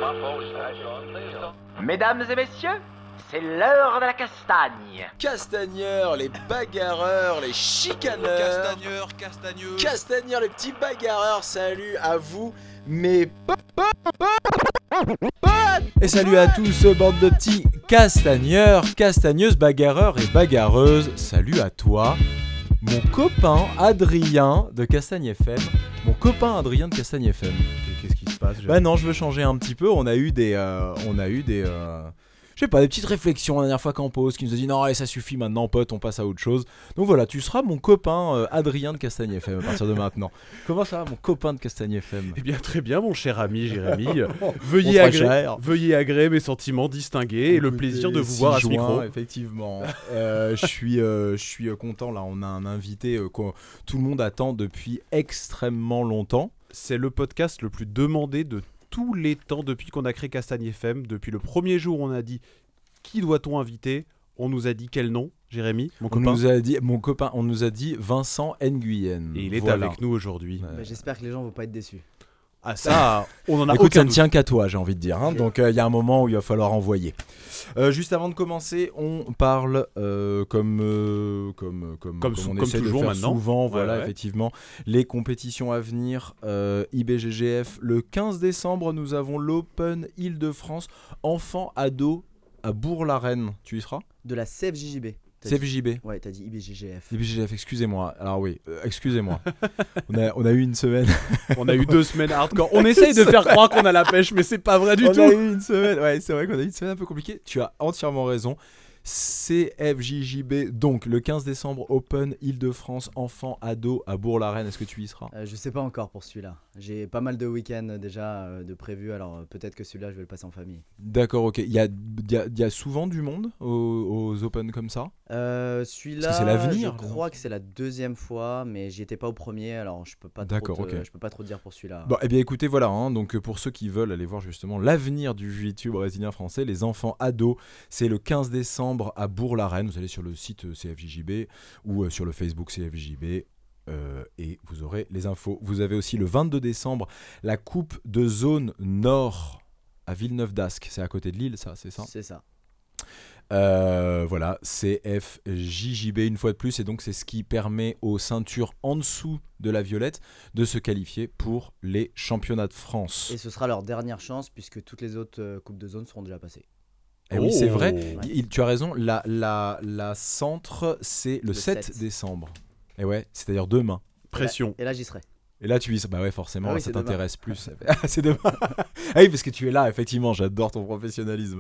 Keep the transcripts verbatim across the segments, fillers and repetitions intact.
Mesdames et messieurs, c'est l'heure de la castagne. Castagneurs, les bagarreurs, les chicaneurs. Castagneurs, castagneuses. Castagneurs, les petits bagarreurs, salut à vous, mes potes. Et salut à tous, bande de petits castagneurs, castagneuses, bagarreurs et bagarreuses. Salut à toi, mon copain Adrien de Castagne F M. Mon copain Adrien de Castagne F M. Qu'est-ce qui se passe? Bah non, je veux changer un petit peu. On a eu des, euh, on a eu des, euh, je sais pas, des petites réflexions la dernière fois qu'en pause, qui nous a dit non, allez, ça suffit maintenant, pote, on passe à autre chose. Donc voilà, tu seras mon copain euh, Adrien de Castagne F M à partir de maintenant. Comment ça va, mon copain de Castagne F M? Eh bien, très bien, mon cher ami Jérémy. veuillez, agré- veuillez agréer mes sentiments distingués et le plaisir de vous voir à ce micro. Effectivement. euh, je suis, euh, je suis content. Là, on a un invité euh, que tout le monde attend depuis extrêmement longtemps. C'est le podcast le plus demandé de tous les temps depuis qu'on a créé Castagne F M. Depuis le premier jour, on a dit qui doit-on inviter? On nous a dit quel nom, Jérémy, mon On copain. nous a dit, mon copain, on nous a dit Vincent Nguyen. Et il est Voilà. avec nous aujourd'hui. Ouais. Bah, j'espère que les gens vont pas être déçus. Ah ça, on en a Écoute, ça aucun ne doute. tient qu'à toi, j'ai envie de dire. Hein. Donc, il euh, y a un moment où il va falloir envoyer. Euh, juste avant de commencer, on parle euh, comme, euh, comme, comme, Comme sou- on comme essaie de toujours faire maintenant. souvent, Ouais, voilà, ouais. effectivement. Les compétitions à venir, euh, I B G G F. Le quinze décembre, nous avons l'Open Île-de-France, enfants, ados, à Bourg-la-Reine. Tu y seras? De la C F J J B. T'as C F dit- J B. Ouais, t'as dit I B G G F. I B G G F, excusez-moi. Alors oui, euh, excusez-moi. on, a, on a eu une semaine. On a eu deux semaines hardcore. On essaye de faire croire qu'on a la pêche, mais c'est pas vrai du on tout. a eu une semaine. Ouais, c'est vrai qu'on a eu une semaine un peu compliquée. Tu as entièrement raison. C F J J B, donc le quinze décembre, Open Île-de-France, enfants, ados à Bourg-la-Reine. Est-ce que tu y seras? Euh, je sais pas encore pour celui-là. J'ai pas mal de week-ends déjà euh, de prévus, alors euh, peut-être que celui-là je vais le passer en famille. D'accord, ok. Il y a, il y a- il y a souvent du monde aux, aux Open comme ça? Euh, celui-là, Parce que c'est l'avenir, je les crois enfants. que c'est la deuxième fois, mais j'y étais pas au premier, alors je peux pas D'accord, trop te- ok. je peux pas trop dire pour celui-là. Bon, eh bien écoutez, voilà, hein, donc euh, pour ceux qui veulent aller voir justement l'avenir du jiu-jitsu brésilien français, les enfants ados, c'est le quinze décembre à Bourg-la-Reine. Vous allez sur le site euh, C F J J B ou euh, sur le Facebook C F J J B euh, et vous aurez les infos. Vous avez aussi le vingt-deux décembre la Coupe de Zone Nord à Villeneuve d'Ascq. C'est à côté de Lille, ça, c'est ça? C'est ça. Euh, voilà, C F J J B une fois de plus, et donc c'est ce qui permet aux ceintures en dessous de la violette de se qualifier pour les championnats de France. Et ce sera leur dernière chance puisque toutes les autres euh, coupes de zone seront déjà passées. Eh oui, c'est Oh. vrai, Ouais. Il- tu as raison, la, la, la centre c'est le, Le sept, sept. décembre. Et ouais, c'est-à-dire demain. Pression. Et là j'y serai. Et là tu y bah ouais forcément, Ah oui, ça c'est demain. t'intéresse plus. Ah, c'est demain. Ah oui, parce que tu es là, effectivement, j'adore ton professionnalisme.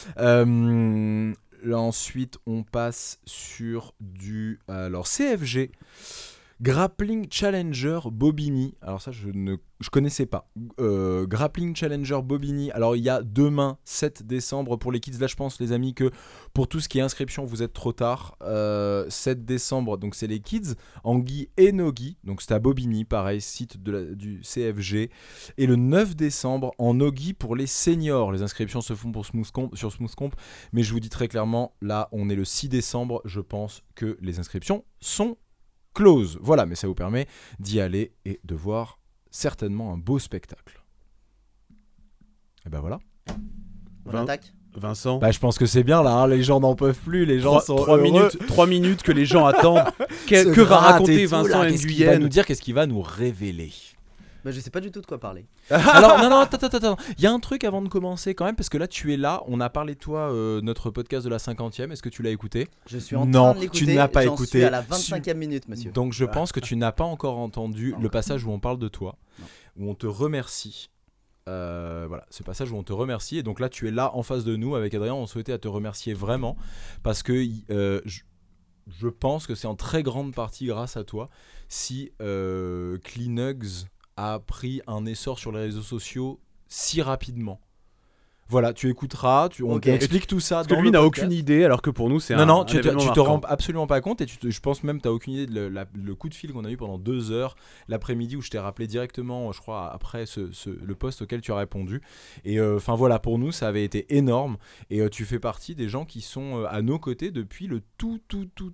Euh, là, ensuite, on passe sur du alors C F G. Grappling Challenger Bobigny. Alors ça, je ne je connaissais pas. Euh, Grappling Challenger Bobigny. Alors il y a demain, sept décembre, pour les kids. Là, je pense, les amis, que pour tout ce qui est inscription, vous êtes trop tard. Euh, sept décembre, donc c'est les kids. En gi et no gi. Donc c'est à Bobigny, pareil, site de la, du C F G. Et le neuf décembre, en no gi pour les seniors. Les inscriptions se font pour Smooth Comp, sur Smooth Comp. Mais je vous dis très clairement, là, on est le six décembre. Je pense que les inscriptions sont close. Voilà, mais ça vous permet d'y aller et de voir certainement un beau spectacle. Et ben voilà. On vingt attaque. Vincent. Bah je pense que c'est bien là, hein, les gens n'en peuvent plus, les gens Trois, sont trois heureux. minutes, trois minutes que les gens attendent. Que, Se que va gratte raconter et tout, Vincent là, qu'est-ce qu'il va nous Nguyen? dire, qu'est-ce qu'il va nous révéler? Bah, je sais pas du tout de quoi parler. Alors non non attends attends attends, il y a un truc avant de commencer quand même, parce que là tu es là, on a parlé de toi, euh, notre podcast de la cinquantième, est-ce que tu l'as écouté? Je suis en Non, train de l'écouter. tu ne l'as pas j'en écouté. suis à la vingt-cinquième minute, monsieur. Donc je pense que tu n'as pas encore entendu Pas le encore. passage où on parle de toi, Non. où on te remercie. Euh, voilà, ce passage où on te remercie. Et donc là, tu es là en face de nous avec Adrien. On souhaitait à te remercier vraiment parce que euh, je, je pense que c'est en très grande partie grâce à toi si euh, Cleanugs a pris un essor sur les réseaux sociaux si rapidement. Voilà, tu écouteras, tu, on Ok. t'explique tout ça. Parce que dans lui le n'a podcast. aucune idée, alors que pour nous, c'est Non, un non, un tu, te, événement tu te marquant. rends absolument pas compte et tu te- je pense même que tu n'as aucune idée de le, la- le coup de fil qu'on a eu pendant deux heures l'après-midi où je t'ai rappelé directement, je crois, après ce, ce- le post auquel tu as répondu. Et enfin voilà, pour nous, ça avait été énorme et euh, tu fais partie des gens qui sont euh, à nos côtés depuis le tout, tout, tout, tout, tout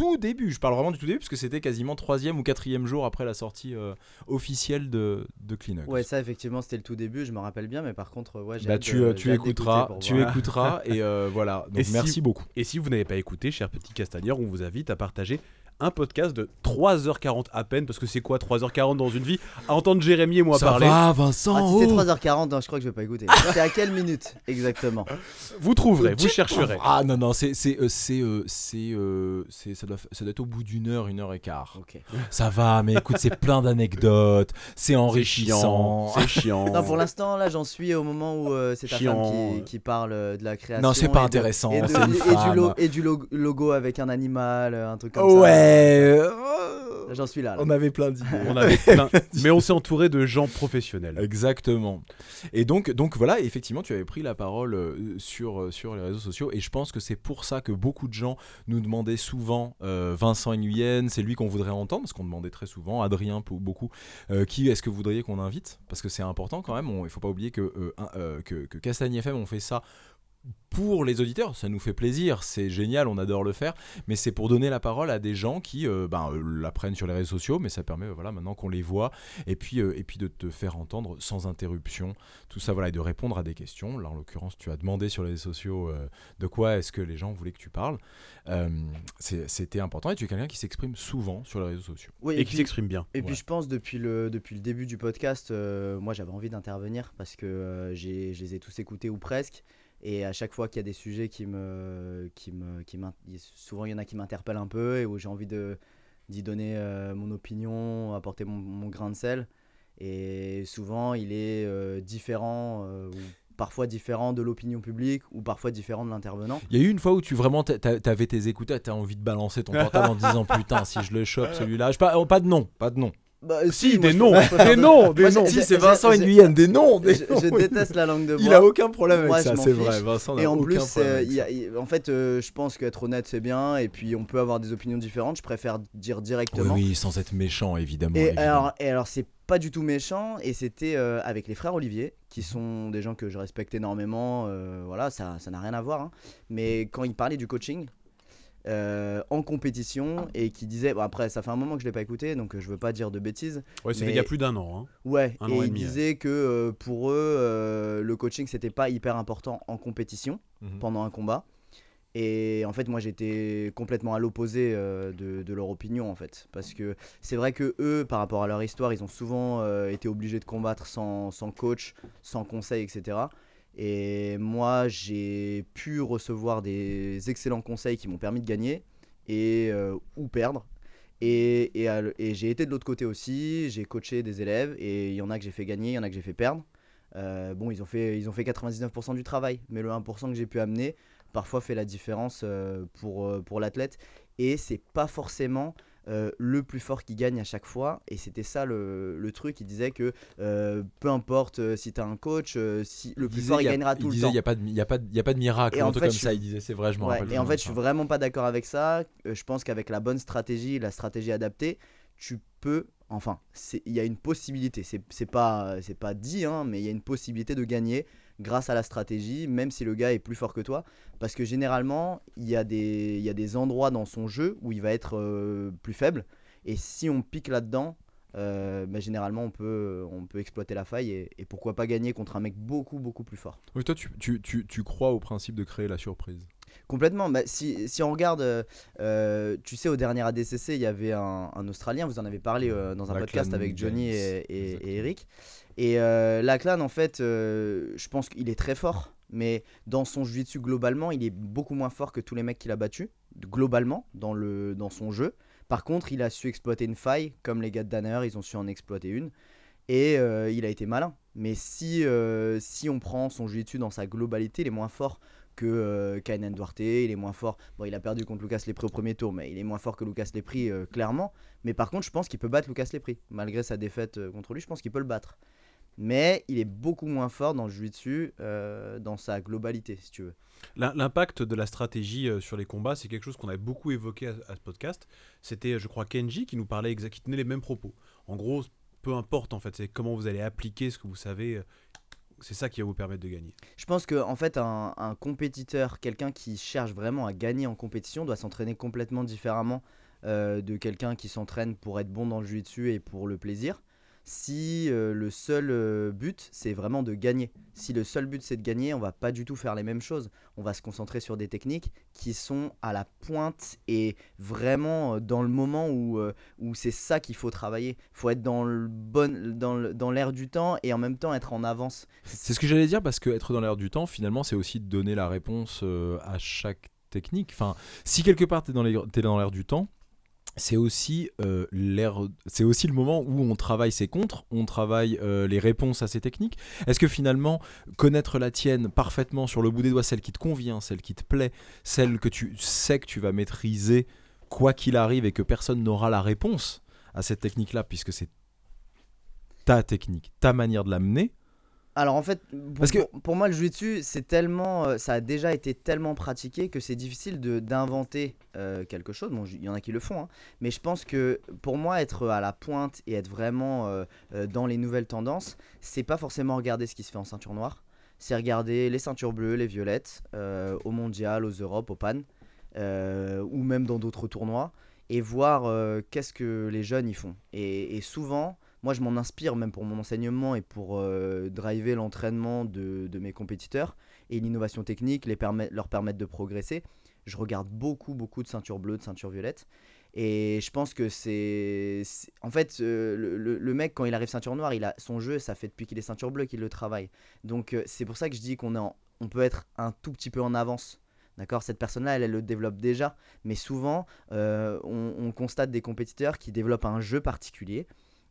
tout début. Je parle vraiment du tout début parce que c'était quasiment troisième ou quatrième jour après la sortie euh, officielle de, de Clean Hugs. Ouais, ça effectivement c'était le tout début, je me rappelle bien, mais par contre, ouais, j'ai Bah, hâte tu, de- euh, tu j'ai hâte écouteras, d'écouter pour tu voir. écouteras et euh, voilà. Donc Et si- merci beaucoup. Et si vous n'avez pas écouté, cher petit Castagneur, on vous invite à partager un podcast de trois heures quarante à peine, parce que c'est quoi trois heures quarante dans une vie, à entendre Jérémy et moi Ça parler. va, Vincent. Ah, si c'est oh. trois heures quarante, non, je crois que je vais pas écouter. C'est à quelle minute exactement? Vous trouverez, vous Dites- chercherez. Ah non non, c'est c'est euh, c'est euh, c'est euh, c'est- ça doit f- ça doit être au bout d'une heure, une heure et quart. Ok. Ça va, mais écoute, c'est plein d'anecdotes, c'est C'est enrichissant. chiant. C'est chiant. Non, pour l'instant, là, j'en suis au moment où euh, c'est ta Chiant. femme qui, qui parle euh, de la création. Non, c'est pas et de- intéressant, Et, de- c'est une et femme. du, lo- et du lo- logo avec un animal, euh, un truc comme ça. Ouais. Là, euh, J'en suis là. là. On avait plein d'idées. On avait plein- Mais on s'est entouré de gens professionnels. Exactement. Et donc, donc voilà, effectivement, tu avais pris la parole euh, sur, euh, sur les réseaux sociaux, et je pense que c'est pour ça que beaucoup de gens nous demandaient souvent euh, Vincent Nguyen, c'est lui qu'on voudrait entendre, parce qu'on demandait très souvent, Adrien pour beaucoup, euh, qui est-ce que vous voudriez qu'on invite? Parce que c'est important quand même, on- il ne faut pas oublier que, euh, un- euh, que, que Castagne F M, on fait ça pour les auditeurs, ça nous fait plaisir, c'est génial, on adore le faire, mais c'est pour donner la parole à des gens qui euh, ben, euh, la prennent sur les réseaux sociaux, mais ça permet euh, voilà, maintenant qu'on les voit, et puis, euh, et puis de te faire entendre sans interruption, tout ça, voilà, et de répondre à des questions. Là, en l'occurrence, tu as demandé sur les réseaux sociaux euh, de quoi est-ce que les gens voulaient que tu parles. Euh, c'est- c'était important, et tu es quelqu'un qui s'exprime souvent sur les réseaux sociaux. Oui, Et et qui puis, s'exprime bien. et puis Ouais. je pense depuis le, depuis le début du podcast, euh, moi j'avais envie d'intervenir parce que euh, j'ai- je les ai tous écoutés ou presque. Et à chaque fois qu'il y a des sujets qui me, qui me, qui m'in- souvent il y en a qui m'interpellent un peu et où j'ai envie de, d'y donner euh, mon opinion, apporter mon, mon grain de sel. Et souvent il est euh, différent, euh, ou parfois différent de l'opinion publique ou parfois différent de l'intervenant. Il y a eu une fois où tu vraiment t'a- t'a- t'avais tes écouteurs, t'as envie de balancer ton portable en disant putain, si je le chope celui-là, je pas, oh, pas de nom, pas de nom. Bah, Si, moi, des je- noms, moi, je préfère des de- noms, des Moi, noms. j'ai- Si c'est j'ai- Vincent j'ai- Nguyen, des noms, des Je, noms. je déteste la langue de bois. Il a aucun problème avec Moi, ça, je m'en c'est fiche. vrai. Vincent n'a Et en aucun plus, problème euh, avec il y a- ça. il- en fait, euh, je pense qu'être honnête, c'est bien. Et puis, on peut avoir des opinions différentes. Je préfère dire Oui, directement. oui, sans être méchant, évidemment. Et évidemment. alors, et alors, c'est pas du tout méchant. Et c'était euh, avec les frères Olivier, qui sont des gens que je respecte énormément. euh, voilà, ça ça n'a rien à voir. hein. Mais quand ils parlaient du coaching, euh, en compétition, et qui disaient. Bon, après, ça fait un moment que je l'ai pas écouté, donc euh, je veux pas dire de bêtises. Ouais, c'était Mais- il y a plus d'un an. hein. Ouais, Un et an et ils demi, disaient que euh, pour eux, euh, le coaching, c'était pas hyper important en compétition Mhm. pendant un combat. Et en fait, moi, j'étais complètement à l'opposé euh, de, de leur opinion, en fait. Parce que c'est vrai que eux, par rapport à leur histoire, ils ont souvent euh, été obligés de combattre sans, sans coach, sans conseil, et cetera. Et moi, j'ai pu recevoir des excellents conseils qui m'ont permis de gagner et, euh, ou perdre. Et, et, à l- et j'ai été de l'autre côté aussi, j'ai coaché des élèves et il y en a que j'ai fait gagner, il y en a que j'ai fait perdre. Euh, bon, ils ont fait, ils ont fait quatre-vingt-dix-neuf pour cent du travail, mais le un pour cent que j'ai pu amener parfois fait la différence euh, pour, euh, pour l'athlète. Et c'est pas forcément euh, le plus fort qui gagne à chaque fois. Et c'était ça le, le truc. Il disait que euh, peu importe euh, si tu as un coach, euh, si, le Il plus disait, fort il y a- gagnera tout il le disait, temps. il n'y a, pas de- il y a, pas de- il y a pas de miracle, Et un en truc fait, comme je ça, suis- il disait, c'est vrai, je me Ouais, rappelle. et en très fait, bien je de suis ça. vraiment pas d'accord avec ça. Euh, je pense qu'avec la bonne stratégie, la stratégie adaptée, tu peux. Enfin, c'est- il y a une possibilité. C'est c'est pas, c'est pas dit, hein, mais il y a une possibilité de gagner grâce à la stratégie, même si le gars est plus fort que toi. Parce que généralement, il y a des, il y a des endroits dans son jeu où il va être euh, plus faible. Et si on pique là-dedans, euh, bah, généralement, on peut, on peut exploiter la faille et, et pourquoi pas gagner contre un mec beaucoup, beaucoup plus fort. Oui, toi, tu, tu, tu, tu crois au principe de créer la surprise. Complètement. Bah, si, si on regarde, euh, euh, tu sais, au dernier A D C C, il y avait un, un Australien, vous en avez parlé euh, dans un Lachlan podcast avec Johnny James, et, et- exactement. et Eric. Et euh, Lachlan, en fait, euh, je pense qu'il est très fort, mais dans son jiu-jitsu globalement, il est beaucoup moins fort que tous les mecs qu'il a battus, globalement, dans, le, dans son jeu. Par contre, il a su exploiter une faille, comme les gars de Danaher, ils ont su en exploiter une. Et euh, il a été malin. Mais si, euh, si on prend son jiu-jitsu dans sa globalité, il est moins fort que euh, Kaynan Duarte, il est moins fort. Bon, il a perdu contre Lucas Lepri au premier tour, mais il est moins fort que Lucas Lepri, euh, clairement. Mais par contre, je pense qu'il peut battre Lucas Lepri. Malgré sa défaite euh, contre lui, je pense qu'il peut le battre. Mais il est beaucoup moins fort dans le jiu-jitsu, euh, dans sa globalité, si tu veux. L'im- L'impact de la stratégie euh, sur les combats, c'est quelque chose qu'on a beaucoup évoqué à, à ce podcast. C'était, je crois, Kenji qui nous parlait, exa- qui tenait les mêmes propos. En gros, peu importe en fait, c'est comment vous allez appliquer ce que vous savez. euh, c'est ça qui va vous permettre de gagner. Je pense qu'en en fait, un, un compétiteur, quelqu'un qui cherche vraiment à gagner en compétition, doit s'entraîner complètement différemment euh, de quelqu'un qui s'entraîne pour être bon dans le jiu-jitsu et pour le plaisir. Si euh, le seul euh, but, c'est vraiment de gagner. Si le seul but, c'est de gagner, on va pas du tout faire les mêmes choses. On va se concentrer sur des techniques qui sont à la pointe et vraiment euh, dans le moment où, euh, où c'est ça qu'il faut travailler. Il faut être dans, le bon, dans, le, dans l'air du temps et en même temps être en avance. C'est ce que j'allais dire, parce que être dans l'air du temps, finalement, c'est aussi de donner la réponse euh, à chaque technique. Enfin, si quelque part t'es dans, les, t'es dans l'air du temps, c'est aussi, euh, l'air, c'est aussi le moment où on travaille ses contres, on travaille euh, les réponses à ces techniques. Est-ce que finalement, connaître la tienne parfaitement sur le bout des doigts, celle qui te convient, celle qui te plaît, celle que tu sais que tu vas maîtriser quoi qu'il arrive et que personne n'aura la réponse à cette technique-là, puisque c'est ta technique, ta manière de l'amener. Alors en fait, pour, Parce que- pour, pour moi le jiu-jitsu, c'est tellement, euh, ça a déjà été tellement pratiqué que c'est difficile de, d'inventer euh, quelque chose. Bon, il y en a qui le font, hein. Mais je pense que pour moi, être à la pointe et être vraiment euh, euh, dans les nouvelles tendances, c'est pas forcément regarder ce qui se fait en ceinture noire. C'est regarder les ceintures bleues, les violettes, euh, au mondial, aux Europes, au Pan, euh, ou même dans d'autres tournois, et voir euh, qu'est-ce que les jeunes y font. Et, et souvent, moi je m'en inspire même pour mon enseignement et pour euh, driver l'entraînement de, de mes compétiteurs et l'innovation technique, les permet, leur permettre de progresser. Je regarde beaucoup beaucoup de ceintures bleues, de ceintures violettes. Et je pense que c'est... c'est- En fait, euh, le, le- le mec, quand il arrive ceinture noire, il a son jeu, ça fait depuis qu'il est ceinture bleue qu'il le travaille. Donc euh, c'est pour ça que je dis qu'on est en- on peut être un tout petit peu en avance. D'accord, cette personne-là, elle, elle le développe déjà. Mais souvent, euh, on, on constate des compétiteurs qui développent un jeu particulier,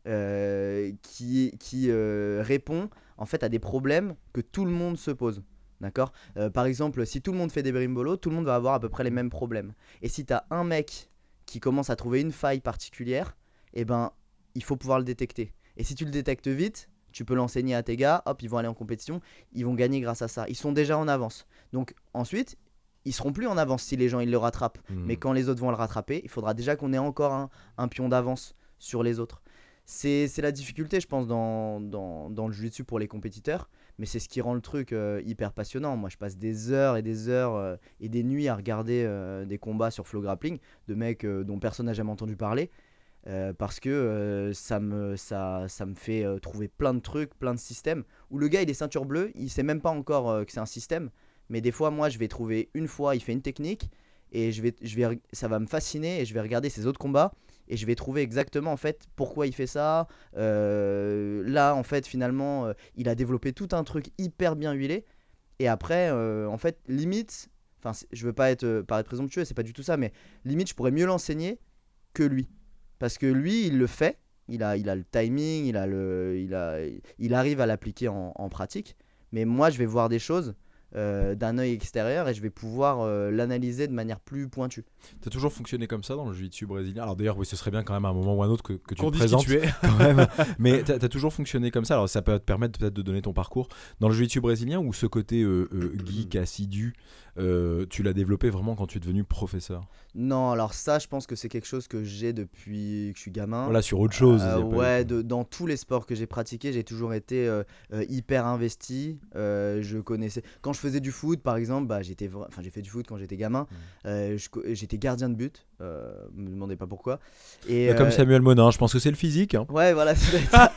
euh, qui, qui euh, répond en fait à des problèmes que tout le monde se pose. D'accord. Euh, Par exemple, si tout le monde fait des berimbolo, tout le monde va avoir à peu près les mêmes problèmes. Et si tu as un mec qui commence à trouver une faille particulière, eh ben, il faut pouvoir le détecter. Et si tu le détectes vite, tu peux l'enseigner à tes gars, hop, ils vont aller en compétition, ils vont gagner grâce à ça. Ils sont déjà en avance. Donc ensuite, ils seront plus en avance si les gens ils le rattrapent. Mmh. Mais quand les autres vont le rattraper, il faudra déjà qu'on ait encore un, un pion d'avance sur les autres. C'est, c'est la difficulté, je pense, dans, dans, dans le jiu-jitsu pour les compétiteurs. Mais c'est ce qui rend le truc euh, hyper passionnant. Moi, je passe des heures et des heures euh, et des nuits à regarder euh, des combats sur Flow Grappling de mecs euh, dont personne n'a jamais entendu parler. Euh, parce que euh, ça, me, ça, ça me fait euh, trouver plein de trucs, plein de systèmes. Où le gars, il est ceinture bleue, il sait même pas encore euh, que c'est un système. Mais des fois, moi, je vais trouver une fois, il fait une technique. Et je vais, je vais, ça va me fasciner et je vais regarder ses autres combats. Et je vais trouver exactement en fait pourquoi il fait ça. Euh, là en fait finalement euh, il a développé tout un truc hyper bien huilé. Et après euh, en fait limite, enfin je veux pas être euh, paraître présomptueux, c'est pas du tout ça, mais limite je pourrais mieux l'enseigner que lui. Parce que lui il le fait, il a, il a le timing, il, a le, il, a, il arrive à l'appliquer en, en pratique. Mais moi je vais voir des choses euh, d'un œil extérieur et je vais pouvoir euh, l'analyser de manière plus pointue. T'as toujours fonctionné comme ça dans le jiu-jitsu brésilien. Alors d'ailleurs, oui, ce serait bien quand même à un moment ou à un autre que, que tu Qu'on te dise qui présentes tu es. quand même. Mais t'as, t'as toujours fonctionné comme ça. Alors ça peut te permettre peut-être de donner ton parcours dans le jiu-jitsu brésilien, ou ce côté euh, euh, geek, assidu, euh, tu l'as développé vraiment quand tu es devenu professeur. Non, alors ça, je pense que c'est quelque chose que j'ai depuis que je suis gamin. Voilà, sur autre chose. Euh, y a pas- ouais, de- dans tous les sports que j'ai pratiqués, j'ai toujours été euh, euh, hyper investi. Euh, je connaissais. Quand je faisais du foot, par exemple, bah, j'étais, vra- enfin, j'ai fait du foot quand j'étais gamin. Mm. Euh, je co- j'étais gardien de but. Euh, me demandez pas pourquoi. Et Bah, Comme euh, Samuel Monin, je pense que c'est le physique. hein. Ouais, voilà, ça doit être ça.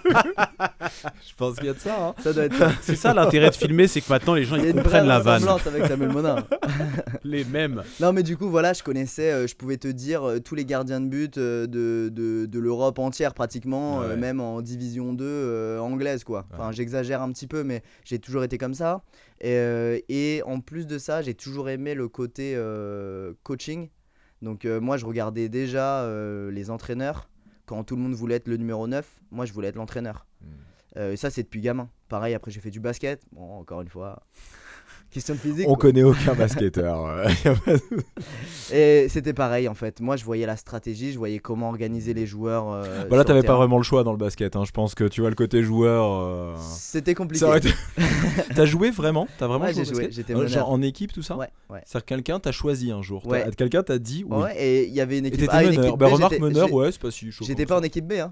Je pense qu'il y a de ça. hein. Ça doit être ça. C'est ça l'intérêt de filmer, c'est que maintenant les gens Il y a ils une comprennent vraie la vanne. ressemblance avec Samuel Monin. Les mêmes. Non, mais du coup, voilà, je connaissais, euh, je pouvais te dire euh, tous les gardiens de but euh, de, de, de l'Europe entière, pratiquement, euh, Ouais. même en division deux euh, anglaise, quoi. Enfin, Ouais. j'exagère un petit peu, mais j'ai toujours été comme ça. Et, euh, et en plus de ça, j'ai toujours aimé le côté euh, coaching. Donc, euh, moi, je regardais déjà euh, les entraîneurs. Quand tout le monde voulait être le numéro neuf, moi, je voulais être l'entraîneur. Mm. Euh, et ça, c'est depuis gamin. Pareil, après, j'ai fait du basket. Bon, encore une fois. Question de physique. On quoi. connaît aucun basketteur. euh, y a pas de- Et c'était pareil en fait. Moi je voyais la stratégie, je voyais comment organiser les joueurs. euh, Bah là, sur le t'avais pas terrain. vraiment le choix dans le basket. hein. Je pense que tu vois le côté joueur. euh, C'était compliqué. Ça aurait été- T'as joué vraiment T'as vraiment Ouais, joué j'ai au joué, basket j'étais Euh, meneur. Genre en équipe, tout ça Ouais, ouais. C'est-à-dire que quelqu'un t'a choisi un jour. Ouais. T'as- Quelqu'un t'a dit oui. Ouais, et il y avait une Et équipe t'étais A, une meneur. équipe Bah B, remarque j'étais- meneur, j'ai- ouais, c'est pas si chaud. J'étais comme pas ça. en équipe B, hein.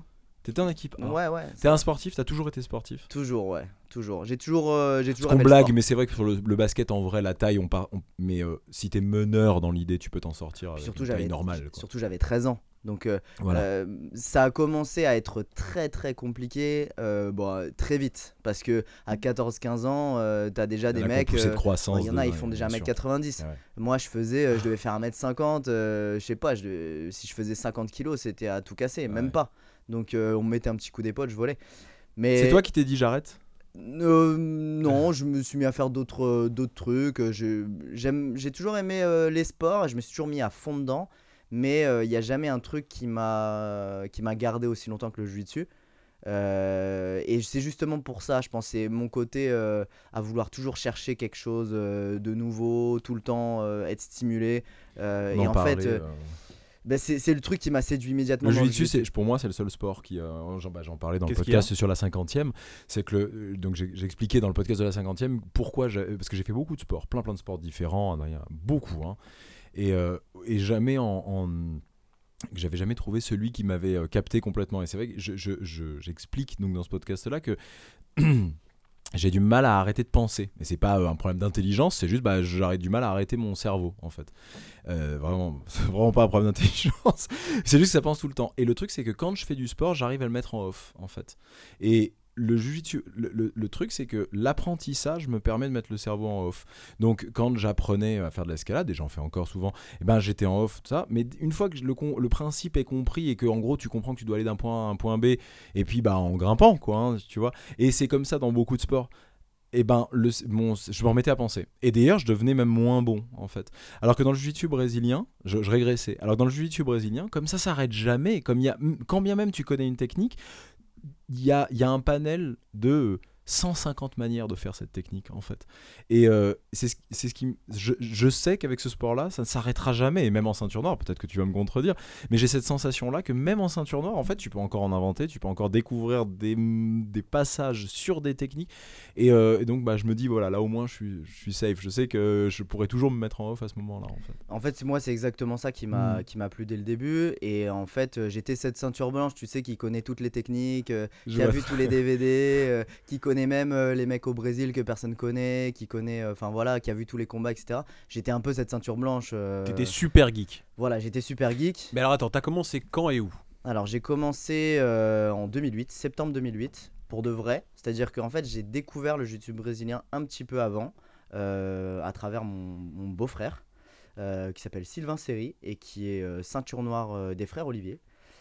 T'étais en équipe A. Ouais, ouais. T'es un sportif, t'as toujours été sportif. Toujours, ouais. Toujours. J'ai toujours, euh, j'ai toujours On aimé le blague, sport. mais c'est vrai que sur le, le basket, en vrai, la taille, on part. on- Mais euh, si t'es meneur dans l'idée, tu peux t'en sortir avec Surtout une taille j'avais, normale. Quoi. surtout j'avais treize ans. Donc euh, Voilà. euh, ça a commencé à être très très compliqué euh, bon, euh, très vite. Parce que à quatorze quinze ans, euh, t'as déjà Il y des en a qui ont mecs. poussé de euh, croissance. Il y en a, de- ils font déjà bien un sûr. mètre quatre-vingt-dix. Ouais. Moi, je faisais, euh, je devais faire un mètre cinquante. Euh, je sais pas, je, si je faisais cinquante kilos, c'était à tout casser, même Ouais. pas. Donc, euh, on me mettait un petit coup d'épaule, je volais. Mais C'est toi qui t'es dit j'arrête. Euh, non, je me suis mis à faire d'autres euh, d'autres trucs. Euh, je- j'aime, j'ai toujours aimé euh, les sports. Et je me suis toujours mis à fond dedans. Mais il n'y a jamais un truc qui m'a qui m'a gardé aussi longtemps que le jiu-jitsu. Euh, et c'est justement pour ça, je pense, c'est mon côté euh, à vouloir toujours chercher quelque chose euh, de nouveau, tout le temps euh, être stimulé. Euh, On et en en parlait, fait, euh, euh, bah, c'est c'est le truc qui m'a séduit immédiatement. Le dans le jiu-jitsu, jiu-jitsu. c'est, pour moi, c'est le seul sport qui. euh, j'en, bah, j'en parlais dans le Qu'est-ce qu'il y podcast sur la cinquantième. C'est que le, euh, donc j'ai, j'ai expliqué dans le podcast de la cinquantième pourquoi. j'ai- Parce que j'ai fait beaucoup de sports, plein plein de sports différents, il y en a beaucoup. Hein, et, euh, et jamais en. en que j'avais jamais trouvé celui qui m'avait euh, capté complètement. Et c'est vrai que je, je, je- j'explique donc dans ce podcast-là que j'ai du mal à arrêter de penser. Et c'est pas euh, un problème d'intelligence, c'est juste bah, j'aurais du mal à arrêter mon cerveau en fait. Euh, vraiment, c'est vraiment pas un problème d'intelligence. C'est juste que ça pense tout le temps. Et le truc c'est que quand je fais du sport, j'arrive à le mettre en off en fait. Et le jujitsu, le, le, le truc c'est que l'apprentissage me permet de mettre le cerveau en off. Donc quand j'apprenais à faire de l'escalade, et j'en fais encore souvent, eh ben j'étais en off tout ça. Mais une fois que le, le principe est compris et que en gros tu comprends que tu dois aller d'un point A à un point B, et puis bah en grimpant quoi, hein, tu vois. Et c'est comme ça dans beaucoup de sports. Et ben le, mon, je me remettais à penser. Et d'ailleurs je devenais même moins bon en fait. Alors que dans le jiu-jitsu brésilien, je, je régressais. Alors dans le jiu-jitsu brésilien, comme ça s'arrête jamais. Comme il y a, quand bien même tu connais une technique, il y a, y a un panel de cent cinquante manières de faire cette technique en fait. Et euh, c'est, ce, c'est ce qui je, je sais qu'avec ce sport là ça ne s'arrêtera jamais, et même en ceinture noire, peut-être que tu vas me contredire, mais j'ai cette sensation là que même en ceinture noire en fait tu peux encore en inventer, tu peux encore découvrir des, des passages sur des techniques, et, euh, et donc bah, je me dis voilà, là au moins je suis, je suis safe, je sais que je pourrais toujours me mettre en off à ce moment là en fait. En fait, c'est- moi, c'est exactement ça qui m'a Mm. qui m'a plu dès le début. Et en fait, euh, j'étais cette ceinture blanche, tu sais, qui connaît toutes les techniques, euh, Je qui a vois vu tous les D V D, euh, qui connaît même euh, les mecs au Brésil que personne connaît, qui connaît, euh, enfin voilà, qui a vu tous les combats, et cetera. J'étais un peu cette ceinture blanche. euh, T'étais super geek. Voilà, j'étais super geek. Mais alors attends, t'as commencé quand et où? Alors, j'ai commencé euh, en deux mille huit, septembre deux mille huit, pour de vrai. C'est-à-dire qu'en fait, j'ai découvert le jiu-jitsu brésilien un petit peu avant, euh, à travers mon, mon beau-frère, euh, qui s'appelle Sylvain Seri et qui est euh, ceinture noire euh, des frères Olivier.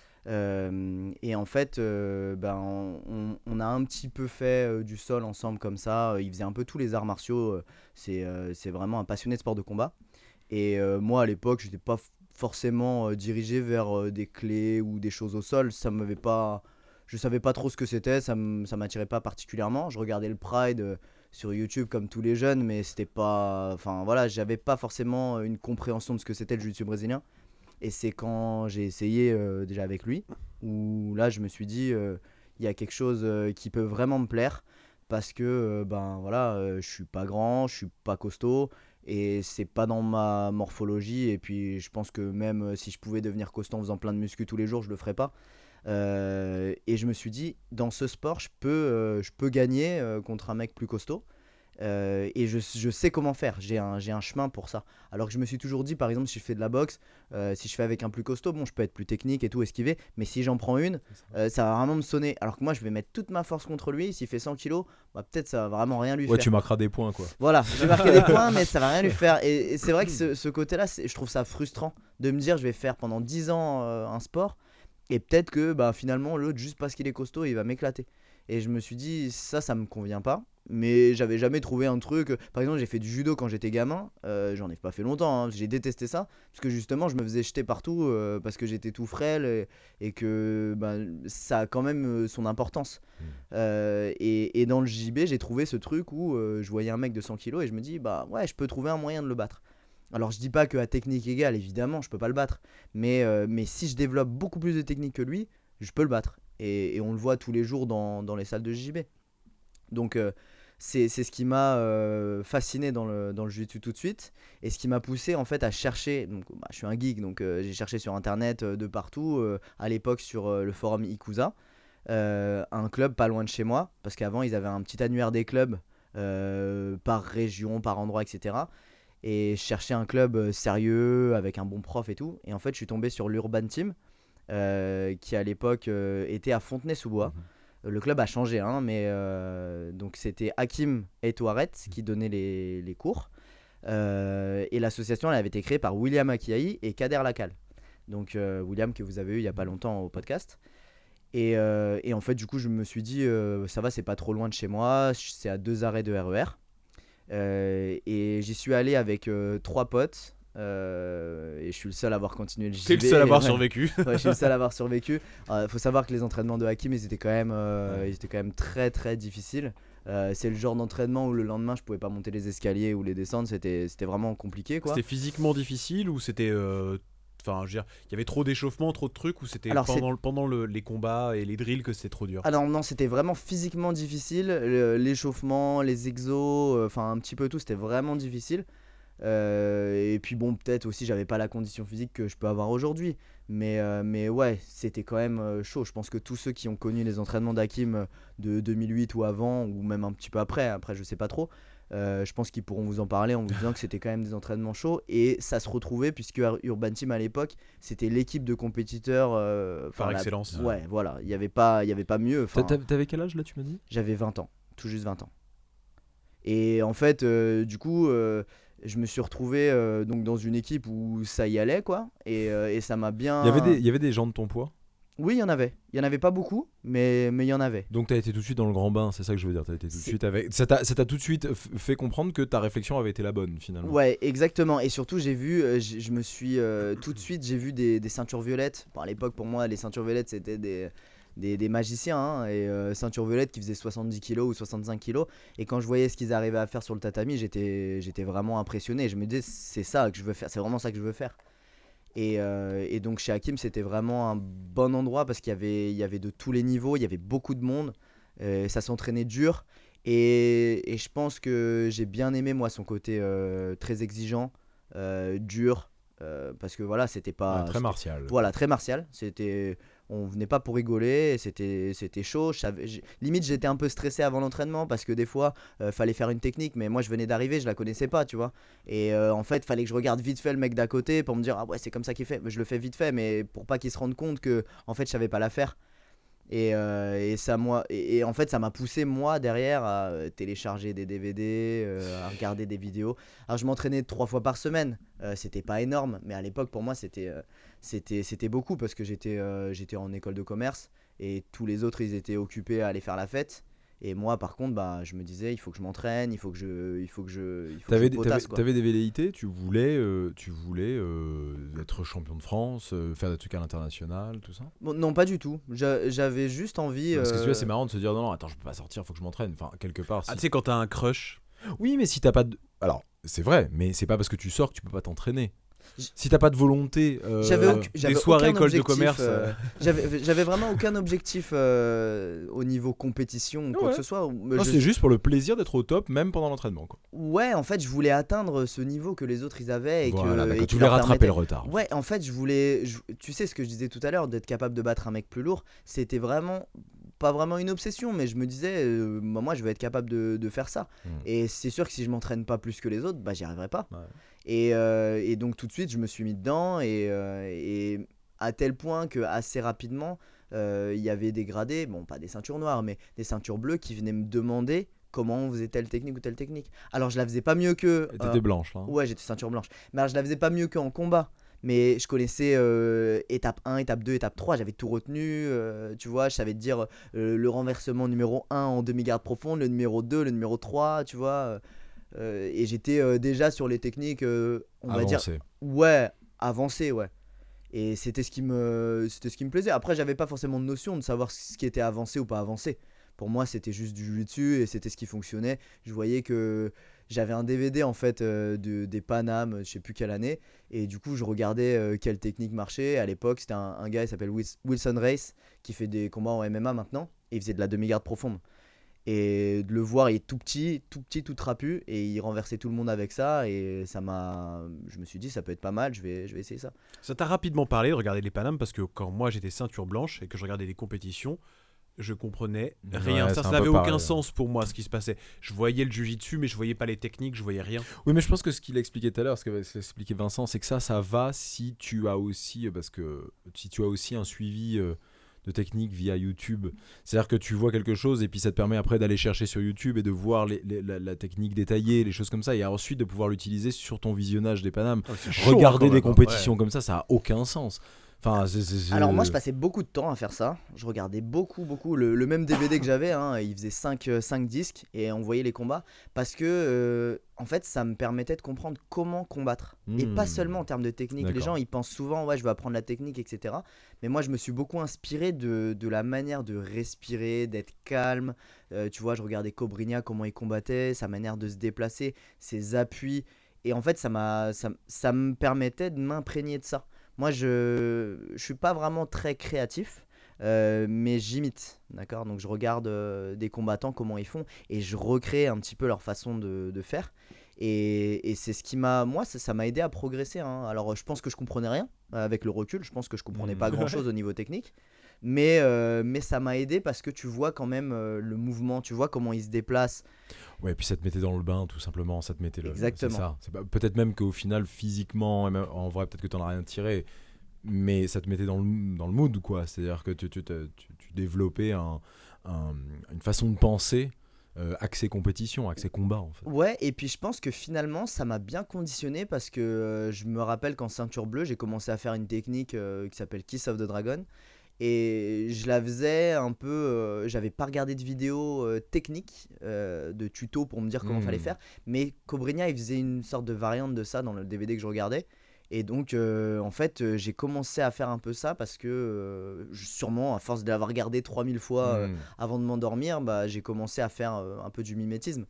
Euh, et en fait, euh, ben, on, on a un petit peu fait euh, du sol ensemble comme ça. Il faisait un peu tous les arts martiaux. euh, C'est euh, c'est vraiment un passionné de sport de combat. Et euh, moi, à l'époque, je n'étais pas f- forcément euh, dirigé vers euh, des clés ou des choses au sol. Ça m'avait pas... Je savais pas trop ce que c'était. Ça m- ça m'attirait pas particulièrement. Je regardais le Pride euh, sur YouTube comme tous les jeunes, mais c'était pas... Enfin voilà, j'avais pas forcément une compréhension de ce que c'était le jiu-jitsu brésilien. Et c'est quand j'ai essayé euh, déjà avec lui, où là je me suis dit, euh, il y a quelque chose euh, qui peut vraiment me plaire, parce que euh, ben voilà, euh, je suis pas grand, je suis pas costaud, et c'est pas dans ma morphologie. Et puis je pense que même euh, si je pouvais devenir costaud en faisant plein de muscu tous les jours, je le ferais pas. Euh, et je me suis dit, dans ce sport, je peux, euh, je peux gagner euh, contre un mec plus costaud. Euh, et je, je sais comment faire, j'ai un, j'ai un chemin pour ça. Alors que je me suis toujours dit, par exemple, si je fais de la boxe, euh, si je fais avec un plus costaud, bon, je peux être plus technique et tout, esquiver, mais si j'en prends une, euh, ça va vraiment me sonner. Alors que moi, je vais mettre toute ma force contre lui. S'il fait cent kilos, bah, peut-être ça va vraiment rien lui Ouais, faire. tu marqueras des points quoi. Voilà, je vais marquer des points, mais ça va rien lui faire. Et, et c'est vrai que ce, ce côté-là, c'est- je trouve ça frustrant de me dire, je vais faire pendant dix ans euh, un sport, et peut-être que bah, finalement, l'autre, juste parce qu'il est costaud, il va m'éclater. Et je me suis dit, ça, ça me convient pas. Mais j'avais jamais trouvé un truc. Par exemple, j'ai fait du judo quand j'étais gamin. Euh, j'en ai pas fait longtemps, hein. J'ai détesté ça. Parce que justement, je me faisais jeter partout euh, parce que j'étais tout frêle. Et, et que bah, ça a quand même euh, son importance. Mm. Euh, et, et dans le J B, j'ai trouvé ce truc où euh, je voyais un mec de cent kilos et je me dis, bah ouais, je peux trouver un moyen de le battre. Alors je dis pas qu'à technique égale, évidemment, je peux pas le battre. Mais, euh, mais si je développe beaucoup plus de technique que lui, je peux le battre. Et, et on le voit tous les jours dans, dans les salles de J B. Donc euh, c'est, c'est ce qui m'a euh, fasciné dans le, dans le jiu-jitsu tout de suite, et ce qui m'a poussé en fait à chercher. Donc, bah, je suis un geek, donc euh, j'ai cherché sur internet euh, de partout, euh, à l'époque sur euh, le forum Ikusa. euh, un club pas loin de chez moi, parce qu'avant ils avaient un petit annuaire des clubs euh, par région, par endroit, et cetera. Et je cherchais un club euh, sérieux, avec un bon prof et tout. Et en fait, je suis tombé sur l'Urban Team, euh, qui à l'époque euh, était à Fontenay-sous-Bois. Mhm. Le club a changé, hein, mais euh, donc c'était Hakim et Touaret qui donnaient les, les cours. Euh, et l'association elle avait été créée par William Akiaï et Kader Lacal. Donc euh, William que vous avez eu il y a pas longtemps au podcast. Et, euh, et en fait du coup je me suis dit euh, ça va, c'est pas trop loin de chez moi, c'est à deux arrêts de R E R. Euh, et j'y suis allé avec euh, trois potes. Euh, et je suis le seul à avoir continué le J B. T'es le seul à avoir Ouais. survécu. Ouais, je suis le seul à avoir survécu. Il faut savoir que les entraînements de Hakim, ils étaient quand même, euh, Ouais. ils étaient quand même très très difficiles. Euh, c'est le genre d'entraînement où le lendemain, je pouvais pas monter les escaliers ou les descendre. C'était, c'était vraiment compliqué, quoi. C'était physiquement difficile ou c'était. euh, Enfin, je veux dire, il y avait trop d'échauffement, trop de trucs ou c'était Alors, pendant, le- pendant le- les combats et les drills que c'était trop dur. Alors non, c'était vraiment physiquement difficile. Le- l'échauffement, les exos, euh, enfin un petit peu tout, c'était vraiment difficile. Euh, et puis bon, peut-être aussi, j'avais pas la condition physique que je peux avoir aujourd'hui. Mais, euh, mais ouais, c'était quand même euh, chaud. Je pense que tous ceux qui ont connu les entraînements d'Hakim euh, de deux mille huit ou avant, ou même un petit peu après, après je sais pas trop, euh, je pense qu'ils pourront vous en parler en vous disant que c'était quand même des entraînements chauds. Et ça se retrouvait, puisque Ur- Urban Team à l'époque, c'était l'équipe de compétiteurs. euh, enfin, Par la- excellence. Ouais, voilà, il n'y avait, pas- il y avait pas mieux. T'a- Enfin, t'a- T'avais quel âge là, tu m'as dit? j'avais vingt ans, tout juste vingt ans. Et en fait, euh, du coup, euh, je me suis retrouvé euh, donc dans une équipe où ça y allait, quoi. Et, euh, et ça m'a bien. Il y avait des, il y avait des gens de ton poids. Oui, il y en avait. Il y en avait pas beaucoup, mais mais il y en avait. Donc t'as été tout de suite dans le grand bain, c'est ça que je veux dire. T'as été tout de C'est- suite avec. Ça t'a ça t'a tout de suite f- fait comprendre que ta réflexion avait été la bonne finalement. Ouais, exactement. Et surtout, j'ai vu, euh, j- je me suis euh, tout de suite, j'ai vu des, des ceintures violettes. Bon, à l'époque, pour moi, les ceintures violettes, c'était des, des, des magiciens. Hein, et euh, ceintures violettes qui faisaient soixante-dix kilos ou soixante-cinq kilos. Et quand je voyais ce qu'ils arrivaient à faire sur le tatami, j'étais, j'étais vraiment impressionné. Je me disais, c'est ça que je veux faire. C'est vraiment ça que je veux faire. Et, euh, et donc chez Hakim, c'était vraiment un bon endroit parce qu'il y avait, il y avait de tous les niveaux, il y avait beaucoup de monde, euh, ça s'entraînait dur. Et, et je pense que j'ai bien aimé, moi, son côté euh, très exigeant, euh, dur, euh, parce que voilà, c'était pas. Ouais, très c'était- martial. Voilà, très martial. C'était, on venait pas pour rigoler, c'était, c'était chaud. Je savais- j'ai- limite, j'étais un peu stressé avant l'entraînement parce que des fois, euh, fallait faire une technique, mais moi, je venais d'arriver, je la connaissais pas, tu vois. Et euh, en fait, fallait que je regarde vite fait le mec d'à côté pour me dire ah ouais, c'est comme ça qu'il fait. Mais je le fais vite fait, mais pour pas qu'il se rende compte que en fait, je savais pas la faire. Et, euh, et ça moi et, et en fait ça m'a poussé moi derrière à euh, télécharger des D V D, euh, à regarder des vidéos. Alors je m'entraînais trois fois par semaine, euh, c'était pas énorme, mais à l'époque pour moi c'était euh, c'était c'était beaucoup parce que j'étais euh, j'étais en école de commerce et tous les autres ils étaient occupés à aller faire la fête. Et moi par contre bah je me disais il faut que je m'entraîne, il faut que je il faut que je il faut que T'avais je des, potasse, t'avais- quoi. t'avais des velléités, tu voulais, euh, tu voulais euh, être champion de France, euh, faire des trucs à l'international, tout ça. Bon, non pas du tout. J'a- J'avais juste envie Parce que tu euh, vois, c'est marrant de se dire non, non, attends, je peux pas sortir, faut que je m'entraîne. Enfin, quelque part. Ah, si- tu sais, quand t'as un crush. Oui, mais si t'as pas de. Alors, c'est vrai, mais c'est pas parce que tu sors que tu peux pas t'entraîner. J- Si t'as pas de volonté. euh, J'avais euh, auc- j'avais des soirées aucun école de objectif, commerce, euh, euh. j'avais j'avais vraiment aucun objectif euh, au niveau compétition ou quoi Ouais. que ce soit. Mais non, je- c'est juste pour le plaisir d'être au top, même pendant l'entraînement. Quoi. Ouais, en fait, je voulais atteindre ce niveau que les autres ils avaient et Voilà, que d'accord, et tu qui voulais leur rattraper le permettait- retard. Ouais, en fait, je voulais. je- Tu sais ce que je disais tout à l'heure, d'être capable de battre un mec plus lourd, c'était vraiment pas vraiment une obsession, mais je me disais, euh, bah, moi, je veux être capable de, de faire ça. Hmm. Et c'est sûr que si je m'entraîne pas plus que les autres, bah, j'y arriverai pas. Ouais. Et, euh, et donc tout de suite, je me suis mis dedans et, euh, et à tel point que assez rapidement, euh, il y avait des gradés, bon, pas des ceintures noires, mais des ceintures bleues qui venaient me demander comment on faisait telle technique ou telle technique. Alors je la faisais pas mieux que. Et euh, t'étais blanche là. hein. Ouais, j'étais ceinture blanche. Mais alors, je la faisais pas mieux qu'en combat. Mais je connaissais euh, étape un, étape deux, étape trois. J'avais tout retenu. euh, tu vois, je savais te dire euh, le renversement numéro un en demi-garde profonde, le numéro deux, le numéro trois, tu vois. euh, euh, et j'étais euh, déjà sur les techniques, euh, on va dire, Avancé. ouais, avancées, ouais. Et c'était ce qui me, c'était ce qui me plaisait. Après, j'avais pas forcément de notion de savoir ce qui était avancé ou pas avancé. Pour moi, c'était juste du jiu-jitsu et c'était ce qui fonctionnait. Je voyais que j'avais un D V D en fait euh, de, des Panam, je sais plus quelle année, et du coup je regardais euh, quelle technique marchait. À l'époque, c'était un, un gars qui s'appelle Wils- Wilson Race qui fait des combats en M M A maintenant, et il faisait de la demi-garde profonde. Et de le voir, il est tout petit, tout petit, tout trapu, et il renversait tout le monde avec ça, et ça m'a, je me suis dit ça peut être pas mal, je vais, je vais essayer ça. Ça t'a rapidement parlé de regarder les Panam parce que quand moi j'étais ceinture blanche et que je regardais des compétitions, je comprenais Ouais, rien. c'est ça, un ça peu n'avait pareil, aucun ouais. sens pour moi ce qui se passait. Je voyais le jujitsu, mais je voyais pas les techniques, je voyais rien. Oui, mais je pense que ce qu'il a expliqué tout à l'heure, ce que ce qu'a expliqué Vincent, c'est que ça, ça va si tu as aussi, euh, parce que si tu as aussi un suivi euh, de technique via YouTube. C'est-à-dire que tu vois quelque chose et puis ça te permet après d'aller chercher sur YouTube et de voir les, les- la, la technique détaillée, les choses comme ça, et ensuite de pouvoir l'utiliser sur ton visionnage des Paname. Regarder des compétitions comme ça, ça a aucun sens. Enfin, c'est, c'est, c'est- Alors moi je passais beaucoup de temps à faire ça, je regardais beaucoup beaucoup le, le même D V D que j'avais, hein, il faisait cinq disques et on voyait les combats parce que euh, en fait ça me permettait de comprendre comment combattre et pas Hmm. seulement en termes de technique. Les D'accord. gens ils pensent souvent ouais je vais apprendre la technique etc, mais moi je me suis beaucoup inspiré de, de la manière de respirer, d'être calme. Euh, tu vois, je regardais Cobrinha comment il combattait, sa manière de se déplacer, ses appuis, et en fait ça m'a ça, ça me permettait de m'imprégner de ça. Moi, je je suis pas vraiment très créatif, euh, mais j'imite, d'accord? Donc, je regarde euh, des combattants, comment ils font, et je recrée un petit peu leur façon de, de faire. Et, et c'est ce qui m'a, moi, ça ça m'a aidé à progresser, hein. Alors, je pense que je comprenais rien euh, avec le recul. Je pense que je comprenais Mm. pas grand-chose au niveau technique, mais euh, mais ça m'a aidé parce que tu vois quand même euh, le mouvement, tu vois comment ils se déplacent. Ouais, puis ça te mettait dans le bain, tout simplement. Ça te mettait le. Exactement. C'est ça. C'est pas- peut-être même qu'au final, physiquement, et même- en vrai, peut-être que t'en as rien tiré, mais ça te mettait dans le, dans le mood, quoi. C'est-à-dire que tu, tu, tu, tu- tu développais un, un- une façon de penser euh, axée compétition, axée combat, en fait. Ouais, et puis je pense que finalement ça m'a bien conditionné parce que euh, je me rappelle qu'en ceinture bleue, j'ai commencé à faire une technique euh, qui s'appelle Kiss of the Dragon. Et je la faisais un peu. Euh, j'avais pas regardé de vidéo euh, technique, euh, de tuto pour me dire comment Mm. fallait faire. Mais Cobrinha, il faisait une sorte de variante de ça dans le D V D que je regardais. Et donc, euh, en fait, euh, j'ai commencé à faire un peu ça parce que, euh, je- sûrement, à force de l'avoir regardé trois mille fois euh, Mm. avant de m'endormir, bah, j'ai commencé à faire euh, un peu du mimétisme.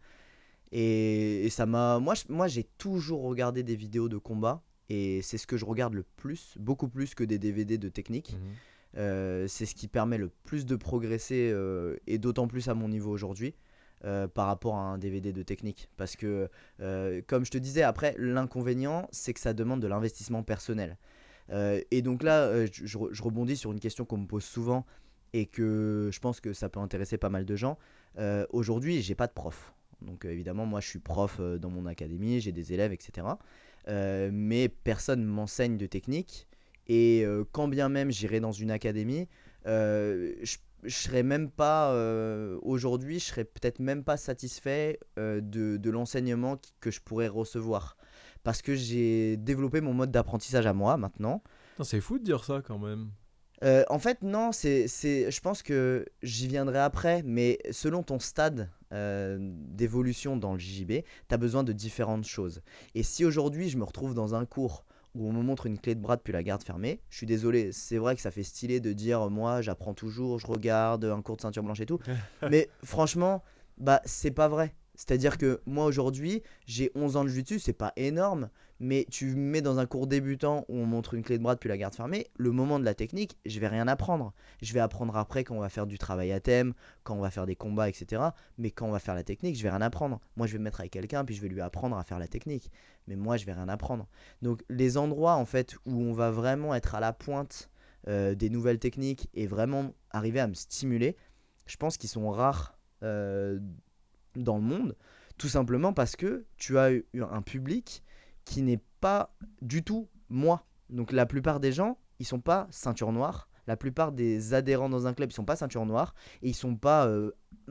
Et, et ça m'a. Moi, je- moi, j'ai toujours regardé des vidéos de combat. Et c'est ce que je regarde le plus, beaucoup plus que des D V D de technique. Mhm. Euh, c'est ce qui permet le plus de progresser euh, et d'autant plus à mon niveau aujourd'hui euh, par rapport à un D V D de technique. Parce que, euh, comme je te disais, après, l'inconvénient, c'est que ça demande de l'investissement personnel. Euh, et donc là, euh, je, je re- je rebondis sur une question qu'on me pose souvent et que je pense que ça peut intéresser pas mal de gens. Euh, aujourd'hui, j'ai pas de prof. Donc euh, évidemment, moi, je suis prof euh, dans mon académie, j'ai des élèves, et cetera. Euh, mais personne m'enseigne de technique. Et euh, quand bien même j'irai dans une académie, euh, je je serais même pas euh, aujourd'hui, je serais peut-être même pas satisfait euh, de, de l'enseignement qui- que je pourrais recevoir. Parce que j'ai développé mon mode d'apprentissage à moi maintenant. Putain, c'est fou de dire ça quand même. Euh, en fait, non, c'est, c'est, je pense que j'y viendrai après, mais selon ton stade euh, d'évolution dans le J J B, tu as besoin de différentes choses. Et si aujourd'hui je me retrouve dans un cours où on me montre une clé de bras depuis la garde fermée, je suis désolé, c'est vrai que ça fait stylé de dire moi j'apprends toujours, je regarde un cours de ceinture blanche et tout, mais franchement, bah c'est pas vrai. C'est-à-dire que moi aujourd'hui, j'ai onze ans de jiu-jitsu, c'est pas énorme, mais tu me mets dans un cours débutant où on montre une clé de bras depuis la garde fermée, le moment de la technique, je vais rien apprendre. Je vais apprendre après quand on va faire du travail à thème, quand on va faire des combats, et cetera. Mais quand on va faire la technique, je vais rien apprendre. Moi, je vais me mettre avec quelqu'un, puis je vais lui apprendre à faire la technique. Mais moi, je vais rien apprendre. Donc, les endroits en fait où on va vraiment être à la pointe euh, des nouvelles techniques et vraiment arriver à me stimuler, je pense qu'ils sont rares euh, dans le monde, tout simplement parce que tu as eu un public qui n'est pas du tout moi. Donc la plupart des gens, ils sont pas ceinture noire. La plupart des adhérents dans un club, ils sont pas ceinture noire et ils sont pas euh,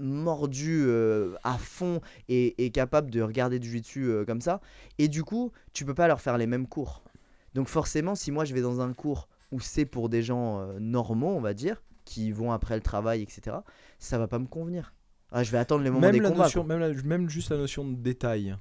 mordus euh, à fond et, et capables de regarder du jiu-jitsu euh, comme ça. Et du coup, tu peux pas leur faire les mêmes cours. Donc forcément, si moi je vais dans un cours où c'est pour des gens euh, normaux, on va dire, qui vont après le travail, et cetera, ça va pas me convenir. Ah, je vais attendre les moments Même des la combats. notion, quoi. même, la- même juste la notion de détail.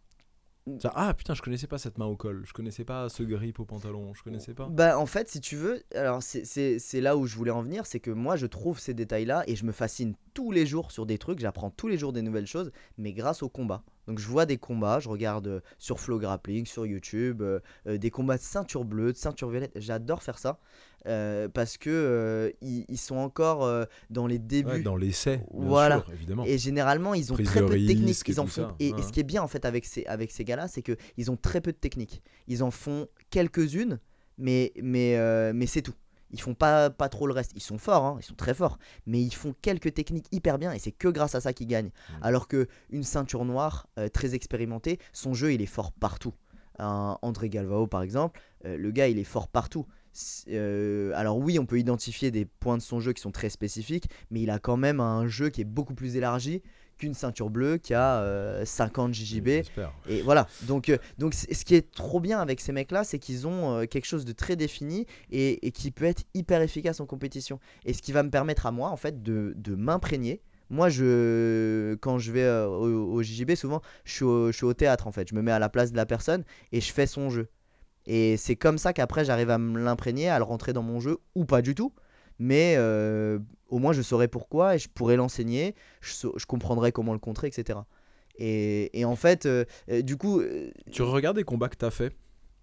Ça, ah putain, je connaissais pas cette main au col, je connaissais pas ce grip au pantalon, je connaissais pas. Bah en fait si tu veux, alors c'est- c'est c'est là où je voulais en venir, c'est que moi je trouve ces détails là et je me fascine tous les jours sur des trucs, j'apprends tous les jours des nouvelles choses, mais grâce au combat. Donc je vois des combats, je regarde euh, sur Flow Grappling, sur YouTube, euh, euh, des combats de ceinture bleue, de ceinture violette, j'adore faire ça euh, parce que euh, ils, ils sont encore euh, dans les débuts. Ouais, dans l'essai, bien Voilà. sûr, évidemment. Et généralement, ils ont Prise très de peu de technique. risque et Ils en tout font. ça, Et, et ouais. ce qui est bien en fait avec ces, avec ces gars-là, c'est qu'ils ont très peu de technique. Ils en font quelques-unes, mais, mais, euh, mais c'est tout. Ils font pas, pas trop le reste. Ils sont forts, hein, ils sont très forts. Mais ils font quelques techniques hyper bien et c'est que grâce à ça qu'ils gagnent. Mmh. Alors qu'une ceinture noire euh, très expérimentée, son jeu il est fort partout. Un André Galvao par exemple, euh, le gars il est fort partout. Euh, alors oui, on peut identifier des points de son jeu qui sont très spécifiques, mais il a quand même un jeu qui est beaucoup plus élargi qu'une ceinture bleue qui a euh, cinquante J J B. J'espère. Et voilà, donc, euh, donc c- ce qui est trop bien avec ces mecs-là, c'est qu'ils ont euh, quelque chose de très défini et, et qui peut être hyper efficace en compétition. Et ce qui va me permettre à moi, en fait, de, de m'imprégner. Moi, je, quand je vais euh, au, au J J B, souvent, je suis, au, je suis au théâtre, en fait. Je me mets à la place de la personne et je fais son jeu. Et c'est comme ça qu'après, j'arrive à me l'imprégner, à le rentrer dans mon jeu, ou pas du tout. Mais euh, au moins, je saurais pourquoi et je pourrais l'enseigner. Je, sau- je comprendrais comment le contrer, et cetera. Et, et en fait, euh, euh, du coup, euh, Tu regardes les combats que t'as fait?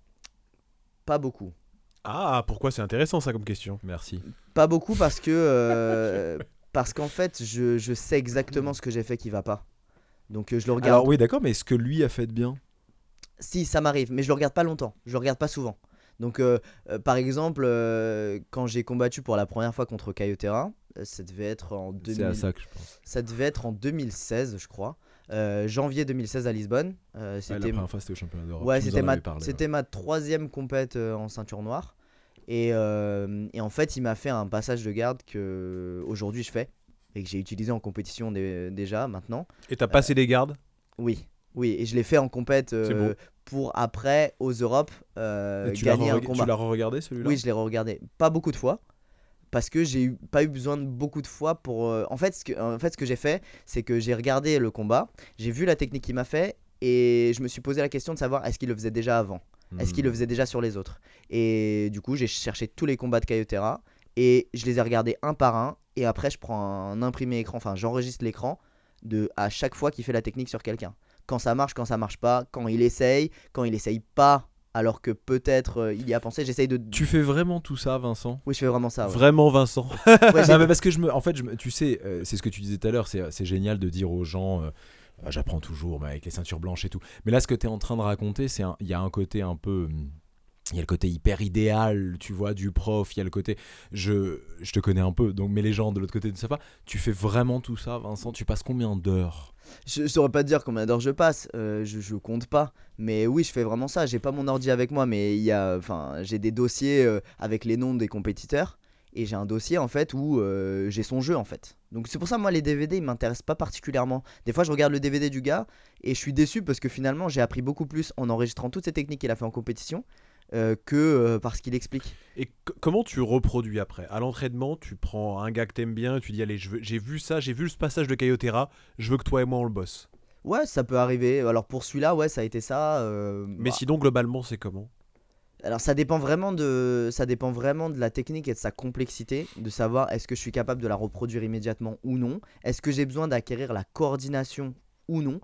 pas beaucoup. Ah, pourquoi c'est intéressant ça comme question? Merci. Pas beaucoup parce que euh, parce qu'en fait, je, je sais exactement ce que j'ai fait qui va pas. Donc euh, je le regarde. Alors oui, d'accord, mais est-ce que lui a fait de bien? Si, ça m'arrive, mais je le regarde pas longtemps. Je le regarde pas souvent. Donc, euh, euh, par exemple, euh, quand j'ai combattu pour la première fois contre Kayotera, euh, ça devait être en deux mille... C'est à ça que je pense. ça devait être en deux mille seize, je crois. Euh, janvier deux mille seize à Lisbonne. Euh, Ouais, la c'était première fois, c'était au championnat d'Europe. ouais, Tu nous c'était en ma, avais parlé, c'était ma troisième compète euh, en ceinture noire. Et, euh, et en fait, il m'a fait un passage de garde que aujourd'hui je fais et que j'ai utilisé en compétition dé- déjà maintenant. Et t'as passé des gardes? Oui, oui, et je l'ai fait en compète euh, C'est beau. pour après aux Europes euh, ouais. Et tu l'as gagner un re- combat. tu l'as re-regardé celui-là? Oui, je l'ai regardé pas beaucoup de fois parce que j'ai eu, pas eu besoin de beaucoup de fois pour. euh, En fait, ce que, en fait, ce que j'ai fait, c'est que j'ai regardé le combat, j'ai vu la technique qu'il m'a fait et je me suis posé la question de savoir est-ce qu'il le faisait déjà avant, est-ce qu'il le Hmm. faisait déjà sur les autres. Et du coup, j'ai cherché tous les combats de Kayotera et je les ai regardés un par un et après, je prends un imprimé écran, enfin, j'enregistre l'écran de à chaque fois qu'il fait la technique sur quelqu'un. Quand ça marche, quand ça marche pas, quand il essaye, quand il essaye pas. Alors que peut-être euh, il y a pensé, j'essaye de. Tu fais vraiment tout ça, Vincent? Oui, je fais vraiment ça. Ouais. Vraiment, Vincent? Ouais, j'ai- Non, mais parce que je me, en fait, je me- tu sais, euh, c'est ce que tu disais tout à l'heure, c'est, c'est génial de dire aux gens, euh, Ah, j'apprends toujours, mais avec les ceintures blanches et tout. Mais là, ce que tu es en train de raconter, c'est, un- il y a un côté un peu, hum, il y a le côté hyper idéal, tu vois, du prof. Il y a le côté, je, je te connais un peu, donc, mais les gens de l'autre côté ne savent pas. Tu fais vraiment tout ça, Vincent? Tu passes combien d'heures? Je, je saurais pas te dire combien d'heures je passe, euh, je, je compte pas. Mais oui, je fais vraiment ça. J'ai pas mon ordi avec moi, mais il y a, enfin, j'ai des dossiers euh, avec les noms des compétiteurs. Et j'ai un dossier en fait où euh, j'ai son jeu en fait. Donc c'est pour ça moi les D V D ils m'intéressent pas particulièrement. Des fois je regarde le D V D du gars et je suis déçu parce que finalement j'ai appris beaucoup plus en enregistrant toutes ces techniques qu'il a fait en compétition euh, que euh, parce qu'il explique. Et c- comment tu reproduis après? À l'entraînement, tu prends un gars que t'aimes bien et tu dis allez, je veux- j'ai vu ça, j'ai vu ce passage de Kayotera, je veux que toi et moi on le bosse. Ouais, ça peut arriver. Alors pour celui-là, ouais, ça a été ça. euh, Mais bah, sinon, globalement, c'est comment? Alors ça dépend vraiment de ça dépend vraiment de la technique et de sa complexité, de savoir est-ce que je suis capable de la reproduire immédiatement ou non, est-ce que j'ai besoin d'acquérir la coordination ou non.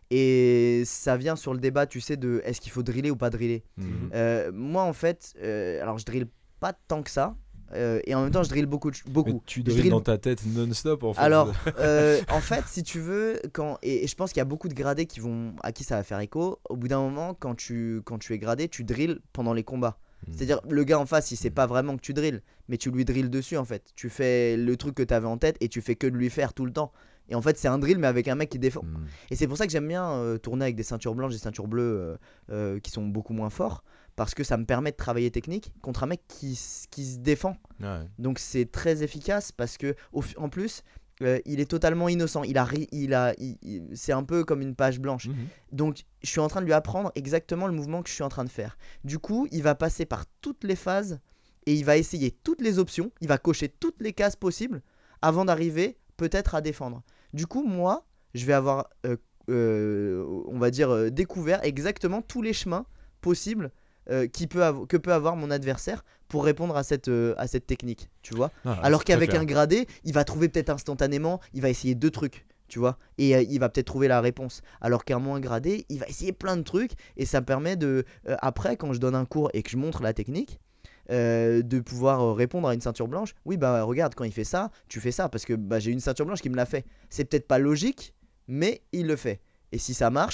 Et ça vient sur le débat, tu sais, de est-ce qu'il faut driller ou pas driller. Mhm. Euh, moi en fait, euh, alors je drille pas tant que ça, euh, et en même temps je drille beaucoup, de- Mais beaucoup. tu Je drilles drille- dans ta tête non-stop, en fait. Alors, euh, en fait, si tu veux, quand et, et je pense qu'il y a beaucoup de gradés qui vont à qui ça va faire écho. Au bout d'un moment, quand tu quand tu es gradé, tu drilles pendant les combats. Hmm. C'est-à-dire le gars en face, il sait pas vraiment que tu drilles, mais tu lui drilles dessus en fait. Tu fais le truc que tu avais en tête et tu fais que de lui faire tout le temps. Et en fait, c'est un drill mais avec un mec qui défend. Hmm. Et c'est pour ça que j'aime bien euh, tourner avec des ceintures blanches, des ceintures bleues euh, euh, qui sont beaucoup moins forts parce que ça me permet de travailler technique contre un mec qui, s- qui se défend. Ouais. Donc c'est très efficace parce que au fi- en plus euh, il est totalement innocent. Il a, ri- il a, il- il- c'est un peu comme une page blanche. Mhm. Donc je suis en train de lui apprendre exactement le mouvement que je suis en train de faire. Du coup, il va passer par toutes les phases et il va essayer toutes les options. Il va cocher toutes les cases possibles avant d'arriver peut-être à défendre. Du coup, moi, je vais avoir, euh, euh, on va dire, euh, découvert exactement tous les chemins possibles euh, qui peut avo- que peut avoir mon adversaire pour répondre à cette, euh, à cette technique, tu vois. Ah, Alors c'est très qu'avec clair. un gradé, il va trouver peut-être instantanément, il va essayer deux trucs, tu vois, et euh, il va peut-être trouver la réponse. Alors qu'un moins gradé, il va essayer plein de trucs, et ça me permet de, euh, après, quand je donne un cours et que je montre la technique, euh, de pouvoir euh, répondre à une ceinture blanche. Oui, bah regarde, quand il fait ça, tu fais ça, parce que bah, j'ai une ceinture blanche qui me l'a fait. C'est peut-être pas logique, mais il le fait. Et si ça marche,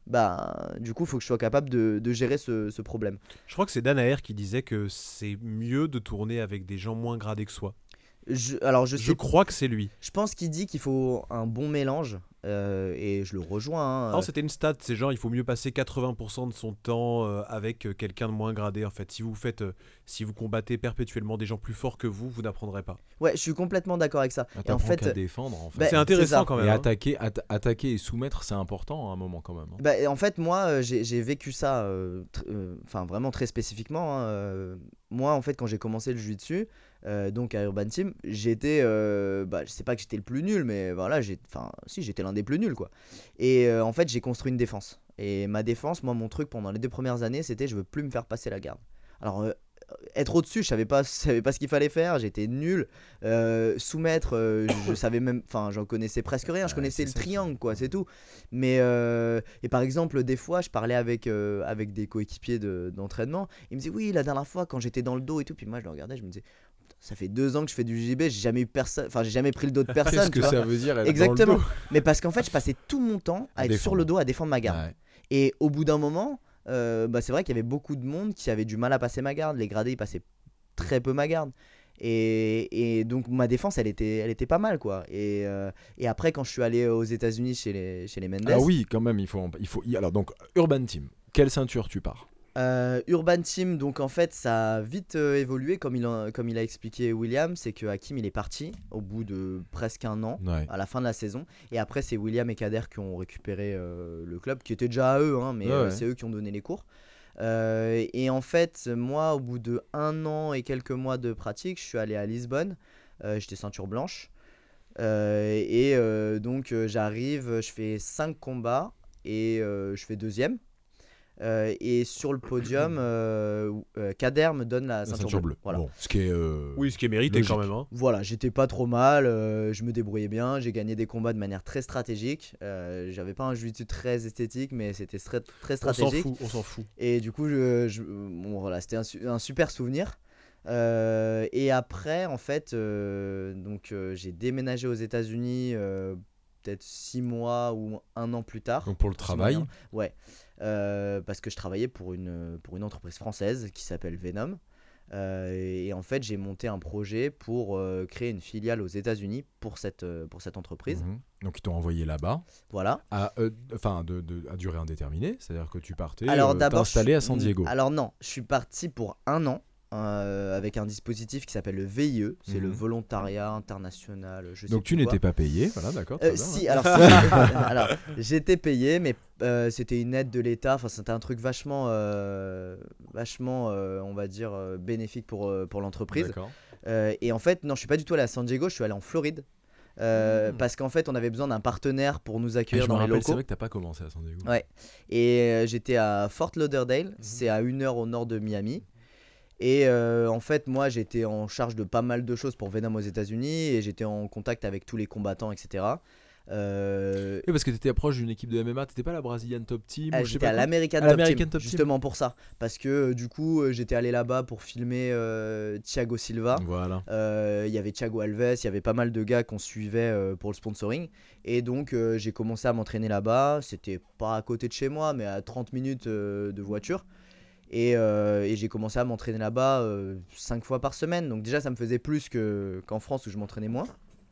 bah du coup, il faut que je sois capable de, de gérer ce, ce problème. Je crois que c'est Dan Aher qui disait que c'est mieux de tourner avec des gens moins gradés que soi. Je, alors je Je, sais, crois que c'est lui. je pense qu'il dit qu'il faut un bon mélange euh, et je le rejoins. hein, Non, euh, c'était une stat, c'est genre il faut mieux passer quatre-vingts pour cent de son temps euh, avec euh, quelqu'un de moins gradé en fait. Si vous faites, euh, si vous combattez perpétuellement des gens plus forts que vous, vous n'apprendrez pas. Ouais, je suis complètement d'accord avec ça. Ah, Et en t'apprends fait, qu'à défendre en fait. bah, c'est c'est intéressant ça. quand même. Et hein. attaquer, atta- attaquer et soumettre, c'est important à un moment quand même. hein. Bah, en fait, moi, euh, j'ai j'ai vécu ça, euh, tr- euh, enfin vraiment très spécifiquement. hein, euh, moi, en fait, quand j'ai commencé le jiu-jitsu, euh, donc à Urban Team, j'étais, euh, bah, je sais pas que j'étais le plus nul, mais voilà, j'ai, enfin, si, j'étais l'un des plus nuls, quoi. Et euh, en fait, j'ai construit une défense. Et ma défense, moi, mon truc pendant les deux premières années, c'était je veux plus me faire passer la garde. Alors, euh, être au-dessus, je savais pas, je savais pas ce qu'il fallait faire, j'étais nul. Euh, soumettre, euh, je savais même, enfin, j'en connaissais presque rien. Je Ouais, connaissais c'est le ça, triangle, quoi, c'est tout. Mais euh, et par exemple, des fois, je parlais avec euh, avec des coéquipiers de- d'entraînement. Ils me disaient oui, la dernière fois quand j'étais dans le dos et tout, puis moi je le regardais, je me disais putain, ça fait deux ans que je fais du J B, j'ai jamais eu personne, enfin j'ai jamais pris le dos de personne. Qu'est-ce tu que vois. ça veut dire être Exactement. dans le Mais parce qu'en fait, je passais tout mon temps à À être sur défendre. le dos, à défendre ma dos garde. Ouais. Et au bout d'un moment, euh, bah, c'est vrai qu'il y avait beaucoup de monde qui avait du mal à passer ma garde. Les gradés, ils passaient très peu ma garde. Et, et donc ma défense, elle était, elle était pas mal, quoi. Et, euh, et après, quand je suis allé aux États-Unis chez les, chez les Mendes, Ah oui, quand même, il faut, en- il faut. Alors donc Urban Team, quelle ceinture tu pars? Euh, Urban Team, donc en fait, ça a vite euh, évolué, comme il, a, comme il a expliqué William, c'est que Hakim il est parti au bout de presque un an, Ouais. à la fin de la saison, et après c'est William et Kader qui ont récupéré euh, le club, qui était déjà à eux, hein, mais Ouais, euh, ouais. c'est eux qui ont donné les cours. Euh, et en fait, moi, au bout de un an et quelques mois de pratique, je suis allé à Lisbonne, euh, j'étais ceinture blanche, euh, et euh, donc euh, j'arrive, je fais cinq combats, et euh, je fais deuxième. Euh, et sur le podium, euh, euh, Kader me donne la La ceinture, ceinture bleue. bleue. Voilà. Bon, ce qui est. euh, Oui, ce qui est mérité logique. quand même. hein. Voilà, j'étais pas trop mal, euh, je me débrouillais bien, j'ai gagné des combats de manière très stratégique. Euh, J'avais pas un jiu-jitsu très esthétique, mais c'était très, très On s'en stratégique. fout, on s'en fout. Et du coup, je, je- bon, voilà, c'était un, su- un super souvenir. Euh, et après, en fait, euh, donc euh, j'ai déménagé aux États-Unis euh, peut-être six mois ou un an plus tard. Donc pour le Six travail. mois, ouais. Euh, parce que je travaillais pour une, pour une entreprise française qui s'appelle Venom. Euh, et, et en fait, j'ai monté un projet pour euh, créer une filiale aux États-Unis pour cette, euh, pour cette entreprise. Mhm. Donc ils t'ont envoyé là-bas Voilà. à, euh, enfin, de, de- à durée indéterminée, c'est-à-dire que tu partais, Alors euh, d'abord, t'installer je- à San Diego. Alors non, je suis parti pour un an euh, avec un dispositif qui s'appelle le V I E, c'est le Mhm. volontariat international. Je sais Donc tu plus quoi. n'étais pas payé, voilà, d'accord. Euh, très bien, si, ouais. alors, si, alors j'étais payé, mais euh, c'était une aide de l'État. Enfin, c'était un truc vachement, euh, vachement, euh, on va dire, euh, bénéfique pour, euh, pour l'entreprise. D'accord. Euh, et en fait, non, je suis pas du tout allé à San Diego, je suis allé en Floride. Euh, Mmh. Parce qu'en fait, on avait besoin d'un partenaire pour nous Et accueillir je me dans les rappelle, c'est locaux. vrai que t'as pas commencé à San Diego. Ouais. Et euh, j'étais à Fort Lauderdale, c'est à une heure au nord de Miami. Et euh, en fait, moi, j'étais en charge de pas mal de choses pour Venom aux États-Unis et j'étais en contact avec tous les combattants, et cetera. Euh, Oui, parce que t'étais proche d'une équipe de M M A, t'étais pas la Brazilian Top Team Ah, ou je sais j'étais pas à quoi l'American À Top, l'American Team, Top Team. justement pour ça. Parce que euh, du coup, euh, j'étais allé là-bas pour filmer euh, Thiago Silva. Voilà. Euh, Il y avait Thiago Alves, il y avait pas mal de gars qu'on suivait euh, pour le sponsoring. Et donc, euh, j'ai commencé à m'entraîner là-bas. C'était pas à côté de chez moi, mais à trente minutes euh, de voiture. Et, euh, et j'ai commencé à m'entraîner là-bas cinq fois par semaine. Donc, déjà, ça me faisait plus que, qu'en France où je m'entraînais moins.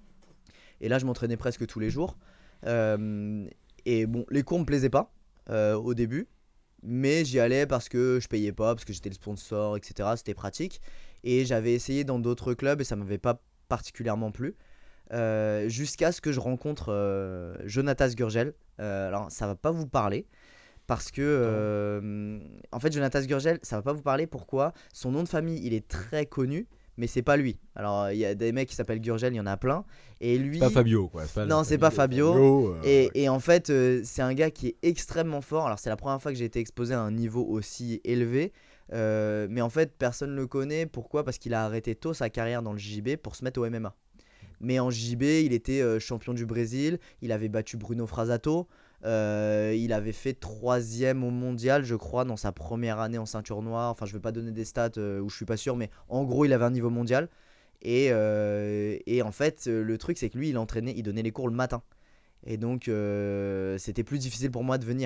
Et là, je m'entraînais presque tous les jours. Euh, et bon, les cours me plaisaient pas euh, au début, mais j'y allais parce que je payais pas, parce que j'étais le sponsor, et cetera. C'était pratique. Et j'avais essayé dans d'autres clubs et ça m'avait pas particulièrement plu. Euh, jusqu'à ce que je rencontre euh, Jonatas Gurgel. Euh, alors, ça va pas vous parler. Parce que, euh, en fait, Jonatas Gurgel, ça va pas vous parler. Pourquoi? Son nom de famille, il est très connu, mais c'est pas lui. Alors, il y a des mecs qui s'appellent Gurgel, il y en a plein. Et lui. Pas Fabio, quoi. pas Non, la c'est pas famille de Fabio. euh, Et, et en fait, euh, c'est un gars qui est extrêmement fort. Alors, c'est la première fois que j'ai été exposé à un niveau aussi élevé. Euh, mais en fait, personne ne le connaît. Pourquoi? Parce qu'il a arrêté tôt sa carrière dans le J B pour se mettre au M M A. Mais en J B, il était euh, champion du Brésil. Il avait battu Bruno Frasato. Euh, il avait fait troisième au mondial, je crois, dans sa première année en ceinture noire. Enfin, je ne vais pas donner des stats euh, où je suis pas sûr, mais en gros, il avait un niveau mondial. Et, euh, et en fait, euh, le truc, c'est que lui, il entraînait, il donnait les cours le matin. Et donc, euh, c'était plus difficile pour moi de venir.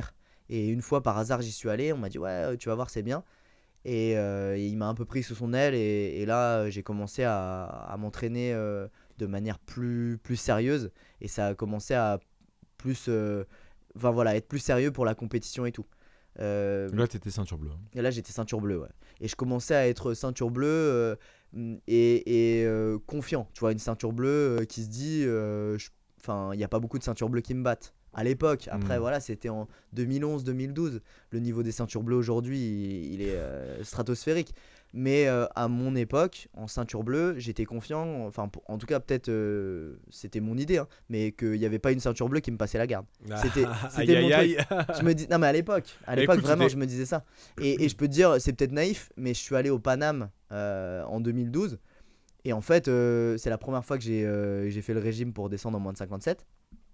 Et une fois par hasard j'y suis allé, on m'a dit ouais euh, tu vas voir c'est bien. Et, euh, et il m'a un peu pris sous son aile et, et là euh, j'ai commencé à, à m'entraîner euh, de manière plus, plus sérieuse et ça a commencé à plus, euh, enfin voilà, être plus sérieux pour la compétition et tout. Euh, Là, t'étais ceinture bleue. hein. et là j'étais ceinture bleue ouais. Et je commençais à être ceinture bleue euh, et, et euh, confiant. Tu vois une ceinture bleue euh, qui se dit, euh, je- enfin il n'y a pas beaucoup de ceintures bleues qui me battent. À l'époque, après Mm. voilà, c'était en deux mille onze deux mille douze. Le niveau des ceintures bleues aujourd'hui, il, il est euh, stratosphérique. Mais euh, à mon époque, en ceinture bleue, j'étais confiant. Enfin, pour- en tout cas, peut-être euh, c'était mon idée, hein, mais qu'il n'y avait pas une ceinture bleue qui me passait la garde. C'était- c'était aïe, mon aïe, aïe. Je me dis, non mais à l'époque, à l'époque Écoute, vraiment, c'était- je me disais ça. Et, et je peux te dire, c'est peut-être naïf, mais je suis allé au Paname euh, en deux mille douze. Et en fait, euh, c'est la première fois que j'ai euh, j'ai fait le régime pour descendre en moins de cinquante-sept.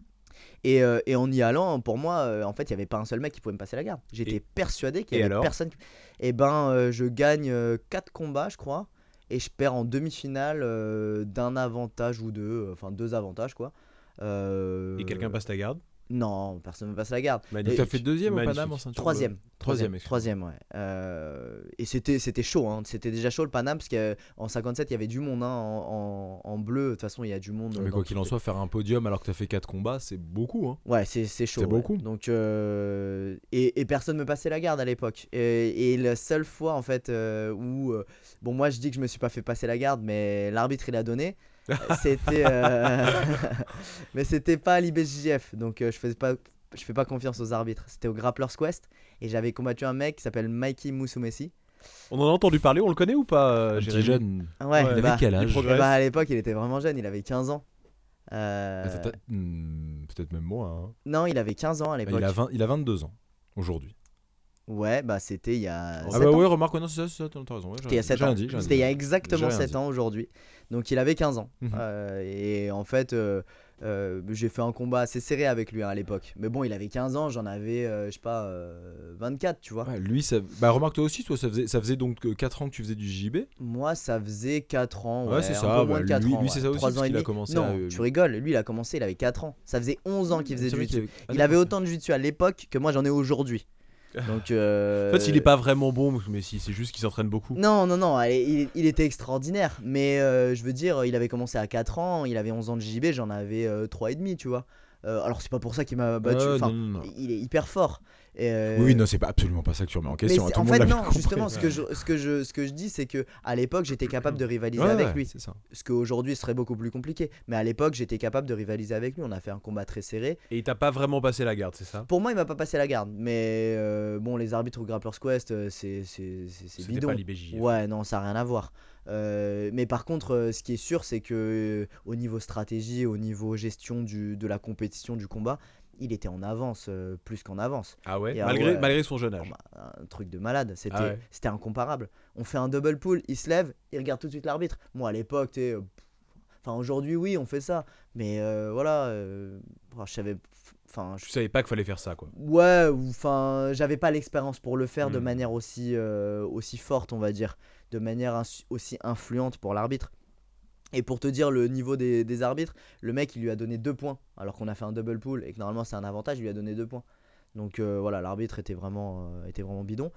Et, euh, et en y allant, pour moi, euh, en fait, il n'y avait pas un seul mec qui pouvait me passer la garde. J'étais Et- persuadé qu'il et y avait alors personne. qui- Et ben, euh, je gagne quatre combats, je crois, et je perds en demi-finale euh, d'un avantage ou deux, euh, enfin deux avantages, quoi. Euh, Et quelqu'un passe ta garde. Non, personne ne me passe la garde. Et Magnifique. t'as fait deuxième au Magnifique. Paname en ceinture Troisième. bleue Troisième, excuse-moi. Troisième, ouais. Euh, et c'était c'était chaud, hein. C'était déjà chaud le Paname parce qu'en cinquante-sept il y avait du monde, hein. En, en- en bleu, de toute façon il y a du monde. Mais dans quoi qu'il en toutes soit, faire un podium alors que t'as fait quatre combats, c'est beaucoup. Hein. les- Ouais, c'est c'est chaud. C'est ouais. beaucoup. Donc euh, et, et personne me passait la garde à l'époque. Et, et la seule fois en fait euh, où euh, bon moi je dis que je me suis pas fait passer la garde, mais l'arbitre il a donné. C'était euh, mais c'était pas à l'I B J J F, donc euh, je faisais pas je fais pas confiance aux arbitres. C'était au Grapplers Quest et j'avais combattu un mec qui s'appelle Mikey Musumesi. On en a entendu parler, on le connaît ou pas, euh, Un Jérémy petit jeune. Ouais, Ouais, Il avait bah, quel il âge progresse. eh bah, à l'époque il était vraiment jeune, il avait quinze ans. Euh, Attends, t'as- hmm, Peut-être même moi. hein. Non, il avait quinze ans à l'époque. Il a, vingt, il a vingt-deux ans aujourd'hui. Ouais, bah c'était il y a Ah sept bah ans. ouais, remarque, ouais, non, c'est ça, c'est ça, t'as t'as raison. ouais, j'ai C'était il y a rien- sept j'ai rien ans. dit, j'ai rien C'était il y a dit. exactement J'ai rien sept dit. ans aujourd'hui. Donc il avait quinze ans. Mhm. Euh, et en fait, euh, euh, j'ai fait un combat assez serré avec lui hein, à l'époque. Mais bon, il avait quinze ans, j'en avais, euh, je sais pas, euh, vingt-quatre, tu vois. Ouais, lui, ça... bah remarque toi aussi, toi, ça faisait, ça faisait donc que quatre ans que tu faisais du J B. Moi, ça faisait quatre ans. Ouais, Ouais, c'est un ça, peu bah, moins de quatre lui- ans. lui, c'est ouais. ça aussi, Trois parce ans et qu'il a demi. commencé Non, à, euh, tu rigoles. Lui, il a commencé, il avait quatre ans. Ça faisait onze ans qu'il faisait C'est du vrai qu'il jiu-jitsu. avait- Il avait autant de jiu-jitsu à l'époque que moi j'en ai aujourd'hui. Donc. euh, En fait, il est pas vraiment bon, mais si, c'est juste qu'il s'entraîne beaucoup. Non, non, non, allez, il, il était extraordinaire. Mais euh, je veux dire, il avait commencé à quatre ans, il avait onze ans de J B, j'en avais euh, trois et demi, tu vois. Euh, alors, c'est pas pour ça qu'il m'a battu. Ouais, Enfin, non, non, non. il est hyper fort. Et, euh, Oui, non, c'est pas absolument pas ça que tu remets en mais question. hein, c'est- tout en le monde fait, l'a bien non, compris. justement, ce que, je, ce, que je, ce que je dis, c'est que à l'époque, j'étais capable de rivaliser Ouais, avec ouais, lui. c'est ça. Ce qu'aujourd'hui serait beaucoup plus compliqué. Mais à l'époque, j'étais capable de rivaliser avec lui. On a fait un combat très serré. Et il t'a pas vraiment passé la garde, c'est ça? Pour moi, il m'a pas passé la garde. Mais euh, bon, les arbitres au Grapplers Quest, euh, c'est c'est- c'est- c'est C'était bidon. pas l'I B J F. Ouais, non, ça n'a rien à voir. Euh, mais par contre, euh, ce qui est sûr, c'est que euh, au niveau stratégie, au niveau gestion du, de la compétition, du combat, il était en avance, euh, plus qu'en avance. Ah ouais, Et ah malgré, ouais. malgré son jeune Oh, âge. bah, un truc de malade, c'était Ah ouais. c'était incomparable. On fait un double pull, il se lève, il regarde tout de suite l'arbitre. Moi, à l'époque, tu sais, euh, pff, enfin aujourd'hui, oui, on fait ça. Mais euh, voilà, euh, oh, je savais. Enfin, je Tu savais pas qu'il fallait faire ça, quoi. Ouais, ou enfin, j'avais pas l'expérience pour le faire de Hmm. manière aussi, euh, aussi forte, on va dire, de manière ins- aussi influente pour l'arbitre. Et pour te dire le niveau des, des arbitres, le mec il lui a donné deux points, alors qu'on a fait un double pull et que normalement c'est un avantage, il lui a donné deux points. Donc euh, voilà, l'arbitre était vraiment, euh, était vraiment bidon.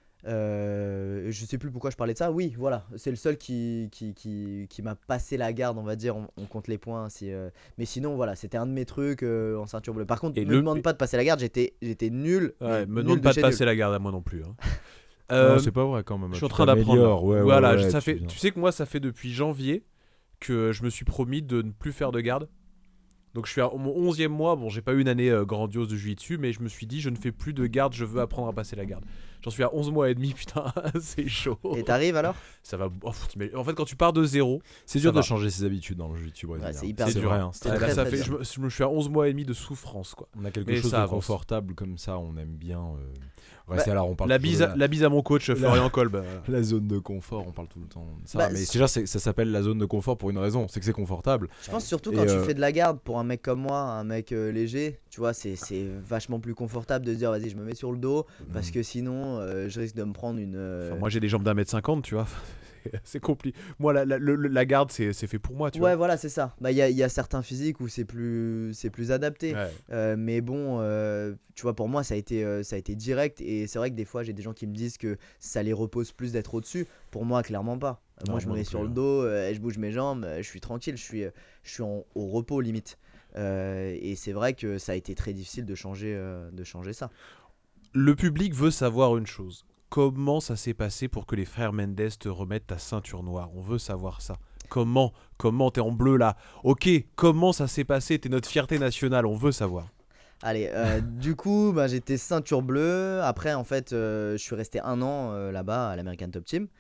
Euh, je sais plus pourquoi je parlais de ça. Oui, voilà, c'est le seul qui, qui, qui, qui m'a passé la garde, on va dire. On, on compte les points. Si, euh, Mais sinon, voilà, c'était un de mes trucs euh, en ceinture bleue. Par contre, Et ne me le- demande pas de passer la garde, j'étais, j'étais nul. Ouais, mais me nul demande pas de chez passer nul. la garde à moi non plus. hein. Non, Euh, c'est pas vrai quand même. je suis en tu train d'apprendre. t'améliores, ouais, ouais, voilà, ouais, je- ça tu fait. viens. Tu sais que moi, ça fait depuis janvier que je me suis promis de ne plus faire de garde. Donc je suis à mon onzième mois. Bon, j'ai pas eu une année euh, grandiose de jiu-jitsu, mais je me suis dit, je ne fais plus de garde. Je veux apprendre à passer la garde. J'en suis à onze mois et demi. Putain, c'est chaud. Et t'arrives alors? Ça va. oh, pff, t'imagines- en fait, quand tu pars de zéro, C'est ça dur de va. changer ses habitudes dans le jiu-jitsu brésilien. Ouais, c'est hyper C'est dur. vrai, hein, C'est ouais, très, là, ça très fait. dur. Je me, je me suis à onze mois et demi de souffrance, quoi. On a quelque Mais chose ça de avance. confortable comme ça, on aime bien euh, rester. Alors on parle La toujours bise, de à, la bise à mon coach Florian Kolb. euh, la zone de confort, on parle tout le temps de ça. Bah, mais c'est- c'est déjà, c'est- ça s'appelle la zone de confort pour une raison, c'est que c'est confortable. Je pense surtout Et quand euh, tu fais de la garde pour un mec comme moi, un mec euh, léger, tu vois, c'est, c'est vachement plus confortable de se dire vas-y, je me mets sur le dos parce Mm. que sinon euh, je risque de me prendre une. euh, enfin, moi, j'ai des jambes d'un mètre cinquante, tu vois. c'est compliqué. Moi, la, la, le- la garde, c'est c'est fait pour moi, tu Ouais, voilà, c'est ça. Bah, il y a, il y a certains physiques où c'est plus, c'est plus adapté. vois. Ouais. Euh, mais bon, euh, tu vois, pour moi, ça a été, euh, ça a été direct. Et c'est vrai que des fois, j'ai des gens qui me disent que ça les repose plus d'être au-dessus. Pour moi, clairement pas. Euh, Non, moi, je me moi mets non sur plus, le hein. dos, euh, et je bouge mes jambes, euh, je suis tranquille, je suis, euh, je suis en, au repos limite. Euh, et c'est vrai que ça a été très difficile de changer, euh, de changer ça. Le public veut savoir une chose. Comment ça s'est passé pour que les frères Mendes te remettent ta ceinture noire? On veut savoir ça. Comment Comment t'es en bleu là? Ok, comment ça s'est passé? T'es notre fierté nationale, on veut savoir. Allez, euh, du coup, bah, j'étais ceinture bleue. Après, en fait, euh, je suis resté un an euh, là-bas à l'American Top Team.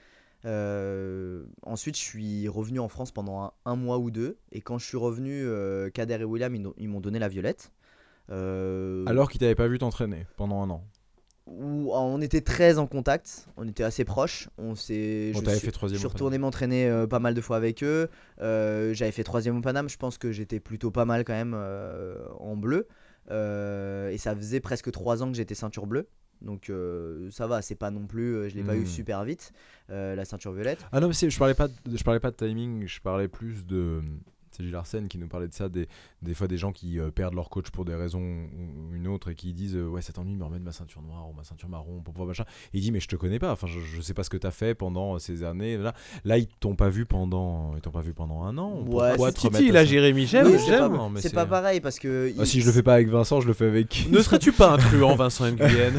Euh, ensuite, je suis revenu en France pendant un, un mois ou deux. Et quand je suis revenu, euh, Kader et William, ils, n'ont- ils m'ont donné la violette. Euh, Alors qu'il t'avait pas vu t'entraîner pendant un an. où on était très en contact, on était assez proches. On s'est, Bon, je t'avais suis, fait troisième je suis au retourné m'entraîner euh, pas mal de fois avec eux. Euh, j'avais fait troisième au Paname. Je pense que j'étais plutôt pas mal quand même euh, en bleu. Euh, et ça faisait presque trois ans que j'étais ceinture bleue. Donc euh, ça va, c'est pas non plus, euh, je l'ai pas eu Hmm. super vite, euh, la ceinture violette. Ah non, mais c'est- je parlais pas, de, je parlais pas de timing, je parlais plus de. C'est Gilles Arsène qui nous parlait de ça, des, des fois des gens qui euh, perdent leur coach pour des raisons ou une autre et qui disent euh, ouais, ça t'ennuie de me remettre ma ceinture noire ou ma ceinture marron pour pouvoir machin. Et il dit mais je te connais pas, enfin je, je sais pas ce que t'as fait pendant ces années. Là, là ils t'ont pas vu pendant, ils t'ont pas vu pendant un an. Ouais, Pourquoi c'est te Titi, remettre il ta a ceinture- Jérémy, j'aime, Oui, c'est j'aime. pas, Non, mais c'est c'est- pas pareil parce que. Ah, il- si je le fais pas avec Vincent, je le fais avec qui? Ne serais-tu pas un truand, Vincent Nguyen?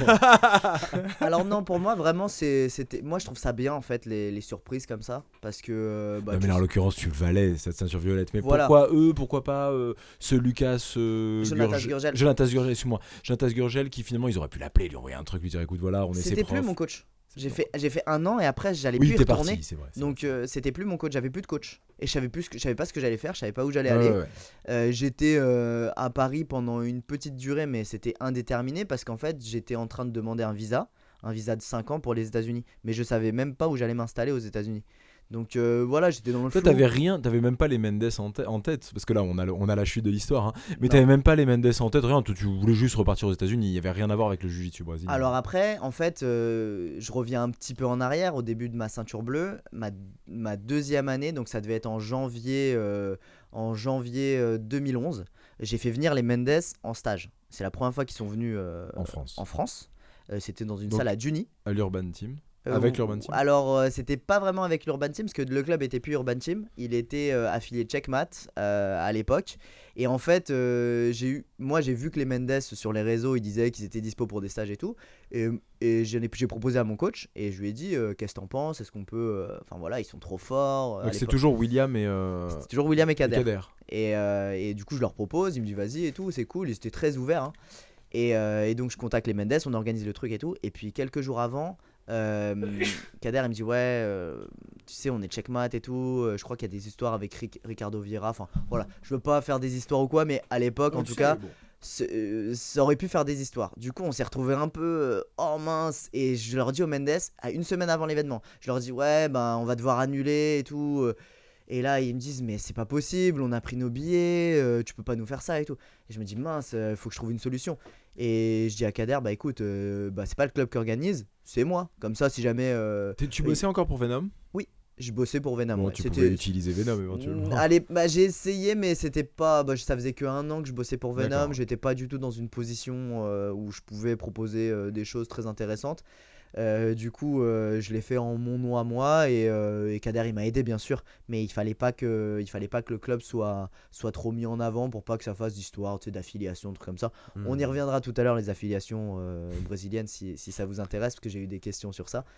Alors non, pour moi vraiment c'est, c'était, moi je trouve ça bien en fait les, les surprises comme ça parce que. euh, bah, Non, tu mais là, en sais- l'occurrence, tu le valais, cette ceinture violette. Mais Voilà. pourquoi eux, pourquoi pas euh, ce Lucas euh, Jonatas Gurgel- Gurgel. Jonatas Gurgel, excuse-moi. Jonatas Gurgel qui finalement, ils auraient pu l'appeler, lui envoyer un truc, lui dire écoute, voilà, on est ses C'était profs. plus mon coach. C'est J'ai bon. fait, j'ai fait un an et après j'allais Oui, plus y t'es retourner. parti, c'est vrai. c'est Donc vrai. euh, c'était plus mon coach, j'avais plus de coach et je savais plus, ce que, je savais pas ce que j'allais faire, je savais pas où j'allais Ouais, aller. ouais, ouais. Euh, j'étais euh, à Paris pendant une petite durée, mais c'était indéterminé parce qu'en fait j'étais en train de demander un visa, un visa de cinq ans pour les États-Unis, mais je savais même pas où j'allais m'installer aux États-Unis. Donc euh, voilà, j'étais dans le Toi, flou. t'avais rien, t'avais même pas les Mendes en, tê- en tête, parce que là, on a, le- on a la chute de l'histoire, hein. Mais Non. t'avais même pas les Mendes en tête, rien. Toi, tu voulais juste repartir aux États-Unis. Il y avait rien à voir avec le jiu-jitsu brésilien. Alors après, en fait, euh, je reviens un petit peu en arrière au début de ma ceinture bleue, ma, ma deuxième année, donc ça devait être en janvier, euh, en janvier euh, deux mille onze. J'ai fait venir les Mendes en stage. C'est la première fois qu'ils sont venus euh, En France. En France. Euh, c'était dans une Donc, salle à Juni. À l'Urban Team. Euh, Avec ou- l'Urban Team Alors, euh, c'était pas vraiment avec l'Urban Team, parce que le club était plus Urban Team. Il était euh, affilié Checkmat euh, à l'époque. Et en fait, euh, j'ai eu, moi, j'ai vu que les Mendes sur les réseaux, ils disaient qu'ils étaient dispo pour des stages et tout. Et, et j'en ai- j'ai proposé à mon coach et je lui ai dit euh, qu'est-ce que t'en penses? Est-ce qu'on peut. euh, Enfin voilà, ils sont trop forts. euh, à Donc, c'est l'époque. toujours William et. Euh... C'était toujours William et et Kader. Kader. Et, euh, et du coup, je leur propose, ils me disent vas-y et tout, c'est cool, ils étaient très ouverts. hein. Et, euh, et donc, je contacte les Mendes, on organise le truc et tout. Et puis, quelques jours avant, euh, Kader, il me dit ouais, euh, tu sais, on est checkmat et tout. euh, Je crois qu'il y a des histoires avec Ric- Ricardo Vieira. Enfin, voilà, je veux pas faire des histoires ou quoi, mais à l'époque, en tout cas, c'est- euh, ça aurait pu faire des histoires. Du coup, on s'est retrouvé un peu euh, oh mince. Et je leur dis aux Mendes, à une semaine avant l'événement, je leur dis ouais, ben on va devoir annuler et tout. euh. Et là, ils me disent mais c'est pas possible, on a pris nos billets, euh, tu peux pas nous faire ça et tout. Et je me dis mince, il faut que je trouve une solution. Et je dis à Kader, bah écoute, euh, bah c'est pas le club qui organise, c'est moi. Comme ça, si jamais euh, T'es- Tu oui. bossais encore pour Venom? je bossais pour Venom. Bon, ouais. tu C'était- pouvais utiliser Venom éventuellement. Mm, Allez, bah, j'ai essayé, mais c'était pas. Bah, ça faisait que un an que je bossais pour Venom. D'accord. J'étais pas du tout dans une position euh, où je pouvais proposer euh, des choses très intéressantes. Euh, du coup, euh, je l'ai fait en mon nom à moi et, euh, et Kader il m'a aidé bien sûr, mais il fallait pas que, il fallait pas que le club soit, soit trop mis en avant pour pas que ça fasse d'histoire, tu sais, d'affiliation, trucs comme ça. Hmm. On y reviendra tout à l'heure les affiliations euh, brésiliennes si, si ça vous intéresse parce que j'ai eu des questions sur ça.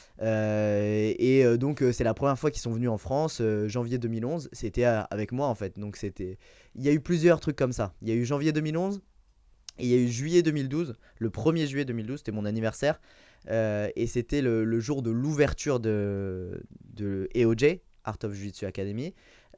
Euh, et euh, donc euh, c'est la première fois qu'ils sont venus en France, euh, janvier deux mille onze. C'était euh, avec moi en fait. Donc c'était, il y a eu plusieurs trucs comme ça. Il y a eu janvier deux mille onze et il y a eu juillet deux mille douze. Le premier juillet deux mille douze, c'était mon anniversaire. Euh, et c'était le, le jour de l'ouverture de, de A O J, Art of Jiu-Jitsu Academy.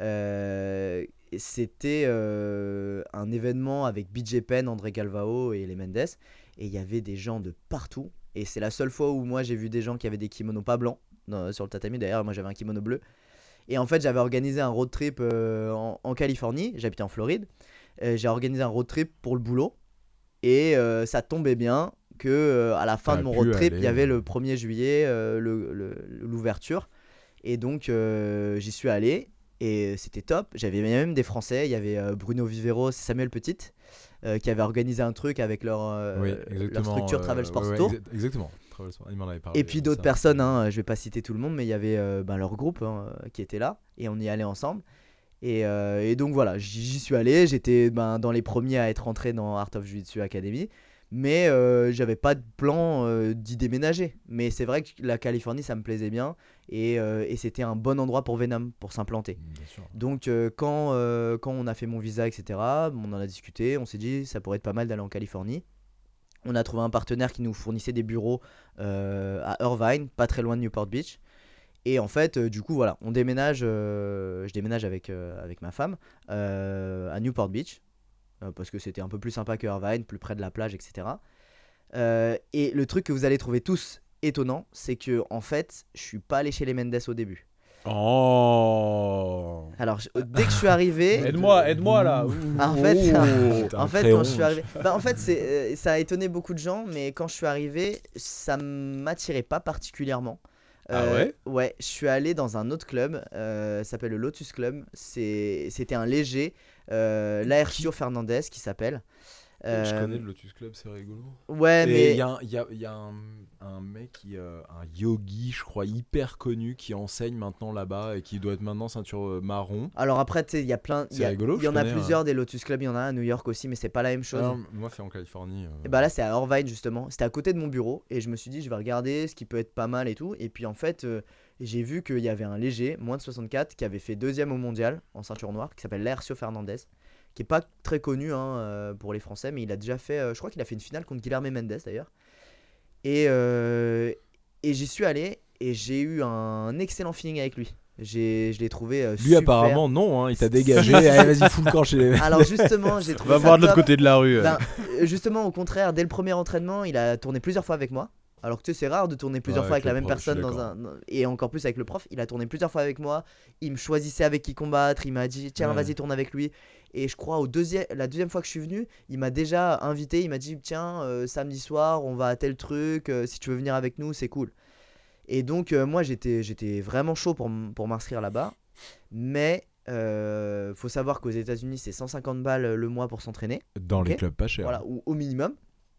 Euh, et c'était euh, un événement avec B J Penn, André Galvao et les Mendes. Et il y avait des gens de partout. Et c'est la seule fois où moi j'ai vu des gens qui avaient des kimonos pas blancs dans- sur le tatami. D'ailleurs, moi j'avais un kimono bleu. Et en fait, j'avais organisé un road trip euh, en, en Californie. J'habitais en Floride. Euh, j'ai organisé un road trip pour le boulot. Et euh, ça tombait bien que euh, à la fin T'as de mon pu road trip, aller, il y avait euh, le premier juillet, euh, le- le- l'ouverture. Et donc euh, j'y suis allé et c'était top. J'avais même des Français, il y avait euh, Bruno Viveros et Samuel Petit euh, qui avaient organisé un truc avec leur, euh, Oui, leur exactement. structure euh, Travel Sports ouais, ouais, Tour. exa- Exactement. Travel Sport, il m'en avait parlé. Et puis euh, d'autres ça. personnes, hein, je vais pas citer tout le monde, mais il y avait euh, ben, leur groupe hein, qui était là et on y allait ensemble. Et, euh, et donc voilà, j'y j'y suis allé, j'étais ben, dans les premiers à être rentré dans Art of Jiu-Jitsu Academy, mais euh, j'avais pas de plan euh, d'y déménager. Mais c'est vrai que la Californie ça me plaisait bien et, euh, et c'était un bon endroit pour Venom pour s'implanter. Bien sûr. Donc euh, quand, euh, quand on a fait mon visa, et cetera, on en a discuté, on s'est dit ça pourrait être pas mal d'aller en Californie. On a trouvé un partenaire qui nous fournissait des bureaux euh, à Irvine, pas très loin de Newport Beach. Et en fait, euh, du coup, voilà, on déménage, euh, je déménage avec, euh, avec ma femme euh, à Newport Beach, euh, parce que c'était un peu plus sympa que Irvine, plus près de la plage, et cetera. Euh, et le truc que vous allez trouver tous étonnant, c'est que en fait, je suis pas allé chez les Mendes au début. Oh. Alors, je- dès que je suis arrivé, Aide-moi, aide-moi là. Ah, en fait, Oh, t'as en un fait, crayon. quand je suis arrivé, bah, en fait, c'est, euh, ça a étonné beaucoup de gens, mais quand je suis arrivé, ça m'attirait pas particulièrement. Ah ouais Ouais, je suis allé dans un autre club, euh, ça s'appelle le Lotus Club. C'est, c'était un léger, euh, Laercio Fernandez qui s'appelle. Je Euh, connais le Lotus Club, c'est rigolo. Ouais, Et mais il y a, un- il y a- il y a un, un mec, qui, euh, un yogi, je crois, hyper connu, qui enseigne maintenant là-bas et qui doit être maintenant ceinture euh, marron. alors après, tu sais, il y a plein, il y, C'est a- rigolo, il y je en a connais, plusieurs des Lotus Club. Il y en a un à New York aussi, mais c'est pas la même chose. Alors, moi, c'est en Californie. euh. Et bah là c'est à Irvine justement, c'était à côté de mon bureau et je me suis dit je vais regarder ce qui peut être pas mal et tout. Et puis en fait euh, j'ai vu qu'il y avait un léger, moins de soixante-quatre, qui avait fait deuxième au mondial en ceinture noire, qui s'appelle Laercio Fernandez, qui est pas très connu hein, euh, pour les Français, mais il a déjà fait, euh, je crois qu'il a fait une finale contre Guilherme Mendes d'ailleurs. Et, euh, et j'y suis allé et j'ai eu un excellent feeling avec lui. J'ai, je l'ai trouvé euh, Lui, super. apparemment, non, hein, il t'a dégagé. Allez, vas-y, fous le camp chez les mecs. Alors justement j'ai On trouvé va ça voir de l'autre top. côté de la rue. Ben, euh, justement, au contraire, dès le premier entraînement, il a tourné plusieurs fois avec moi. Alors que tu sais, c'est rare de tourner plusieurs Ouais, fois avec avec la le même prof, je suis personne dans un et encore plus avec le prof. Il a tourné plusieurs fois avec moi. Il me choisissait avec qui combattre. Il m'a dit tiens Ouais. vas-y tourne avec lui. Et je crois au deuxième, la deuxième fois que je suis venu, il m'a déjà invité. Il m'a dit tiens euh, samedi soir on va à tel truc. euh, si tu veux venir avec nous c'est cool. Et donc euh, moi j'étais j'étais vraiment chaud pour m- pour m'inscrire là-bas. Mais euh, faut savoir qu'aux États-Unis c'est cent cinquante balles le mois pour s'entraîner. Dans les Ok. clubs pas chers. Voilà, ou au minimum.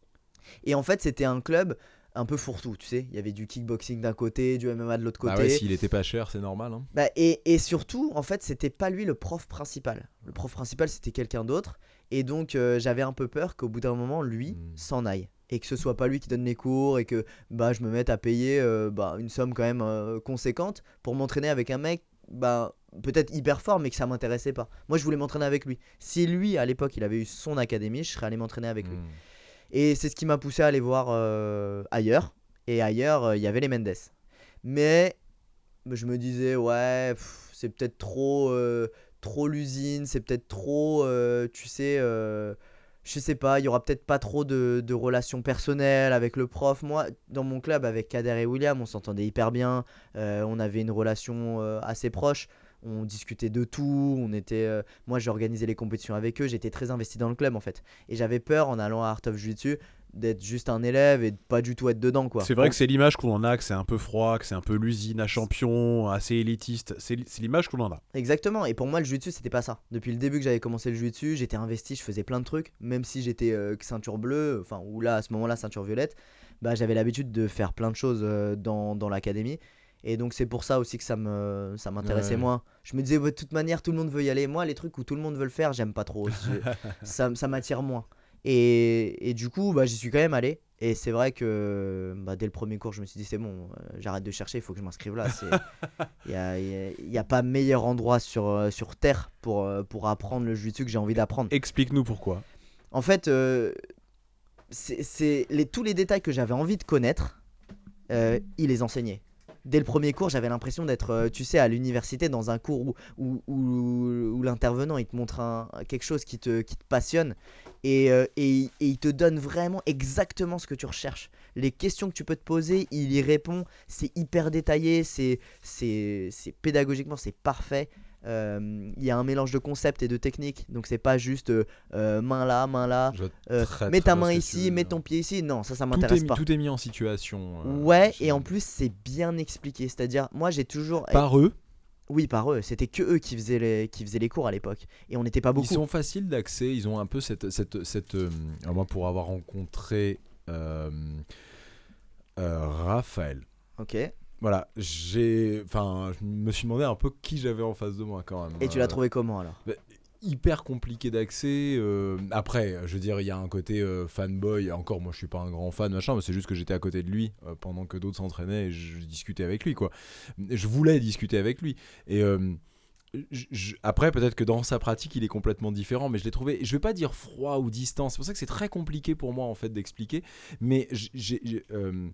Et en fait, c'était un club un peu fourre-tout, tu sais. Il y avait du kickboxing d'un côté, du M M A de l'autre côté. Bah ouais, s'il était pas cher, c'est normal. Hein. Bah, et, et surtout, en fait, c'était pas lui le prof principal. Le prof principal, c'était quelqu'un d'autre. Et donc, euh, j'avais un peu peur qu'au bout d'un moment, lui Hmm. s'en aille. Et que ce soit pas lui qui donne les cours et que bah, je me mette à payer euh, bah, une somme quand même euh, conséquente pour m'entraîner avec un mec bah, peut-être hyper fort, mais que ça m'intéressait pas. Moi, je voulais m'entraîner avec lui. Si lui, à l'époque, il avait eu son académie, je serais allé m'entraîner avec lui. Hmm. Et c'est ce qui m'a poussé à aller voir euh, ailleurs. Et ailleurs, euh, il y avait les Mendes. Mais je me disais, ouais, pff, c'est peut-être trop, euh, trop l'usine, c'est peut-être trop, euh, tu sais, euh, je sais pas, il y aura peut-être pas trop de, de relations personnelles avec le prof. Moi, dans mon club, avec Kader et William, on s'entendait hyper bien. euh, on avait une relation euh, assez proche. On discutait de tout. On était, euh, moi, j'ai organisé les compétitions avec eux. J'étais très investi dans le club en fait. Et j'avais peur en allant à Art of Jiu-Jitsu d'être juste un élève et de pas du tout être dedans quoi. C'est vrai que c'est l'image qu'on en a, que c'est un peu froid, que c'est un peu l'usine à champion, assez élitiste. C'est c'est l'image qu'on en a. Exactement, et pour moi le jiu-jitsu c'était pas ça. Depuis le début que j'avais commencé le jiu-jitsu, j'étais investi, je faisais plein de trucs, même si j'étais euh, que ceinture bleue, enfin ou là à ce moment-là ceinture violette, bah j'avais l'habitude de faire plein de choses euh, dans, dans l'académie. Et donc c'est pour ça aussi que ça me ça m'intéressait Ouais. moins. Je me disais ouais, de toute manière tout le monde veut y aller. Moi les trucs où tout le monde veut le faire, j'aime pas trop. Je- ça ça m'attire moins. Et, et du coup bah j'y suis quand même allé. Et c'est vrai que bah, dès le premier cours je me suis dit c'est bon, euh, j'arrête de chercher, il faut que je m'inscrive là. C'est il n'y a, y a- y a pas meilleur endroit sur, euh, sur Terre pour, euh, pour apprendre le jiu-jitsu que j'ai envie d'apprendre. Explique-nous pourquoi. En fait, euh, c'est c'est les, tous les détails que j'avais envie de connaître, euh, il les enseignait. Dès le premier cours, j'avais l'impression d'être, euh, tu sais, à l'université dans un cours où, où, où- où l'intervenant il te montre un, quelque chose qui te, qui te passionne et, euh, et, et il te donne vraiment exactement ce que tu recherches. Les questions que tu peux te poser, il y répond. C'est hyper détaillé, c'est, c'est, c'est pédagogiquement, c'est parfait. euh, il y a un mélange de concepts et de techniques. Donc c'est pas juste euh, euh, main là, main là, Je vois euh, très, mets très ta bien main ce que tu ici, veux mets dire. ton pied ici. Non, ça, ça Tout m'intéresse est, mis, pas. tout est mis en situation. euh, Ouais, chez- et en plus c'est bien expliqué. C'est-à-dire, moi j'ai toujours. Par eux, Oui, par eux. C'était que eux qui faisaient les, qui faisaient les cours à l'époque. Et on n'était pas beaucoup. ils sont faciles d'accès. Ils ont un peu cette. cette, cette euh, alors moi, pour avoir rencontré euh, euh, Raphaël. Ok. Voilà, j'ai. Enfin, je me suis demandé un peu qui j'avais en face de moi quand même. Et tu l'as Euh, trouvé comment alors? Hyper compliqué d'accès. euh, après, je veux dire, il y a un côté euh, fanboy. Encore, moi, je suis pas un grand fan, machin, mais c'est juste que j'étais à côté de lui euh, pendant que d'autres s'entraînaient et je discutais avec lui, quoi. Je voulais discuter avec lui. Et euh, je- je- après, peut-être que dans sa pratique, il est complètement différent, mais je l'ai trouvé. Je vais pas dire froid ou distant. C'est pour ça que c'est très compliqué pour moi en fait d'expliquer. Mais j'ai, j'ai- j'ai, euh,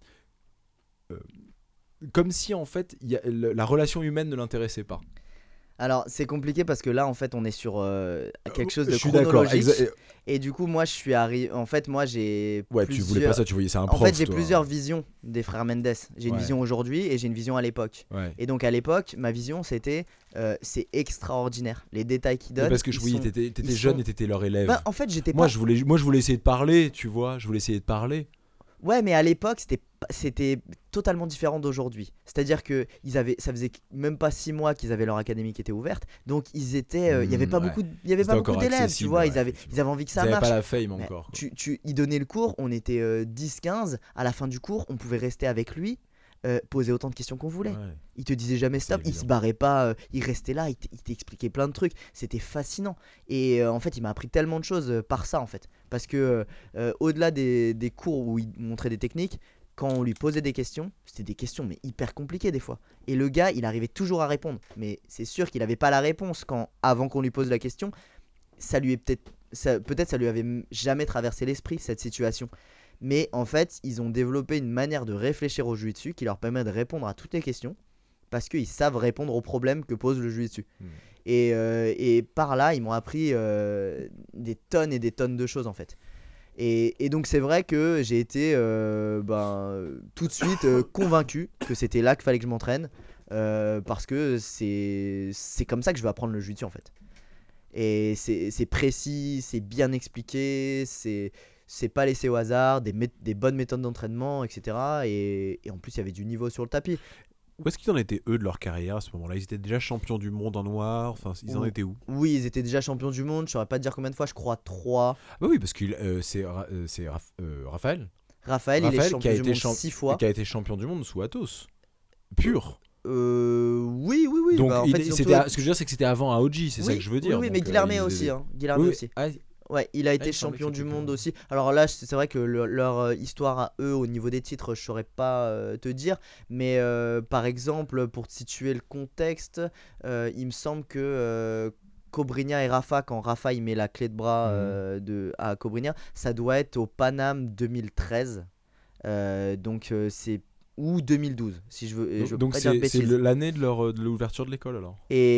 euh, comme si en fait, il y a- le- la relation humaine ne l'intéressait pas. Alors c'est compliqué parce que là en fait on est sur euh, quelque chose de Je suis d'accord. chronologique. exa- Et du coup moi je suis arrivé. En fait moi j'ai. Ouais, tu voulais plusieurs- pas ça, tu voyais c'est un En prof. fait j'ai toi. plusieurs visions des frères Mendes. J'ai une Ouais. vision aujourd'hui et j'ai une vision à l'époque. Ouais. Et donc à l'époque ma vision c'était euh, c'est extraordinaire. Les détails qu'ils Mais donnent. parce que je ils voyais, sont- t'étais, t'étais ils jeune sont- et t'étais leur élève. Bah, en fait j'étais moi, pas. je voulais, moi, je voulais essayer de parler, tu vois. Je voulais essayer de parler. Ouais, mais à l'époque, c'était pas- c'était totalement différent d'aujourd'hui. C'est-à-dire que ils avaient, ça faisait même pas six mois qu'ils avaient leur académie qui était ouverte, donc ils étaient, euh, il y avait Mmh, pas ouais. beaucoup, de- il y avait C'était pas beaucoup encore d'élèves, tu accessible, vois. ouais, Ils avaient, effectivement. ils avaient envie que Ils ça avaient marche. pas la fame Mais encore. quoi. tu, tu, ils donnaient le cours, on était euh, dix quinze, à la fin du cours, on pouvait rester avec lui, euh, poser autant de questions qu'on voulait. Ouais. Il te disait jamais C'est stop, il évident. se barrait pas, euh, il restait là, il t- il t'expliquait plein de trucs, c'était fascinant. Et euh, en fait, il m'a appris tellement de choses euh, par ça en fait. Parce que euh, euh, au-delà des, des cours où il montrait des techniques, quand on lui posait des questions, c'était des questions mais hyper compliquées des fois. Et le gars, il arrivait toujours à répondre. Mais c'est sûr qu'il n'avait pas la réponse quand, avant qu'on lui pose la question, ça lui est peut-être, ça, peut-être ça lui avait m- jamais traversé l'esprit cette situation. Mais en fait, ils ont développé une manière de réfléchir au jiu-jitsu qui leur permet de répondre à toutes les questions parce qu'ils savent répondre aux problèmes que pose le jiu-jitsu. Hmm. Et, euh, et par là, ils m'ont appris euh, des tonnes et des tonnes de choses en fait. Et, et donc c'est vrai que j'ai été euh, ben, tout de suite euh, convaincu que c'était là qu'il fallait que je m'entraîne euh, parce que c'est c'est comme ça que je vais apprendre le jiu-jitsu en fait. Et c'est c'est précis, c'est bien expliqué, c'est c'est pas laissé au hasard, des, mé- des bonnes méthodes d'entraînement, et cetera. Et, et en plus il y avait du niveau sur le tapis. Où est-ce qu'ils en étaient eux de leur carrière à ce moment-là? Ils étaient déjà champions du monde en noir. Enfin, ils en Ouh. étaient où? Oui, ils étaient déjà champions du monde, je saurais pas te dire combien de fois, je crois trois. Ah bah oui, parce que euh, c'est, Ra- euh, c'est Raph- euh, Raphaël, Raphaël, il est Raphaël qui champion a du été monde champ- six fois. qui a été champion du monde sous Athos. Pur. Euh, oui, oui, oui. Donc, bah, en il- fait, ils ont c'était, tout- à- ce que je veux dire, c'est que c'était avant Aoji, c'est ça Oui, que je veux oui, dire. Oui, mais Donc, euh, Guilherme ils aussi. étaient- Hein. Guilherme Oui, oui. aussi. Ah, Ouais, il a été il me semblait champion que du c'était monde plus aussi. Alors là, c'est c'est vrai que le- leur euh, histoire à eux au niveau des titres, je saurais pas euh, te dire. Mais euh, par exemple, pour te situer le contexte, euh, il me semble que euh, Cobrinha et Rafa, quand Rafa il met la clé de bras Mhm. euh, de, à Cobrinha, ça doit être au Paname deux mille treize. Euh, donc euh, c'est ou deux mille douze, si je veux. et donc, je veux donc pas dire de c'est, c'est bêtises. le- l'année de, leur, de l'ouverture de l'école alors.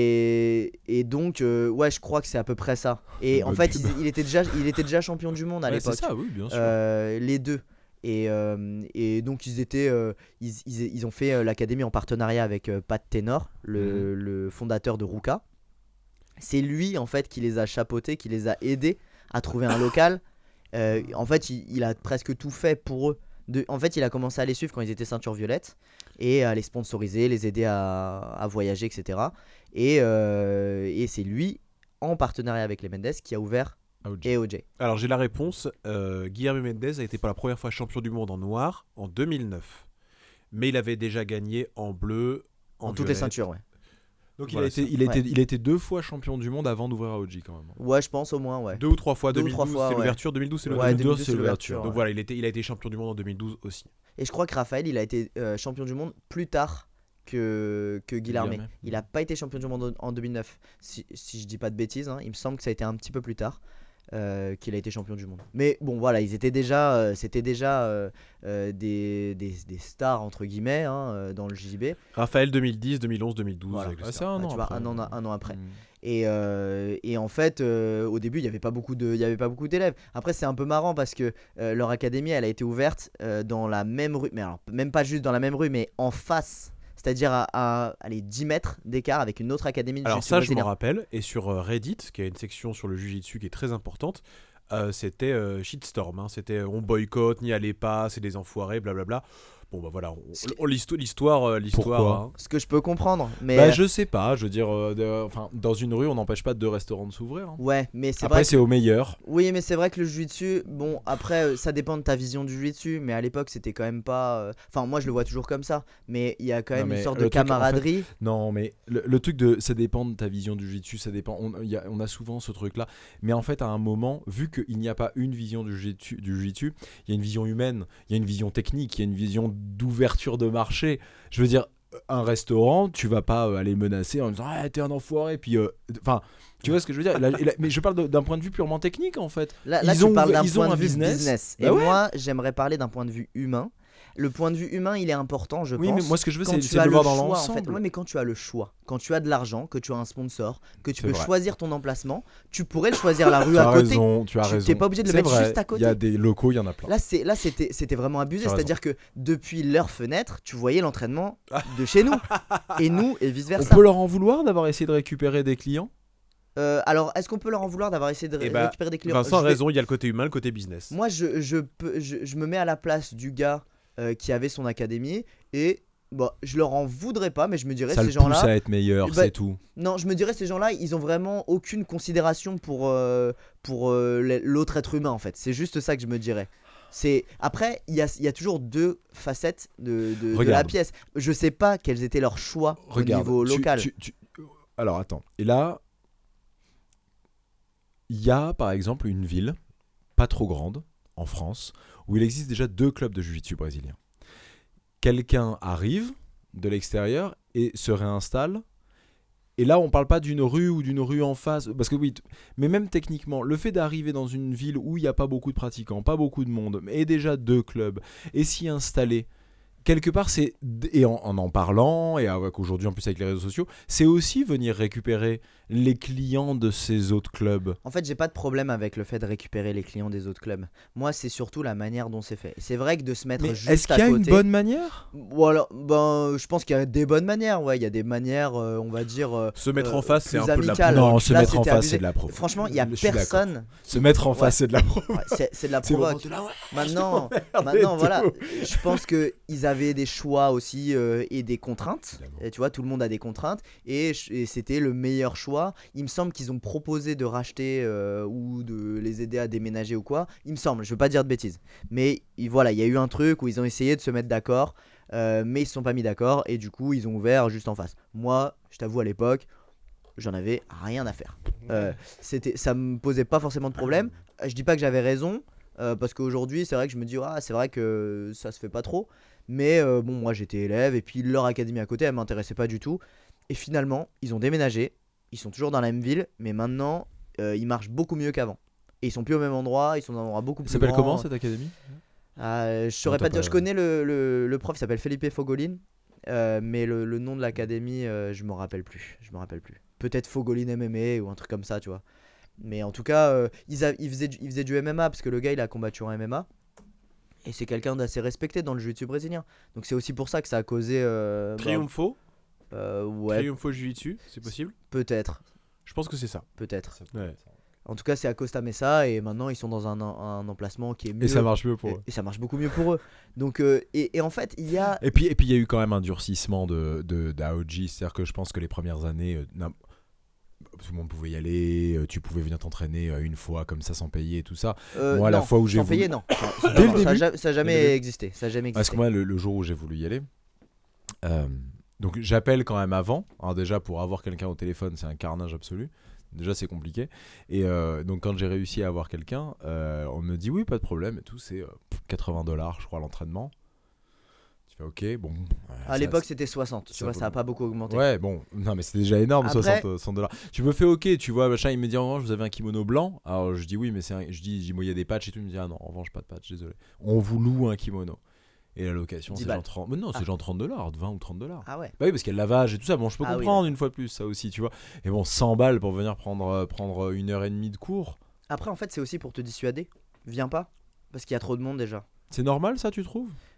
Et, et donc, euh, ouais, je crois que c'est à peu près ça. Et Une en bonne fait, pub. il, il était déjà, il était déjà champion du monde à Ouais, l'époque. c'est ça, oui, bien sûr. Euh, les deux. Et, euh, et donc, ils étaient, euh, ils, ils, ils ont fait euh, l'académie en partenariat avec euh, Pat Tenor, le, le fondateur de Ruka. C'est lui, en fait, qui les a chapeautés, qui les a aidés à trouver un local. Euh, en fait, il, il a presque tout fait pour eux. De, en fait, il a commencé à les suivre quand ils étaient ceinture violette et à les sponsoriser, les aider à, à voyager, et cetera. Et, euh, et c'est lui, en partenariat avec les Mendes, qui a ouvert Aoji. A O J. Alors j'ai la réponse. Euh, Guilherme Mendes a été pour la première fois champion du monde en noir en deux mille neuf. Mais il avait déjà gagné en bleu, en, En toutes les violet. ceintures, ouais. Donc Voilà, il, a été, ça. il, a été, Ouais. il a été deux fois champion du monde avant d'ouvrir Aoji quand même. Ouais, je pense au moins, ouais. Deux ou trois fois. Deux ou deux mille douze, trois fois, c'est ouais. l'ouverture. deux mille douze, c'est Ouais, l'ouverture. deux mille douze, c'est c'est l'ouverture. l'ouverture. Donc ouais. voilà, il, était, il a été champion du monde en deux mille douze aussi. Et je crois que Raphaël, il a été euh, champion du monde plus tard que, que Guilherme. Guilherme. Il n'a pas été champion du monde en en deux mille neuf. Si, si je dis pas de bêtises, hein, il me semble que ça a été un petit peu plus tard euh, qu'il a été champion du monde. Mais bon, voilà, ils étaient déjà, euh, c'était déjà euh, euh, des, des, des stars, entre guillemets, hein, euh, dans le J J B. Raphaël deux mille dix, deux mille onze, deux mille douze. Voilà. avec le Ah, Star. c'est un Ouais, an tu vois, après. un an, un an après. Mm. Et, euh, et en fait, euh, au début, il n'y avait pas beaucoup de, il y avait pas beaucoup d'élèves. Après, c'est un peu marrant parce que euh, leur académie, elle a été ouverte euh, dans la même rue, mais alors même pas juste dans la même rue, mais en face. c'est-à-dire à, à allez, dix mètres d'écart avec une autre académie de Alors jiu-jitsu ça, je m'en brésilien. rappelle. Et sur euh, Reddit, qui a une section sur le Jiu-Jitsu qui est très importante, euh, c'était euh, shitstorm. Hein. C'était euh, on boycotte, n'y allez pas, c'est des enfoirés, blablabla. Bon bah voilà, on- Ce qui- on- l'histo- l'histoire, euh, l'histoire. Pourquoi hein. Ce que je peux comprendre, mais Bah, je sais pas, je veux dire, euh, de- enfin, dans une rue, on n'empêche pas deux restaurants de s'ouvrir. hein. ouais, mais c'est Après, vrai. c'est que- au meilleur. Oui, mais c'est vrai que le jiu-jitsu, bon, après, euh, ça dépend de ta vision du jiu-jitsu, mais à l'époque, c'était quand même pas. euh, Enfin, moi, je le vois toujours comme ça, mais il y a quand Non, même une mais sorte le de truc, en fait, camaraderie. Non, mais le, le truc de ça dépend de ta vision du jiu-jitsu, ça dépend. On, il y a, on a souvent ce truc-là, mais en fait, à un moment, vu qu'il n'y a pas une vision du jiu-jitsu, du jiu-jitsu, il y a une vision humaine, il y a une vision technique, il y a une vision d'ouverture de marché. Je veux dire, un restaurant, tu vas pas euh, aller menacer en disant ah t'es un enfoiré, puis euh, enfin, tu vois ce que je veux dire. La- la- mais je parle de- d'un point de vue purement technique en fait. Là, là Ils tu ont parles ouvert- d'un ils ont point de un vue business. business. Bah Et ouais. moi, j'aimerais parler d'un point de vue humain. Le point de vue humain, il est important, je Oui, pense. mais moi ce que je veux quand c'est tu c'est de as le voir dans choix, en l'ensemble. fait. Ouais, mais quand tu as le choix, quand tu as de l'argent, que tu as un sponsor, que tu C'est peux vrai. choisir ton emplacement, tu pourrais le choisir la rue Tu à as côté. raison, tu as Tu- raison. t'es pas obligé de le C'est mettre vrai, juste à côté. Il y a des locaux, il y en a plein. Là, c'est, là c'était, c'était vraiment abusé. Tu as C'est-à-dire que depuis leur fenêtre, tu voyais l'entraînement de chez nous. Et nous, et On vice-versa. peut leur en vouloir d'avoir essayé de récupérer des clients. Euh, alors, est-ce qu'on peut leur en vouloir d'avoir essayé de Eh ré- bah, récupérer des clients Vincent a Je vais- raison, il y a le côté humain, le côté business. Moi, je, je, peux, je, je me mets à la place du gars euh, qui avait son académie et bon, je leur en voudrais pas, mais je me dirais Ça ces le gens-là. pousse à être meilleur, bah, c'est tout. Non, je me dirais ces gens-là, ils ont vraiment aucune considération pour, euh, pour euh, l- l'autre être humain en fait. C'est juste ça que je me dirais. C'est après, il y a, il y a toujours deux facettes de, de- de la Regarde. pièce. Je sais pas quels étaient leurs choix Regarde, au niveau tu- local. tu- tu- Alors attends, et là, il y a par exemple une ville, pas trop grande, en France, où il existe déjà deux clubs de jiu-jitsu brésilien. Quelqu'un arrive de l'extérieur et se réinstalle. Et là, on parle pas d'une rue ou d'une rue en face, parce que oui, t- mais même techniquement, le fait d'arriver dans une ville où il n'y a pas beaucoup de pratiquants, pas beaucoup de monde, et déjà deux clubs, et s'y installer, quelque part, c'est et en, en en parlant et avec aujourd'hui en plus avec les réseaux sociaux, c'est aussi venir récupérer les clients de ces autres clubs. En fait, j'ai pas de problème avec le fait de récupérer les clients des autres clubs. Moi, c'est surtout la manière dont c'est fait. C'est vrai que de se mettre Mais juste est-ce à qu'il y a côté. une bonne manière? Voilà, ben, je pense qu'il y a des bonnes manières. Ouais, il y a des manières, euh, on va dire. euh, Se mettre euh, en face, c'est plus un peu de la amical. provoque. Non, se Là, mettre en c'était face, abusé. c'est de la pro. Franchement, il y a Je suis d'accord. personne. Se mettre en Ouais. face, c'est de la pro. Ouais, c'est, c'est de la C'est vraiment provoque. de la- ouais. Maintenant, Merde, maintenant et voilà, tout. je pense que ils avaient des choix aussi euh, et des contraintes. Évidemment. Et tu vois, tout le monde a des contraintes et, ch- et c'était le meilleur choix. Il me semble qu'ils ont proposé de racheter euh, ou de les aider à déménager ou quoi. Il me semble, je veux pas dire de bêtises, mais il- voilà, il y a eu un truc où ils ont essayé de se mettre d'accord, euh, mais ils se sont pas mis d'accord et du coup ils ont ouvert juste en face. Moi, je t'avoue à l'époque, j'en avais rien à faire. Euh, c'était, ça me posait pas forcément de problème. Je dis pas que j'avais raison. euh, parce qu'aujourd'hui, c'est vrai que je me dis, ah, c'est vrai que ça se fait pas trop. Mais euh, bon, moi j'étais élève et puis leur académie à côté, elle m'intéressait pas du tout. Et finalement, ils ont déménagé. Ils sont toujours dans la même ville, mais maintenant, euh, ils marchent beaucoup mieux qu'avant. Et ils sont plus au même endroit, ils sont dans un endroit beaucoup plus Ça s'appelle grand. comment cette académie? Ah, je saurais Non, t'as pas dire, pas- je connais le, le, le prof, il s'appelle Felipe Fogolin. euh, mais le, le nom de l'académie, euh, je me rappelle plus. Je me rappelle plus. Peut-être Fogolin M M A ou un truc comme ça, tu vois. Mais en tout cas, euh, ils, a- ils faisaient du, ils faisaient du M M A parce que le gars il a combattu en M M A. Et c'est quelqu'un d'assez respecté dans le jiu-jitsu brésilien. Donc c'est aussi pour ça que ça a causé. Euh, bah, Triumfo euh, ouais, Triumfo Jiu-Jitsu, c'est possible? peut-être. Je pense que c'est ça. Peut-être. Ouais. En tout cas, c'est à Costa Mesa et maintenant ils sont dans un, un emplacement qui est mieux. Et ça marche mieux pour Et, eux. et ça marche beaucoup mieux pour eux. Donc, euh, et, et en fait, il y a. Et puis et puis il y a eu quand même un durcissement de de d'A O G, c'est-à-dire que je pense que les premières années, euh, n'a- tout le monde pouvait y aller, euh, tu pouvais venir t'entraîner euh, une fois comme ça sans payer et tout ça. euh, Moi, la non, fois où j'ai sans voulu- payer, non. Ça- Dès le non, ça a début ja- ça a Dès le jamais début existé. Ça a jamais Parce existé. que moi, le, le jour où j'ai voulu y aller, euh, donc j'appelle quand même avant. Alors déjà, pour avoir quelqu'un au téléphone, c'est un carnage absolu. Déjà, c'est compliqué. Et euh, donc, quand j'ai réussi à avoir quelqu'un, euh, on me dit oui, pas de problème et tout. C'est euh, quatre-vingts dollars, je crois, l'entraînement. Tu fais ok, bon. euh, À ça- l'époque, c'était soixante. Tu ça vois, vaut- ça a pas beaucoup augmenté. Ouais, bon, non, mais c'était déjà énorme, Après- soixante, euh, cent dollars. Tu me fais ok, tu vois, machin, il me dit en revanche, vous avez un kimono blanc. Alors je dis oui, mais c'est un... je dis, je dis, moi, il y a des patchs et tout. Il me dit ah non, en revanche, pas de patch, désolé. On vous loue un kimono. Et la location, dix c'est balles. genre trente. Mais non, c'est Ah. genre trente dollars, vingt ou trente dollars. Ah ouais. Bah oui, parce qu'il y a le lavage et tout ça. Bon, je peux Ah oui, comprendre une fois de plus, ça aussi, tu vois. Et bon, cent balles pour venir prendre, euh, prendre une heure et demie de cours. Après, en fait, c'est aussi pour te dissuader. Viens pas. Parce qu'il y a trop de monde déjà. C'est normal, ça, tu trouves?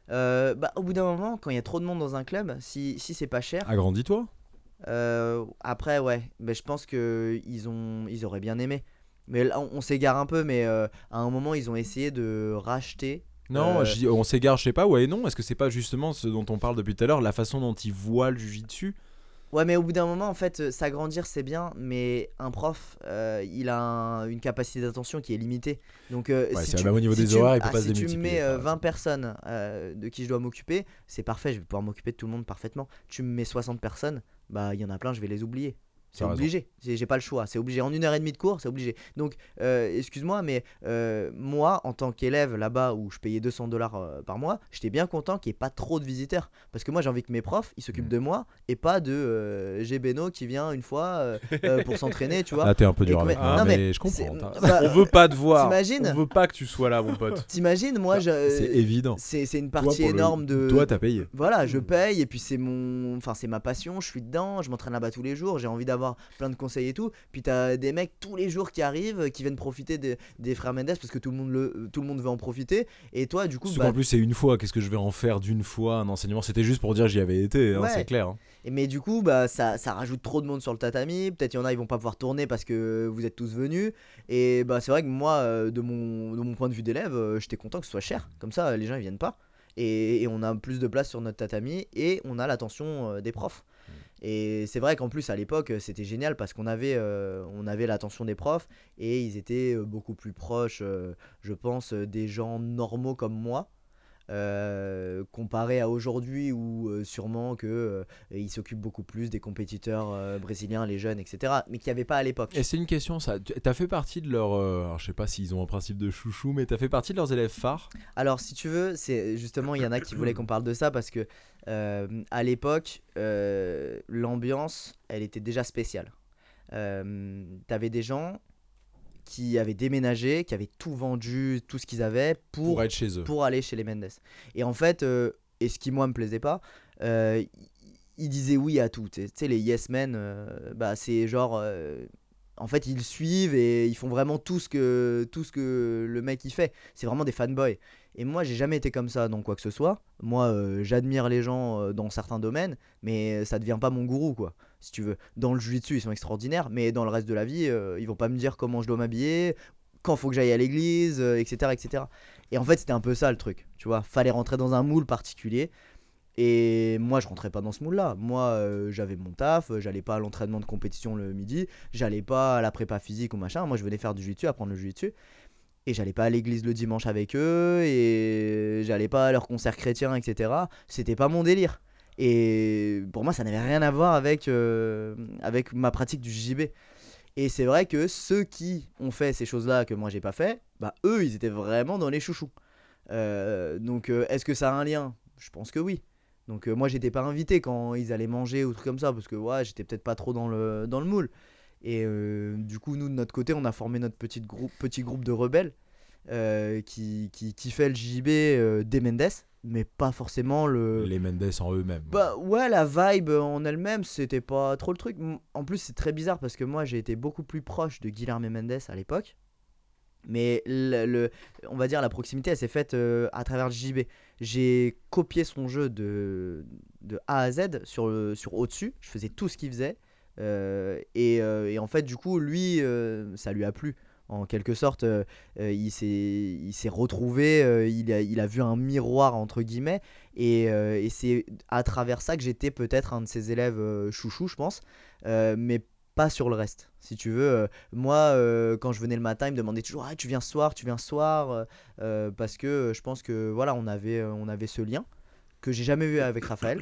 Euh, bah, au bout d'un moment, quand il y a trop de monde dans un club, si, si c'est pas cher, Agrandis-toi. euh, après, ouais, mais je pense qu'ils ont, ils auraient bien aimé. Mais là, on, on s'égare un peu, mais euh, à un moment, ils ont essayé de racheter. Non, Euh, je dis- on s'égare, je sais pas, ouais et non. Est-ce que c'est pas justement ce dont on parle depuis tout à l'heure, la façon dont ils voient le jujitsu? Ouais, mais au bout d'un moment, en fait, euh, s'agrandir, c'est bien, mais un prof, euh, il a un- une capacité d'attention qui est limitée. Donc, euh, Ouais, si c'est tu, même au niveau si des tu- horaires, il peut ah, pas se si tu me démultiplier, mets t'as euh, raison. vingt personnes euh, de qui je dois m'occuper, c'est parfait, je vais pouvoir m'occuper de tout le monde parfaitement. Tu me mets soixante personnes, bah il y en a plein, je vais les oublier. C'est T'as raison. obligé, j'ai j'ai pas le choix, c'est obligé. En une heure et demie de cours, c'est obligé. Donc, euh, excuse-moi, mais euh, moi, en tant qu'élève là-bas où je payais deux cents dollars euh, par mois, j'étais bien content qu'il n'y ait pas trop de visiteurs. Parce que moi, j'ai envie que mes profs, ils s'occupent Mm. de moi et pas de euh, G. Beno qui vient une fois euh, euh, pour s'entraîner, tu vois. Là, t'es un peu Et dur que- avec moi, non, mais, mais je comprends. c'est- t'as raison. bah, On veut pas te voir. T'imagines On veut pas que tu sois là, mon pote. T'imagines, moi, je, C'est évident. c'est c'est une Toi, partie pour le- énorme de. Toi, t'as payé. Voilà, je paye et puis c'est mon, enfin c'est ma passion, je suis dedans, je m'entraîne là-bas tous les jours, j'ai envie d'avoir plein de conseils et tout. Puis t'as des mecs tous les jours qui arrivent, qui viennent profiter des, des frères Mendes parce que tout le monde le, tout le monde veut en profiter. Et toi, du coup, Surtout bah, qu'en plus, c'est une fois. Qu'est-ce que je vais en faire d'une fois un enseignement? C'était juste pour dire j'y avais été, hein, Ouais. c'est clair. hein. et mais du coup, bah ça, ça rajoute trop de monde sur le tatami. Peut-être il y en a, ils vont pas pouvoir tourner parce que vous êtes tous venus. Et bah c'est vrai que moi, euh, de mon, de mon point de vue d'élève, euh, j'étais content que ce soit cher. Comme ça, les gens ils viennent pas. Et, et on a plus de place sur notre tatami et on a l'attention euh, des profs. Et c'est vrai qu'en plus à l'époque c'était génial parce qu'on avait, euh, on avait l'attention des profs et ils étaient euh, beaucoup plus proches, euh, je pense, euh, des gens normaux comme moi. Euh, comparé à aujourd'hui où euh, sûrement que euh, ils s'occupent beaucoup plus des compétiteurs euh, brésiliens, les jeunes, et cetera. Mais qu'il n'y avait pas à l'époque. Et c'est une question, ça. Tu- T'as fait partie de leur. euh, alors, je sais pas s'ils ont un principe de chouchou, mais t'as fait partie de leurs élèves phares. Alors, si tu veux, c'est justement, il y en a qui voulaient qu'on parle de ça parce que euh, à l'époque, euh, l'ambiance, elle était déjà spéciale. Euh, T'avais des gens qui avaient déménagé, qui avaient tout vendu, tout ce qu'ils avaient pour, Pour être chez eux. pour aller chez les Mendes. Et en fait, euh, et ce qui moi me plaisait pas, euh, ils disaient oui à tout. Tu sais, tu sais, les yes men, euh, bah, c'est genre. euh, en fait, ils suivent et ils font vraiment tout ce que, tout ce que le mec il fait. C'est vraiment des fanboys. Et moi, j'ai jamais été comme ça dans quoi que ce soit. Moi, euh, j'admire les gens euh, dans certains domaines, mais ça devient pas mon gourou, quoi. Si tu veux. Dans le jiu-jitsu, ils sont extraordinaires, mais dans le reste de la vie, euh, ils vont pas me dire comment je dois m'habiller, quand faut que j'aille à l'église, euh, et cetera, et cetera. Et en fait, c'était un peu ça le truc. Tu vois, fallait rentrer dans un moule particulier. Et moi, je rentrais pas dans ce moule-là. Moi, euh, j'avais mon taf, euh, j'allais pas à l'entraînement de compétition le midi, j'allais pas à la prépa physique ou machin. Moi, je venais faire du jiu-jitsu, apprendre le jiu-jitsu. Et j'allais pas à l'église le dimanche avec eux, et j'allais pas à leurs concerts chrétiens, et cetera. C'était pas mon délire. Et pour moi, ça n'avait rien à voir avec, euh, avec ma pratique du J J B. Et c'est vrai que ceux qui ont fait ces choses-là que moi j'ai pas fait, bah eux, ils étaient vraiment dans les chouchous. Euh, donc, euh, est-ce que ça a un lien? Je pense que oui. Donc euh, moi j'étais pas invité quand ils allaient manger ou trucs comme ça parce que ouais, j'étais peut-être pas trop dans le, dans le moule. Et euh, du coup nous de notre côté on a formé notre petite groupe, petit groupe de rebelles euh, qui, qui, qui fait le J J B euh, des Mendes, mais pas forcément le... Les Mendes en eux-mêmes. Bah ouais, la vibe en elle-même c'était pas trop le truc. En plus c'est très bizarre parce que moi j'ai été beaucoup plus proche de Guilherme Mendes à l'époque. Mais le, le- on va dire la proximité elle s'est faite euh, à travers le J J B. J'ai copié son jeu de, de A à Z sur, le- sur au-dessus. Je faisais tout ce qu'il faisait. Euh, et, euh, et en fait, du coup, lui, euh, ça lui a plu. En quelque sorte, euh, euh, il s'est il s'est retrouvé, euh, il, a, il a vu un miroir, entre guillemets. Et, euh, et c'est à travers ça que j'étais peut-être un de ses élèves euh, chouchou, je pense. Euh, mais pas sur le reste. Si tu veux, euh, moi, euh, quand je venais le matin, il me demandait toujours ah, tu viens ce soir, tu viens ce soir. euh, euh, parce que euh, je pense que voilà, on avait, euh, on avait ce lien que j'ai jamais vu avec Raphaël.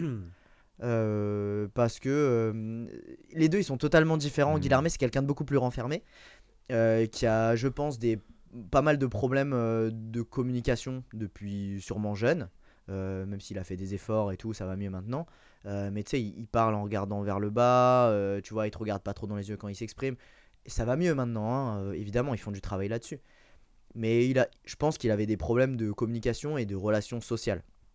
Euh, parce que euh, les deux ils sont totalement différents. Mhm. Guilherme c'est quelqu'un de beaucoup plus renfermé, euh, qui a je pense des, pas mal de problèmes euh, de communication depuis sûrement jeune, euh, même s'il a fait des efforts et tout, ça va mieux maintenant. Euh, mais tu sais, il, il parle en regardant vers le bas, euh, tu vois, il te regarde pas trop dans les yeux quand il s'exprime. Et ça va mieux maintenant, hein, euh, évidemment, ils font du travail là-dessus. Mais il a, je pense qu'il avait des problèmes de communication et de relations sociales.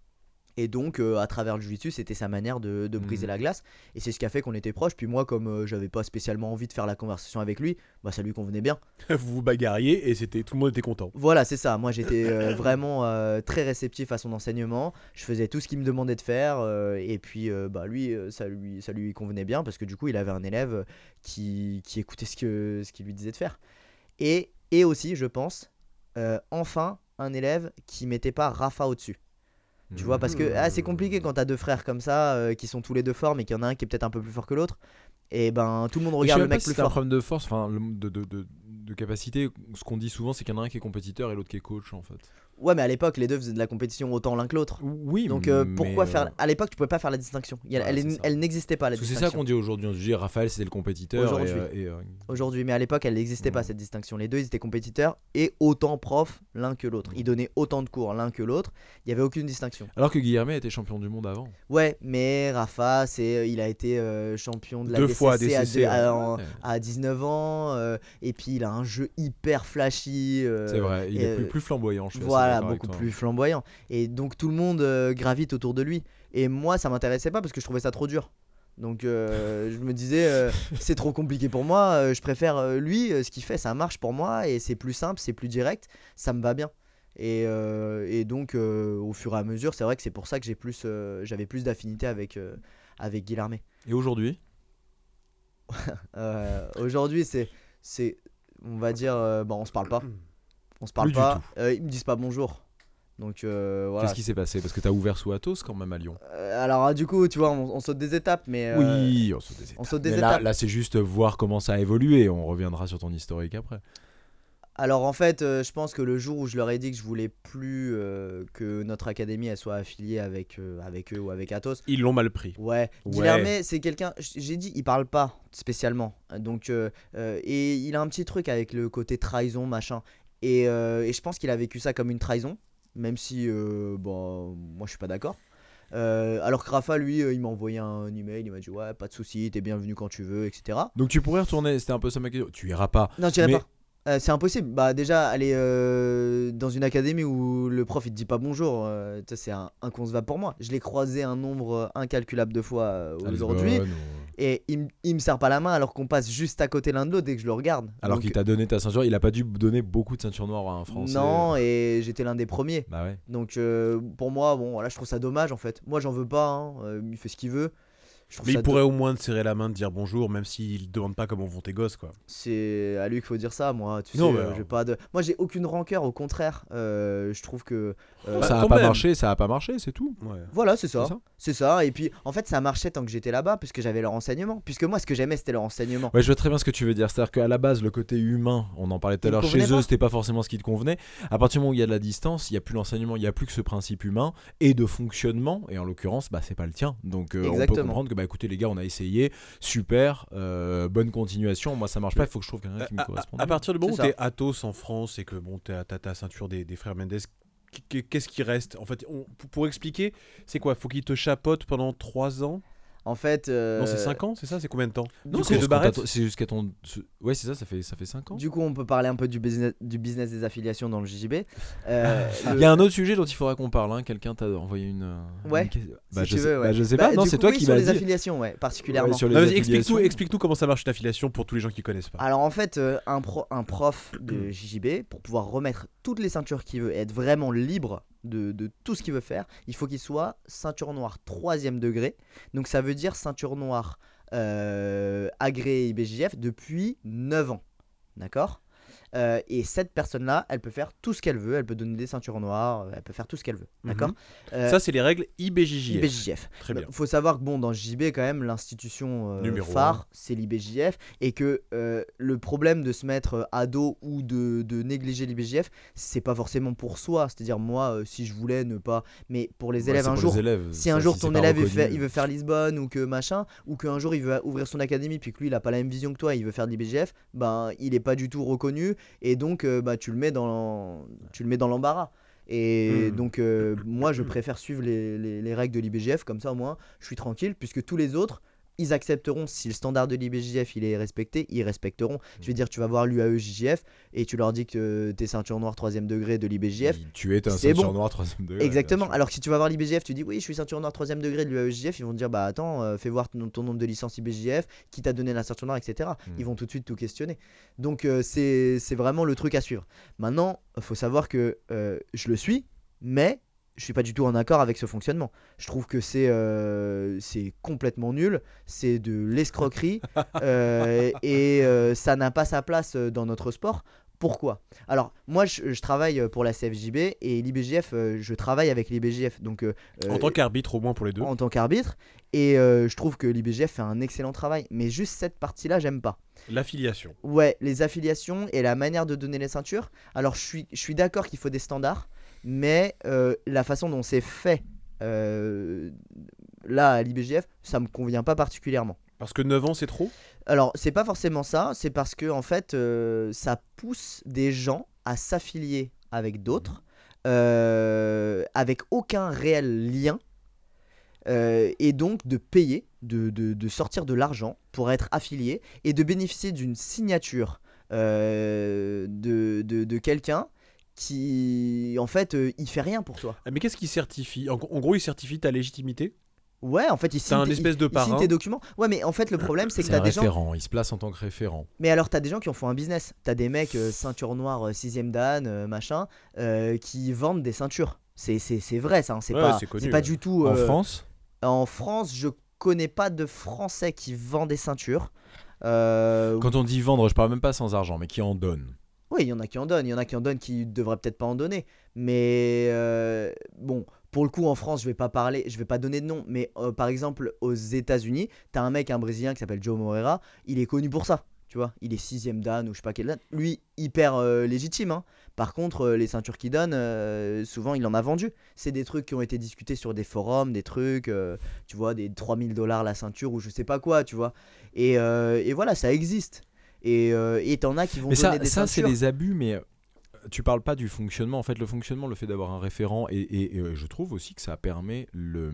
Et donc, euh, à travers le jiu-jitsu, c'était sa manière de, de briser Mhm. la glace. Et c'est ce qui a fait qu'on était proches. Puis moi, comme euh, j'avais pas spécialement envie de faire la conversation avec lui, bah ça lui convenait bien. Vous vous bagarriez et c'était tout le monde était content. Voilà, c'est ça. Moi, j'étais euh, vraiment euh, très réceptif à son enseignement. Je faisais tout ce qu'il me demandait de faire. euh, et puis, euh, bah lui, euh, ça lui, ça lui convenait bien parce que du coup, il avait un élève qui, qui écoutait ce que, ce qu'il lui disait de faire. Et, et aussi, je pense, euh, enfin, un élève qui mettait pas Rafa au-dessus. Tu vois, parce que ah, c'est compliqué quand t'as deux frères comme ça euh, qui sont tous les deux forts, mais qu'il y en a un qui est peut-être un peu plus fort que l'autre. Et ben, tout le monde Je sais regarde le même pas mec si plus c'est un fort. problème de force, enfin le- de, de, de, de capacité. Ce qu'on dit souvent, c'est qu'il y en a un qui est compétiteur et l'autre qui est coach en fait. Ouais, mais à l'époque, les deux faisaient de la compétition autant l'un que l'autre. Oui, Donc euh, mais, pourquoi euh, faire à l'époque tu pouvais pas faire la distinction. Il y a- Ouais, elle, c'est est- ça. elle n'existait pas la Parce que c'est distinction ça qu'on dit aujourd'hui. On dit Raphaël c'était le compétiteur. Aujourd'hui. Et, euh, et, euh, aujourd'hui, mais à l'époque elle n'existait pas Mm. cette distinction. Les deux ils étaient compétiteurs et autant profs l'un que l'autre. Mm. Ils donnaient autant de cours l'un que l'autre. Il y avait aucune distinction. Alors que Guillermet était champion du monde avant. Ouais, mais Rafa, c'est il a été euh, champion de la Deux D C C fois à, D C C, deux- à- ouais. en- Ouais. à dix-neuf ans euh, et puis il a un jeu hyper flashy. euh, C'est vrai, il et, est plus, euh, plus flamboyant. Je suis assez Voilà, d'accord avec beaucoup toi. plus flamboyant. Et donc tout le monde euh, gravite autour de lui. Et moi, ça m'intéressait pas parce que je trouvais ça trop dur. Donc euh, je me disais, euh, c'est trop compliqué pour moi. euh, je préfère euh, lui, euh, ce qu'il fait, ça marche pour moi et c'est plus simple, c'est plus direct, ça me va bien. Et, euh, et donc euh, au fur et à mesure, c'est vrai que c'est pour ça que j'ai plus, euh, j'avais plus d'affinité avec euh, avec Guilhermet. Et aujourd'hui, Euh, Aujourd'hui, c'est, c'est, on va dire, euh, bon, on se parle pas, on se parle Plus du pas. tout. Euh, ils me disent pas bonjour. Donc euh, voilà. qu'est-ce qui s'est passé? Parce que t'as ouvert sous Athos quand même à Lyon. Euh, alors ah, du coup, tu vois, on, on saute des étapes, mais euh, Oui, on saute des étapes. on saute des Mais là, étapes. là, c'est juste voir comment ça a évolué. On reviendra sur ton historique après. Alors en fait, euh, je pense que le jour où je leur ai dit que je voulais plus euh, que notre académie elle soit affiliée avec euh, avec eux ou avec Athos. Ils l'ont mal pris. Ouais, Ouais. Guilhermet, c'est quelqu'un. J'ai dit, il parle pas spécialement. Donc euh, euh, et il a un petit truc avec le côté trahison machin. Et, euh, et je pense qu'il a vécu ça comme une trahison, même si euh, bon, moi je suis pas d'accord. Euh, alors que Rafa, lui, euh, il m'a envoyé un email, il m'a dit ouais, pas de souci, t'es bienvenu quand tu veux, et cetera. Donc tu pourrais retourner. C'était un peu ça ma question. Tu iras pas. Non, je dirais Mais- pas. Euh, c'est impossible. Bah déjà aller euh, dans une académie où le prof il te dit pas bonjour, euh, ça, c'est un- inconcevable pour moi. Je l'ai croisé un nombre euh, incalculable de fois euh, à aujourd'hui Lisbonne, ou- et il, m- il me serre pas la main alors qu'on passe juste à côté l'un de l'autre dès que je le regarde. Alors Donc, qu'il t'a donné ta ceinture, il a pas dû donner beaucoup de ceintures noires à un Français. non, et j'étais l'un des premiers. Bah ouais. Donc euh, pour moi, bon voilà, je trouve ça dommage en fait. Moi j'en veux pas, hein, euh, il fait ce qu'il veut. Je trouve Mais ça il do- pourrait au moins te serrer la main, te dire bonjour, même s'il demande pas comment vont tes gosses, quoi. C'est à lui qu'il faut dire ça, moi. Tu Non, sais, mais euh, alors- j'ai pas de. Moi, j'ai aucune rancœur. Au contraire, euh, je trouve que. euh, Bah, ça a quand pas même. marché, ça a pas marché, c'est tout. Ouais. Voilà, c'est ça. C'est ça C'est ça. Et puis, en fait, ça marchait tant que j'étais là-bas, puisque j'avais leur enseignement. Puisque moi, ce que j'aimais, c'était leur enseignement. Ouais, je vois très bien ce que tu veux dire. C'est-à-dire qu'à la base, le côté humain, on en parlait tout à Il me l'heure, convenait chez eux, pas. c'était pas forcément ce qui te convenait. À partir du moment où il y a de la distance, il y a plus l'enseignement, il y a plus que ce principe humain et de fonctionnement. Et en l'occurrence, bah c'est pas le tien. Donc euh, on peut Exactement. comprendre que bah écoutez les gars, on a essayé, super, euh, bonne continuation. Moi ça marche pas, il faut que je trouve quelqu'un qui me À, corresponde. à partir du moment où C'est ça. t'es Athos en France et que bon, t'as t'as ta ceinture des, des frères Mendes, qu- qu'est-ce qui reste? En fait, on- pour- pour expliquer, c'est quoi? Faut qu'ils te chapotent pendant trois ans? En fait. euh, Non, c'est cinq ans, c'est ça? C'est combien de temps? Non, Du c'est coup, de jusqu'à barrettes ton- c'est jusqu'à ton. ce- Ouais, c'est ça, ça fait ça fait cinq ans. Du coup, on peut parler un peu du business, du business des affiliations dans le J J B. Euh, Il le- y a un autre sujet dont il faudra qu'on parle. Hein. Quelqu'un t'a envoyé une. euh, Ouais, une que- Bah, si je tu sais, veux, ouais. bah, je sais Bah, pas. Non, du c'est coup, toi oui, qui sur m'as les dit. affiliations, ouais, particulièrement. Ouais, sur les Ah, vas-y, explique-nous affiliations. explique comment ça marche l'affiliation pour tous les gens qui connaissent pas. Alors en fait, euh, un, pro- un prof de J J B, pour pouvoir remettre toutes les ceintures qu'il veut et être vraiment libre de, de tout ce qu'il veut faire, il faut qu'il soit ceinture noire troisième degré. Donc ça veut dire ceinture noire euh, agréée I B J F depuis neuf ans. D'accord. Euh, et cette personne-là, elle peut faire tout ce qu'elle veut, elle peut donner des ceintures noires, euh, elle peut faire tout ce qu'elle veut. D'accord. Mhm. Euh, Ça, c'est les règles I B J J F. I B J F. Très bien. Il faut savoir que bon, dans J B, quand même, l'institution euh, Numéro phare, c'est l'I B J F. Et que euh, le problème de se mettre euh, à dos ou de, de négliger l'I B J F, c'est pas forcément pour soi. C'est-à-dire, moi, euh, si je voulais ne pas. Mais pour les Ouais, élèves, c'est un pour jour. les élèves, Si ça, un jour c'est ton pas élève il, reconnu. fait- il veut faire Lisbonne ou que machin, ou qu'un jour il veut ouvrir son académie puis que lui il a pas la même vision que toi, il veut faire de l'I B J F, ben il est pas du tout reconnu et donc euh, bah, tu le mets dans tu le mets dans l'embarras. Et Hmm. donc euh, moi je préfère suivre les, les- les règles de l'I B J F comme ça au moins je suis tranquille puisque tous les autres ils accepteront si le standard de l'I B J F il est respecté, ils respecteront. Je veux dire, tu vas voir l'U A E J J F et tu leur dis que t'es ceinture noire troisième degré de l'I B J F. Tu es un c'est ceinture bon. noire troisième degré. Exactement. bien sûr. Alors que si tu vas voir l'I B J F, tu dis oui, je suis ceinture noire troisième degré de l'U A E J J F, ils vont te dire bah attends, euh, fais voir ton, ton nombre de licences I B J F, qui t'a donné la ceinture noire, et cetera. Mm. Ils vont tout de suite tout questionner. Donc euh, c'est c'est vraiment le truc à suivre. Maintenant, il faut savoir que euh, je le suis, mais je suis pas du tout en accord avec ce fonctionnement. Je trouve que c'est euh, c'est complètement nul, c'est de l'escroquerie euh, et euh, ça n'a pas sa place euh, dans notre sport. Pourquoi? Alors, moi, je, je travaille pour la C F J B et l'I B J F, euh, je travaille avec l'I B J F. Donc, euh, En tant qu'arbitre, au moins pour les deux. en tant qu'arbitre. Et euh, je trouve que l'I B J F fait un excellent travail. Mais juste cette partie-là, j'aime pas. L'affiliation. Ouais, les affiliations et la manière de donner les ceintures. Alors, je suis, je suis d'accord qu'il faut des standards. Mais euh, la façon dont c'est fait euh, là à l'I B J F, ça me convient pas particulièrement. Parce que neuf ans, c'est trop. Alors, c'est pas forcément ça, c'est parce que en fait, euh, ça pousse des gens à s'affilier avec d'autres, euh, avec aucun réel lien, euh, et donc de payer, de, de- de sortir de l'argent pour être affilié et de bénéficier d'une signature euh, de, de, de quelqu'un qui, en fait, euh, il fait rien pour toi. Ah, mais qu'est-ce qui certifie en, en gros, il certifie ta légitimité. Ouais, en fait, il T'as signe, un tes- espèce de il- il signe parrain. tes documents. Ouais, mais en fait, le problème, c'est que C'est t'as un des gens. référent, il se place en tant que référent. Mais alors, t'as des gens qui en font un business. T'as des mecs euh, ceinture noire, euh, sixième dan, euh, machin, euh, qui vendent des ceintures. C'est, c'est, c'est vrai, ça. hein. C'est Ouais, pas, c'est connu, c'est pas ouais. du tout. En euh, France, En France, je connais pas de Français qui vendent des ceintures. Euh, quand on dit vendre, je parle même pas sans argent, mais qui en donne. Oui, il y en a qui en donnent. Il y en a qui en donnent qui devraient peut-être pas en donner. Mais euh, bon, pour le coup, en France, je vais pas parler, je vais pas donner de nom. Mais euh, par exemple, aux États-Unis, t'as un mec, un Brésilien qui s'appelle Joe Moreira. Il est connu pour ça. Tu vois, il est sixième dan ou je sais pas quel dan. Lui, hyper euh, légitime. hein. Par contre, euh, les ceintures qu'il donne, euh, souvent, il en a vendu. C'est des trucs qui ont été discutés sur des forums, des trucs, euh, tu vois, des trois mille dollars la ceinture ou je sais pas quoi, tu vois. Et, euh, et voilà, ça existe. Et euh, et t'en as qui vont Mais donner ça, des ça c'est ceintures. des abus, mais euh, tu parles pas du fonctionnement. En fait, le fonctionnement, le fait d'avoir un référent, et, et- et, euh, je trouve aussi que ça permet le,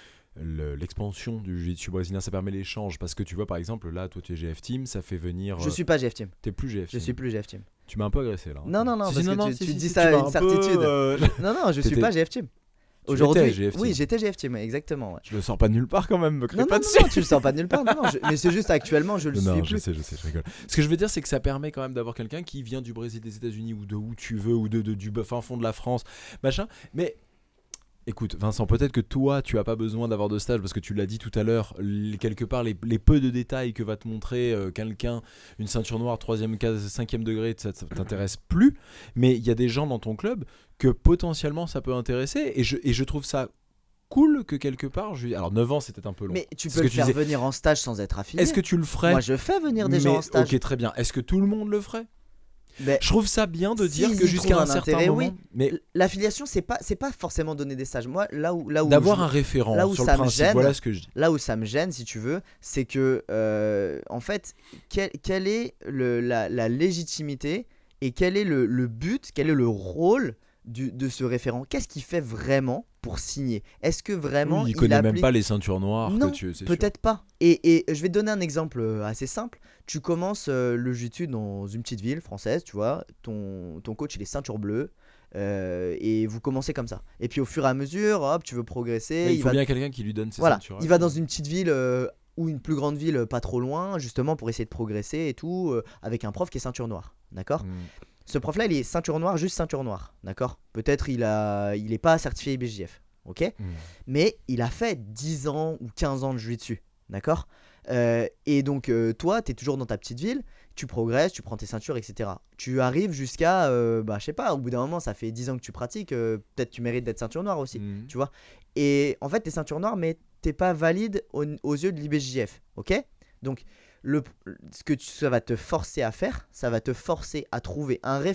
le- l'expansion du jiu-jitsu brésilien, ça permet l'échange. Parce que tu vois, par exemple, là, toi, tu es G F Team, ça fait venir. Je euh, suis pas G F Team. T'es plus G F Je Team. suis plus G F Team. Tu m'as un peu agressé là. hein. Non, non, non, Si, parce si, que non, tu- si, tu si, dis si, ça tu m'as à une un peu, certitude. euh, Non, non, je suis T'étais- pas G F Team. Tu Aujourd'hui, étais G F Team. oui, j'étais G F Team, exactement. ouais. Je le sors pas de nulle part quand même, me crée Non, pas non, non, dessus. non, tu le sors pas de nulle part. Non, non, je- mais c'est juste actuellement, je le Non, suis je plus. sais, je sais, je rigole. Ce que je veux dire, c'est que ça permet quand même d'avoir quelqu'un qui vient du Brésil, des États-Unis ou de où tu veux, ou de, de- du fin fond de la France, machin. Mais écoute, Vincent, peut-être que toi, tu as pas besoin d'avoir de stage parce que tu l'as dit tout à l'heure, les- quelque part, les, les peu de détails que va te montrer euh, quelqu'un, une ceinture noire, troisième, cinquième degré, ça, ça t'intéresse plus. Mais il y a des gens dans ton club que potentiellement ça peut intéresser, et je, et je trouve ça cool que quelque part. Je... Alors neuf ans, c'était un peu long. Mais tu C'est peux ce le que tu faire disais. venir en stage sans être affilié. Est-ce que tu le ferais? Moi, je fais venir des gens Mais- en stage. Ok, très bien. Est-ce que tout le monde le ferait? Mais Je trouve ça bien de dire S'ils que y jusqu'à trouvent un un certain intérêt, moment, oui. mais l'affiliation, c'est pas, c'est pas forcément donner des stages. Moi, là où, là où d'avoir je- un référent là où sur ça le me principe, gêne, voilà ce que je dis. Là où ça me gêne, si tu veux, c'est que, euh, en fait, quel- quelle est le, la, la légitimité et quel est le, le but, quel est le rôle du, de ce référent? Qu'est-ce qu'il fait vraiment pour signer? Est-ce que vraiment Oui, il il connaît même applique- pas les ceintures noires Non, que tu c'est sûr. Peut-être pas. Et, et je vais te donner un exemple euh, assez simple. Tu commences euh, le jiu-jitsu dans une petite ville française, tu vois. Ton, ton coach, il est ceinture bleue. euh, et vous commencez comme ça. Et puis au fur et à mesure, hop, tu veux progresser. Mais il il faut va, bien quelqu'un qui lui donne ses voilà, ceintures. il va dans une petite ville euh, ou une plus grande ville euh, pas trop loin, justement pour essayer de progresser et tout, euh, avec un prof qui est ceinture noire. D'accord? Mm. Ce prof-là, il est ceinture noire, juste ceinture noire. D'accord? Peut-être il a, il est pas certifié I B J F. Ok? Mm. Mais il a fait dix ans ou quinze ans de jiu-jitsu, d'accord? Euh, Et donc euh, toi, tu es toujours dans ta petite ville, tu progresses, tu prends tes ceintures, et cetera. Tu arrives jusqu'à, euh, bah je sais pas, au bout d'un moment, ça fait dix ans que tu pratiques, euh, peut-être tu mérites d'être ceinture noire aussi, Mm. tu vois? Et en fait, tu es ceinture noire, mais t'es pas valide aux, aux yeux de l'I B J F, ok? Donc, le, ce que tu- ça va te forcer à faire, ça va te forcer à trouver un référent,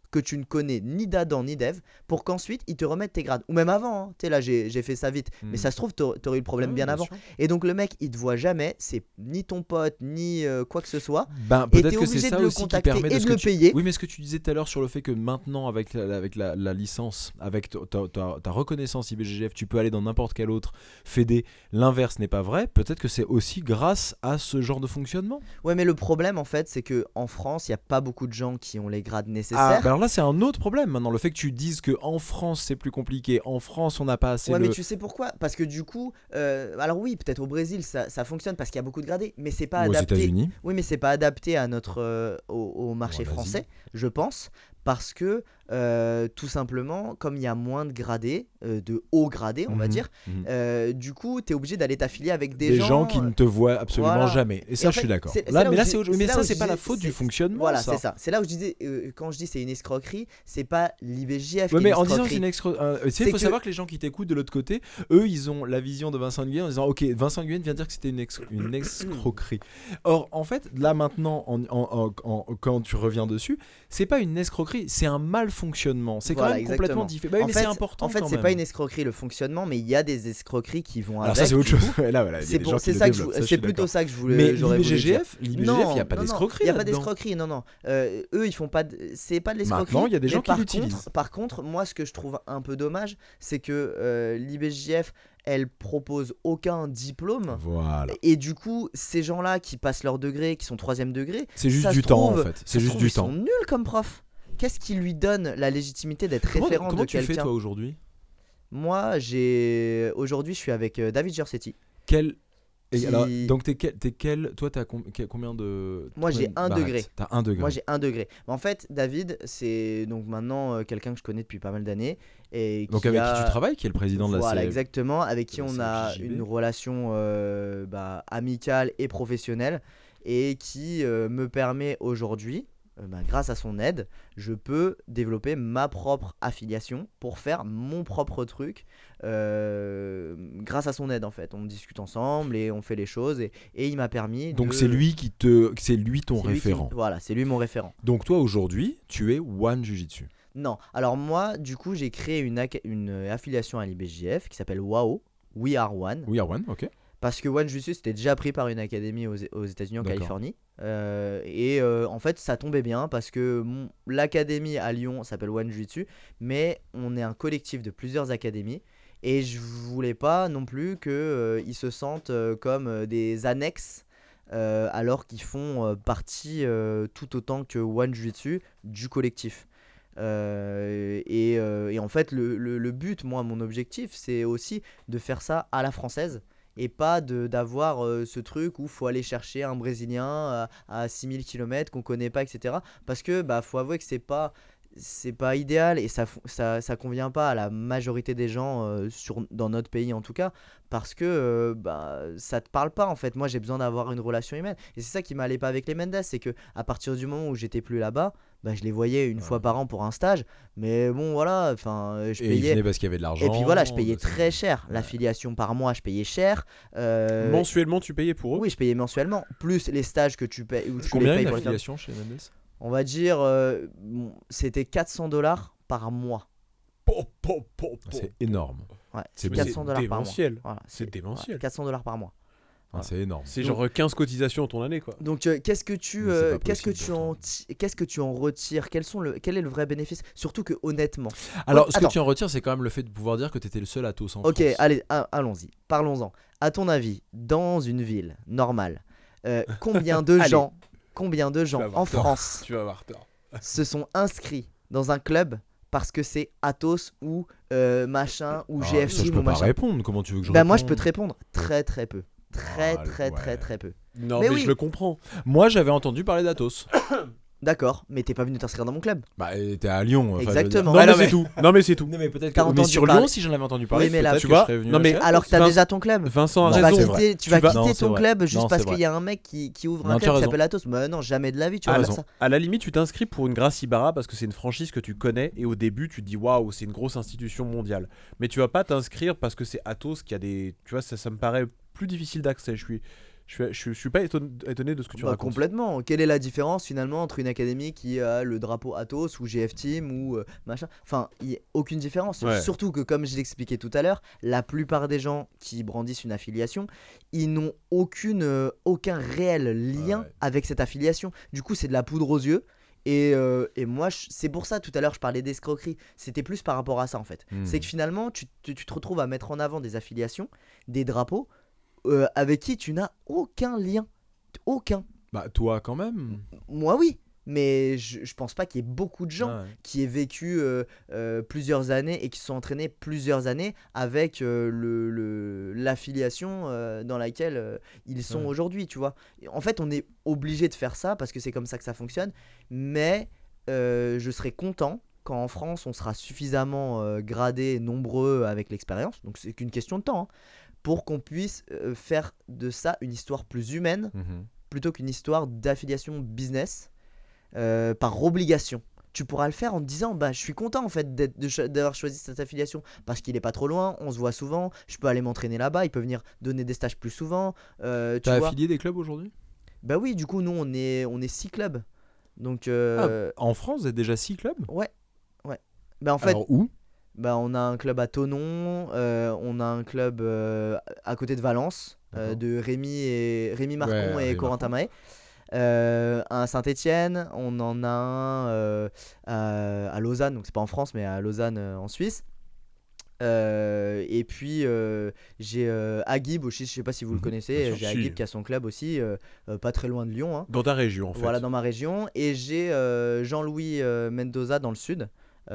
que tu ne connais ni d'Adam ni d'Ève pour qu'ensuite ils te remettent tes grades. Ou même avant, hein. Tu sais là j'ai, j'ai fait ça vite, Mm. mais ça se trouve t'aurais t'aurais eu le problème Ouais, bien, avant. sûr. Et donc le mec il te voit jamais, c'est ni ton pote ni euh, quoi que ce soit. Ben, Et peut-être t'es que c'est obligé ça de le aussi qui contacter permet de et ce de que le tu- payer. Oui, mais ce que tu disais tout à l'heure sur le fait que maintenant, avec la, avec la, la licence, avec ta, ta- ta- ta reconnaissance I B G F, tu peux aller dans n'importe quel autre fédé. L'inverse n'est pas vrai. Peut-être que c'est aussi grâce à ce genre de fonctionnement. Ouais, mais le problème en fait c'est que en France il y a pas beaucoup de gens qui ont les grades nécessaires. Ah, bah alors là, c'est un autre problème maintenant. Le fait que tu dises que en France c'est plus compliqué, en France on n'a pas assez Ouais, le. mais tu sais pourquoi? Parce que du coup, euh, alors oui, peut-être au Brésil ça, ça fonctionne parce qu'il y a beaucoup de gradés, mais c'est pas Ou aux adapté. États-Unis. Oui, mais c'est pas adapté à notre euh, au, au marché Ou en Asie. français, je pense, parce que euh, tout simplement, comme il y a moins de gradés, euh, de hauts gradés, on va Mhm, dire, mhm. euh, du coup, t'es obligé d'aller t'affilier avec des, Des, gens, qui ne te voient absolument voilà. jamais. Et ça, en je suis fait, d'accord. c'est- c'est Là, là mais où là, je c'est dis- autre- mais c'est là ça, où c'est je pas dis- la faute du c'est- fonctionnement. Voilà, ça. c'est ça. C'est là où je disais, euh, quand je dis c'est une escroquerie, c'est pas l'I B J F Ouais, qui mais est en une disant que c'est escroquerie. une excro... euh, tu sais, C'est il faut que- savoir que les gens qui t'écoutent de l'autre côté, eux, ils ont la vision de Vincent Nguyen en disant ok, Vincent Nguyen vient dire que c'était une, ex- une escroquerie. Or, en fait, là maintenant, en, en- en- en- quand tu reviens dessus, c'est pas une escroquerie, c'est un mal fonctionnement. C'est quand Voilà, même complètement exactement. différent. Bah oui, En mais fait, c'est important. En fait, quand c'est même. pas une escroquerie le fonctionnement, mais il y a des escroqueries qui vont Alors avec. ça, c'est autre du chose. coup. Là, voilà, il y a C'est des pour- gens c'est qui ça le que je développent, vou- je c'est suis plutôt d'accord. ça que je voulais. Mais j'aurais voulu dire. l'I B G F, l'I B G F, il n'y a pas non, non, d'escroquerie. Il n'y a pas là-dedans. d'escroquerie, non, non. Euh, eux, ils font pas. De... C'est pas de l'escroquerie. Maintenant, il y a des mais gens qui par l'utilisent. contre- Par contre, moi, ce que je trouve un peu dommage, c'est que euh, l'I B J F, elle propose aucun diplôme. Voilà. Et du coup, ces gens-là qui passent leur degré, qui sont troisième degré, C'est juste ça du se temps, en trouve- fait. ça C'est se juste trouve, du ils sont temps. nuls comme prof. Qu'est-ce qui lui donne la légitimité d'être Comment, référent comment de tu fais, quelqu'un? toi, aujourd'hui? Moi, j'ai aujourd'hui, je suis avec euh, David Gersetti. Quel... et Qui- alors, donc t'es quel, t'es quel... Toi t'as com- quel- combien de... Moi, j'ai combien un de barrettes? degré. T'as un degré. Moi, j'ai un degré. Mais en fait, David, c'est donc maintenant euh, quelqu'un que je connais depuis pas mal d'années et Donc qui avec a... qui tu travailles, qui est le président de la Voilà, C F. exactement, avec qui de la on a C F J J B. une relation euh, bah, amicale et professionnelle et qui euh, me permet aujourd'hui, euh, bah, grâce à son aide, je peux développer ma propre affiliation pour faire mon propre truc euh, grâce à son aide en fait. On discute ensemble et on fait les choses et, et il m'a permis Donc de- c'est lui qui te... C'est lui ton c'est lui qui- référent. Voilà, c'est lui mon référent. Donc toi aujourd'hui, tu es One Jiu-Jitsu. Non, alors moi, du coup, j'ai créé une, acca- une euh, affiliation à l'I B J F qui s'appelle W A O, We Are One, We are One, ok. parce que One Jiu-Jitsu c'était déjà pris par une académie aux, aux États-Unis, en D'accord. Californie. Euh, et euh, en fait, ça tombait bien parce que mon- l'académie à Lyon s'appelle One Jiu-Jitsu, mais on est un collectif de plusieurs académies. Et je voulais pas non plus qu'ils se sentent euh, comme euh, des annexes. euh, alors qu'ils font euh, partie euh, tout autant que One Jiu-Jitsu du collectif. Euh, et, euh, et en fait, le, le- le but, moi, mon objectif, c'est aussi de faire ça à la française et pas de- d'avoir euh, ce truc où faut aller chercher un Brésilien à, à six mille kilomètres qu'on connaît pas, et cetera. Parce que bah faut avouer que c'est pas c'est pas idéal et ça, fo- ça ça convient pas à la majorité des gens euh, sur, dans notre pays en tout cas parce que euh, bah ça te parle pas en fait. Moi j'ai besoin d'avoir une relation humaine et c'est ça qui m'allait pas avec les Mendes, c'est que à partir du moment où j'étais plus là-bas, bah je les voyais une Ouais. fois par an pour un stage, mais bon voilà, enfin euh, je Et il payais. venait parce qu'il y avait de l'argent. Et puis voilà, je payais de ça. très cher. L'affiliation par mois, je payais cher. Euh, Mensuellement, tu payais pour eux. oui, je payais mensuellement. Plus les stages que tu payes. Où tu Combien les une payes pour les faire. affiliation chez Mendes? On va dire, euh, bon, c'était quatre cents dollars par mois. Po, po, po, po. C'est énorme. Ouais, C'est c'est quatre cents dollars par mois. démentiel. Voilà, C'est démentiel. ouais, quatre cents dollars par mois. Ah, c'est énorme. C'est genre quinze cotisations ton année, quoi. Donc euh, qu'est-ce que tu Mais c'est euh, pas qu'est-ce que possible tu en ti- qu'est-ce que tu en retires Quels sont le quel est le vrai bénéfice? Surtout que honnêtement. Alors, Oh, ce attends. que tu en retires, c'est quand même le fait de pouvoir dire que tu étais le seul atos en Ok, France. allez, a- allons-y. Parlons-en. À ton avis, dans une ville normale, euh, combien de Allez. gens, combien de gens vas avoir en tort. France Tu vas avoir tort. se sont inscrits dans un club parce que c'est Athos ou euh, machin ou Ah, G F ça, je Team peux ou pas machin? répondre. Comment tu veux que je Bah moi je peux réponde te répondre très très peu. Très Ah, très ouais. très très peu. Non, Mais mais, oui. je le comprends. Moi, j'avais entendu parler d'Atos. D'accord, mais t'es pas venu t'inscrire dans mon club. Bah, t'es à Lyon. enfin, je veux dire. Exactement. Non, Ouais, mais non, c'est mais- tout. Non, mais c'est tout. Non, mais peut-être T'as que. Mais entendu sur parler- Lyon, si j'en avais entendu parler, Oui, mais là, peut-être tu que vois, je serais venu non, mais- à Alors que t'as Vince- déjà ton club. Vincent a Non, Tu vas raison. c'est vrai. quitter, tu vas vas- quitter non, c'est ton vrai. club juste Non, parce c'est qu'il y a un mec qui, qui ouvre Non, un tu as club qui raison. s'appelle Athos. Mais non, jamais de la vie tu vas À as faire raison. ça. À la limite, tu t'inscris pour une Gracie Barra parce que c'est une franchise que tu connais et au début, tu te dis waouh, c'est une grosse institution mondiale. Mais tu vas pas t'inscrire parce que c'est Athos qui a des. Tu vois, ça, ça me paraît plus difficile d'accès. Je suis. Je suis, je, suis- je suis pas étonné, étonné de ce que tu Bah, racontes. complètement. Quelle est la différence finalement entre une académie qui a le drapeau Athos ou G F Team ou euh, machin? Enfin, il n'y a aucune différence. Ouais. Surtout que, comme je l'expliquais tout à l'heure, la plupart des gens qui brandissent une affiliation, ils n'ont aucune, euh, aucun réel lien Ouais, ouais. avec cette affiliation. Du coup, c'est de la poudre aux yeux. Et, euh, et moi, je- c'est pour ça tout à l'heure je parlais d'escroquerie. C'était plus par rapport à ça en fait. Hmm. C'est que finalement, tu, te- tu te retrouves à mettre en avant des affiliations, des drapeaux euh, avec qui tu n'as aucun lien. Aucun. Bah, toi, quand même. Moi, oui. Mais je, je pense pas qu'il y ait beaucoup de gens Ouais. qui aient vécu euh, euh, plusieurs années et qui se sont entraînés plusieurs années avec euh, le, le- l'affiliation euh, dans laquelle euh, ils sont Ouais. aujourd'hui, tu vois. Et en fait, on est obligé de faire ça parce que c'est comme ça que ça fonctionne. Mais euh, je serais content quand en France, on sera suffisamment euh, gradés et nombreux avec l'expérience. Donc, c'est qu'une question de temps, hein, pour qu'on puisse euh, faire de ça une histoire plus humaine Mhm. plutôt qu'une histoire d'affiliation business euh, par obligation. Tu pourras le faire en te disant bah je suis content en fait d'être- de cho- d'avoir choisi cette affiliation parce qu'il est pas trop loin, on se voit souvent, je peux aller m'entraîner là-bas, il peut venir donner des stages plus souvent. euh, tu T'as vois. affilié des clubs aujourd'hui? Bah oui, du coup nous on est on est six clubs. Donc euh, En France, vous êtes déjà six clubs? ouais ouais. Bah en fait Alors, où? bah on a un club à Thonon, euh, on a un club euh, à côté de Valence euh, D'accord. de Rémi et Rémi Marcon Ouais, et Rémi Corentin Marcon. Mahé. Euh, à Saint-Étienne, on en a un euh, à, à Lausanne, donc c'est pas en France mais à Lausanne euh, en Suisse. Euh, et puis euh, j'ai euh, Agib aussi, je sais pas si vous le Mhm, connaissez, bien sûr. j'ai Si. Agib qui a son club aussi, euh, euh, pas très loin de Lyon, hein. Dans ta région, en fait. Voilà, dans ma région. Et j'ai euh, Jean-Louis euh, Mendoza dans le sud,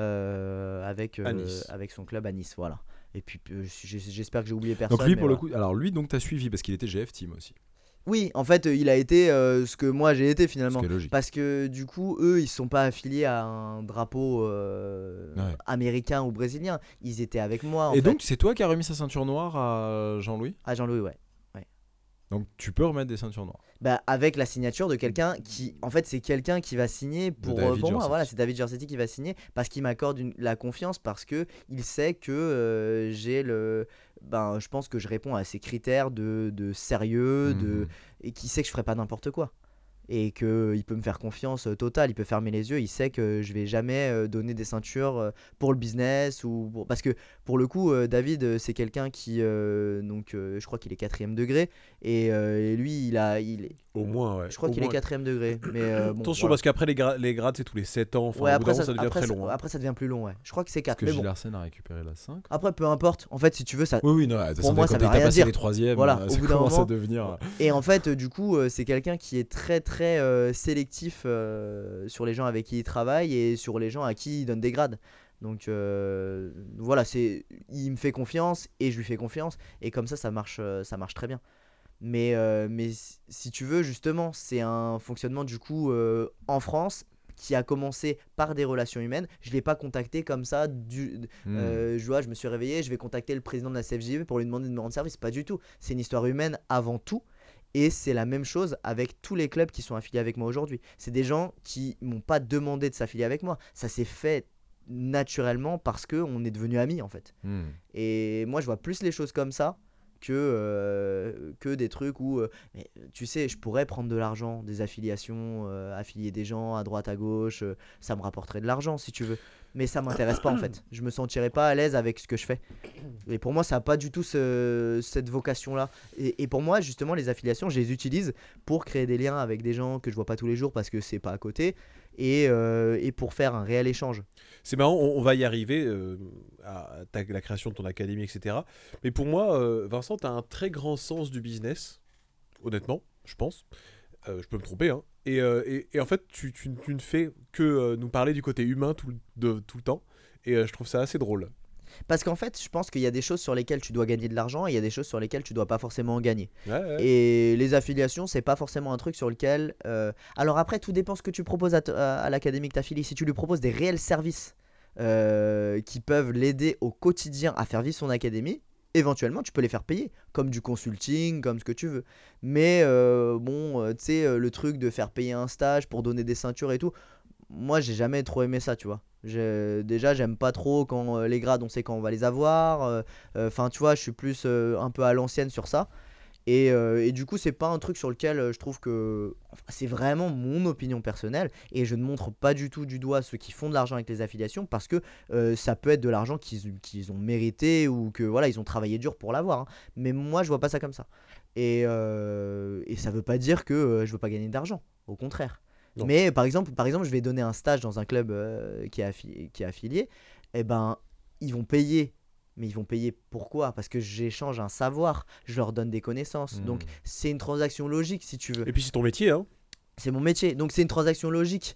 euh, avec, euh, À Nice. avec son club à Nice, voilà. Et puis euh, j'ai- j'espère que j'ai oublié personne. Donc, lui, mais pour le voilà. coup. Alors, lui, donc, t'as suivi parce qu'il était G F Team aussi. Oui, en fait, euh, il a été euh, ce que moi j'ai été Ce finalement. qui est logique. Parce que du coup, eux, ils sont pas affiliés à un drapeau euh, Ouais. américain ou brésilien. Ils étaient avec moi. En Et fait. donc, c'est toi qui as remis sa ceinture noire à Jean-Louis? À Jean-Louis, ouais. Donc, tu peux remettre des ceintures noires. Bah, avec la signature de quelqu'un qui, en fait, c'est quelqu'un qui va signer pour, David euh, pour moi. Gersetti. Voilà, c'est David Gersetti qui va signer parce qu'il m'accorde une- la confiance parce que il sait que euh, j'ai le, ben, je pense que je réponds à ses critères de, de sérieux, de Mhm. et qui sait que je ferai pas n'importe quoi. Et qu'il peut me faire confiance euh, totale, il peut fermer les yeux, il sait que je vais jamais euh, donner des ceintures euh, pour le business ou pour- parce que pour le coup euh, David euh, c'est quelqu'un qui euh, donc euh, je crois qu'il est quatrième degré et, euh, et lui il a il est- Au moins, ouais. je crois Au qu'il est moins. quatrième degré mais euh, bon, Attention, voilà. parce qu'après, les, gra- les grades, c'est tous les sept ans. Enfin, Ouais, au bout après d'un ça, moment, ça devient après, très ça- long. hein. après ça devient plus long ouais. Je crois que c'est Parce quatre que mais Gilles bon. Larsen a récupéré la cinq. Après peu importe, en fait si tu veux ça Oui, oui, non, de toute façon, moi, quand ça t'es- veut t'as rien passé dire. les troisièmes, Voilà, euh, au ça bout d'un commence moment- à devenir. Et en fait, euh, du coup, euh, c'est quelqu'un qui est très très euh, sélectif euh, sur les gens avec qui il travaille et sur les gens à qui il donne des grades. Donc euh, voilà, c'est, il me fait confiance et je lui fais confiance et comme ça, ça marche, euh, ça marche très bien. Mais, euh, mais si- si tu veux, justement, c'est un fonctionnement du coup euh, en France qui a commencé par des relations humaines. Je ne l'ai pas contacté comme ça. Du, Hmm. euh, je, vois, je me suis réveillé, je vais contacter le président de la C F J V pour lui demander de me rendre service. Pas du tout. C'est une histoire humaine avant tout. Et c'est la même chose avec tous les clubs qui sont affiliés avec moi aujourd'hui. C'est des gens qui m'ont pas demandé de s'affilier avec moi. Ça s'est fait naturellement parce qu'on est devenus amis en fait. Hmm. Et moi je vois plus les choses comme ça que, euh, que des trucs où, euh, mais, tu sais, je pourrais prendre de l'argent, des affiliations, euh, affilier des gens à droite, à gauche, euh, ça me rapporterait de l'argent si tu veux. Mais ça m'intéresse pas en fait. Je me sentirais pas à l'aise avec ce que je fais. Et pour moi, ça n'a pas du tout ce- cette vocation-là. Et, et pour moi, justement, les affiliations, je les utilise pour créer des liens avec des gens que je vois pas tous les jours parce que c'est pas à côté. Et, euh, et pour faire un réel échange. C'est marrant, on, on va y arriver euh, à ta- la création de ton académie, et cetera. Mais pour moi, euh, Vincent, tu as un très grand sens du business, honnêtement, je pense. Euh, je peux me tromper, hein. Et, euh, et, et en fait, tu, tu- tu ne fais que euh, nous parler du côté humain tout, le- de, tout le temps. Et euh, je trouve ça assez drôle. Parce qu'en fait, je pense qu'il y a des choses sur lesquelles tu dois gagner de l'argent et il y a des choses sur lesquelles tu dois pas forcément en gagner. Ouais, ouais. Et les affiliations, c'est pas forcément un truc sur lequel. euh, Alors après, tout dépend ce que tu proposes à, t- à, à l'académie que t'affilies. Si tu lui proposes des réels services euh, qui peuvent l'aider au quotidien à faire vivre son académie, éventuellement, tu peux les faire payer, comme du consulting, comme ce que tu veux. Mais euh, bon, euh, tu sais, euh, le truc de faire payer un stage pour donner des ceintures et tout, moi, j'ai jamais trop aimé ça, tu vois. J'ai- Déjà, j'aime pas trop quand euh, les grades, on sait quand on va les avoir. Enfin, tu vois, je suis plus euh, un peu à l'ancienne sur ça. Et, euh, et du coup, c'est pas un truc sur lequel euh, je trouve que. Enfin, c'est vraiment mon opinion personnelle. Et je ne montre pas du tout du doigt ceux qui font de l'argent avec les affiliations parce que euh, ça peut être de l'argent qu'ils, qu'ils ont mérité ou que voilà, ils ont travaillé dur pour l'avoir. Hein. Mais moi, je vois pas ça comme ça. Et, euh, et ça veut pas dire que euh, je veux pas gagner d'argent. Au contraire. Non. Mais par exemple, par exemple, je vais donner un stage dans un club euh, qui, est affi- qui est affilié. Et ben, ils vont payer. Mais ils vont payer pourquoi ? Parce que j'échange un savoir, je leur donne des connaissances. Mmh. Donc c'est une transaction logique si tu veux. Et puis c'est ton métier, hein. C'est mon métier, donc c'est une transaction logique.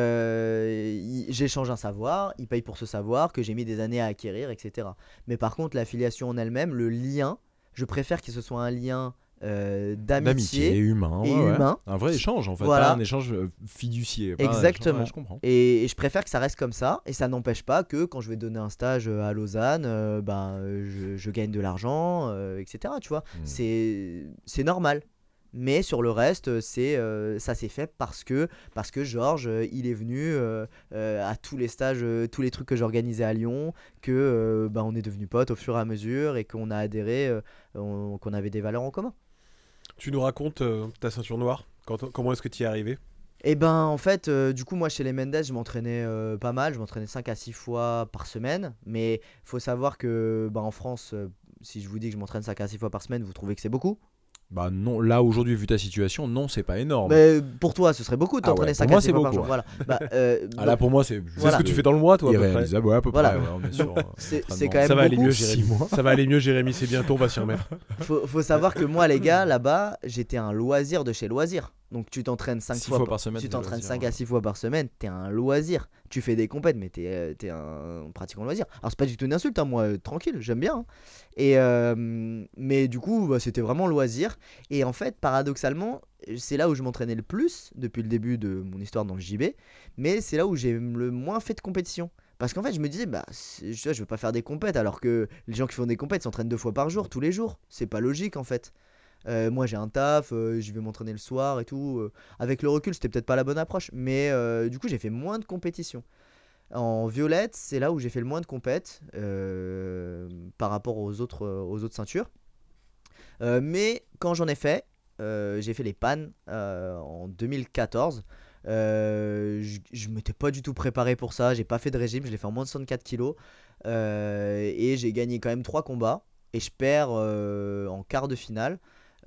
Euh, y- j'échange un savoir, ils payent pour ce savoir que j'ai mis des années à acquérir, et cetera. Mais par contre, l'affiliation en elle-même, le lien, je préfère que ce soit un lien euh, D'amitié d'amitié. humain. et ouais, ouais. humain. Un vrai échange en fait, Voilà. pas un échange euh, fiduciaire. pas un échange- Exactement. ouais, je comprends. Et, et je préfère que ça reste comme ça. Et ça n'empêche pas que quand je vais donner un stage euh, à Lausanne, euh, ben, euh, je, je gagne de l'argent, euh, et cetera. Tu vois, Mm. c'est, c'est normal. Mais sur le reste, c'est, euh, ça s'est fait parce que, parce que Georges, euh, il est venu euh, euh, à tous les stages, euh, tous les trucs que j'organisais à Lyon, que euh, ben, on est devenus potes au fur et à mesure et qu'on a adhéré, euh, on- qu'on avait des valeurs en commun. Tu nous racontes euh, ta ceinture noire. Quand- comment est-ce que tu y es arrivé? Et ben en fait, euh, du coup moi chez les Mendes, je m'entraînais euh, pas mal, je m'entraînais cinq à six fois par semaine, mais faut savoir que ben, en France, euh, si je vous dis que je m'entraîne cinq à six fois par semaine, vous trouvez que c'est beaucoup? Bah non, là aujourd'hui vu ta situation, non, c'est pas énorme. Mais pour toi, ce serait beaucoup de Ah t'entraîner ouais, pour cinq moi, à six c'est fois par beaucoup, jour. Voilà. Bah, euh, Ah là pour moi c'est C'est Voilà. ce que tu fais dans le mois, toi, à peu près. irréalisable, ouais, à peu Voilà. près, ouais, on est sur, euh, C'est- entraînement. c'est quand même Ça va aller beaucoup. mieux, Six Jérémy. mois. Ça va aller mieux, Jérémy. C'est bientôt, on va s'y remettre. faut, faut savoir que moi les gars, là-bas, j'étais un loisir de chez loisir. Donc tu t'entraînes cinq Six fois, fois par par semaine, Tu t'es t'entraînes loisir, cinq ouais. à six fois par semaine, t'es un loisir. Tu fais des compètes, mais t'es, euh, t'es un pratiquant loisir. Alors c'est pas du tout une insulte, hein, moi, euh, tranquille, j'aime bien. hein. Et euh, mais du coup, bah, c'était vraiment loisir. Et en fait, paradoxalement, c'est là où je m'entraînais le plus depuis le début de mon histoire dans le J B. Mais c'est là où j'ai le moins fait de compétition. Parce qu'en fait, je me disais, bah, c'est- je je veux pas faire des compètes alors que les gens qui font des compètes s'entraînent deux fois par jour, tous les jours. C'est pas logique en fait. Euh, moi j'ai un taf, euh, je vais m'entraîner le soir et tout. euh. Avec le recul, c'était peut-être pas la bonne approche, mais euh, du coup, j'ai fait moins de compétitions. En violette, c'est là où j'ai fait le moins de compètes euh, par rapport aux autres, euh, aux autres ceintures. Euh, mais quand j'en ai fait, euh, j'ai fait les pannes euh, en deux mille quatorze. Euh, je je m'étais pas du tout préparé pour ça, j'ai pas fait de régime, je l'ai fait en moins de soixante-quatre kilos. Euh, et j'ai gagné quand même trois combats. Et je perds euh, en quart de finale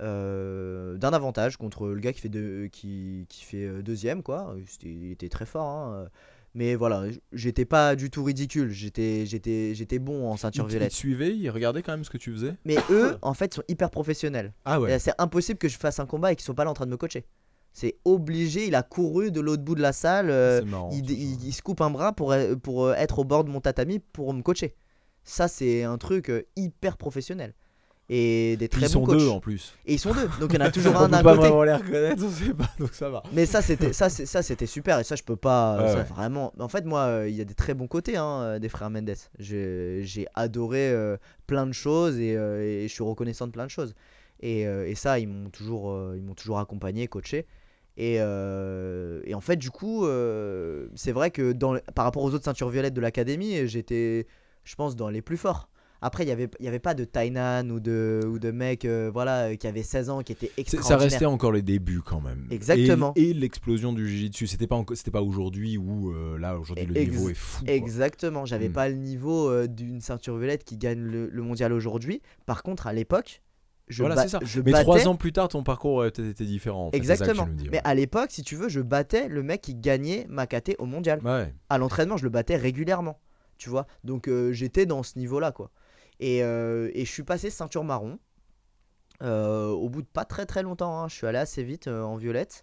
euh, d'un avantage contre le gars qui fait, deux- qui, qui fait euh, deuxième. Quoi. C'était- il était très fort. hein. Mais voilà, j- j'étais pas du tout ridicule, j'étais, j'étais, j'étais bon en Ils ceinture te- ils te violette. suivaient, ils regardaient quand même ce que tu faisais. Mais eux, en fait, sont hyper professionnels. Ah Et C'est impossible que je fasse un combat et qu'ils soient pas là en train de me coacher. C'est obligé, il a couru de l'autre bout de la salle, euh, C'est marrant. il, tout il- ça. il se coupe un bras pour, euh, pour euh, être au bord de mon tatami pour me coacher. Ça, c'est un truc euh, hyper professionnel. Et des Puis très ils bons sont coachs. deux en plus. Et ils sont deux, donc il y en a toujours On un peut d'un pas côté. vraiment les reconnaître, on sait pas, donc ça va. Mais ça, c'était ça, c'est- ça, c'était super. Et ça, je peux pas. Ouais, ça, ouais. Vraiment. En fait, moi, euh, il y a des très bons côtés hein, euh, des frères Mendes. J'ai j'ai adoré euh, plein de choses et, euh, et je suis reconnaissant de plein de choses. Et, euh, et ça, ils m'ont toujours, euh, ils m'ont toujours accompagné, coaché. Et, euh, et en fait, du coup, euh, c'est vrai que dans, le- par rapport aux autres ceintures violettes de l'académie, j'étais, je pense, dans les plus forts. Après, il n'y avait, il y avait pas de Tainan ou de, ou de mecs euh, voilà, euh, qui avaient seize ans qui étaient C'est- extraordinaires. Ça restait encore les débuts quand même. Exactement. Et, et l'explosion du jiu-jitsu, c'était pas enco- c'était pas aujourd'hui où euh, là aujourd'hui le Ex- niveau est fou. quoi. Exactement, j'avais Mm. pas le niveau euh, d'une ceinture violette qui gagne le, le mondial aujourd'hui. Par contre, à l'époque, je, Voilà, ba- c'est ça. je Mais battais. trois ans plus tard, ton parcours aurait peut-être été différent. en fait, c'est ça que tu Exactement. nous dis, Mais ouais. à l'époque, si tu veux, je battais le mec qui gagnait ma K T au mondial. Ouais. À l'entraînement, je le battais régulièrement. Tu vois, donc euh, j'étais dans ce niveau-là, quoi. Et, euh, et je suis passé ceinture marron. euh, au bout de pas très très longtemps, hein. Je suis allé assez vite euh, en violette.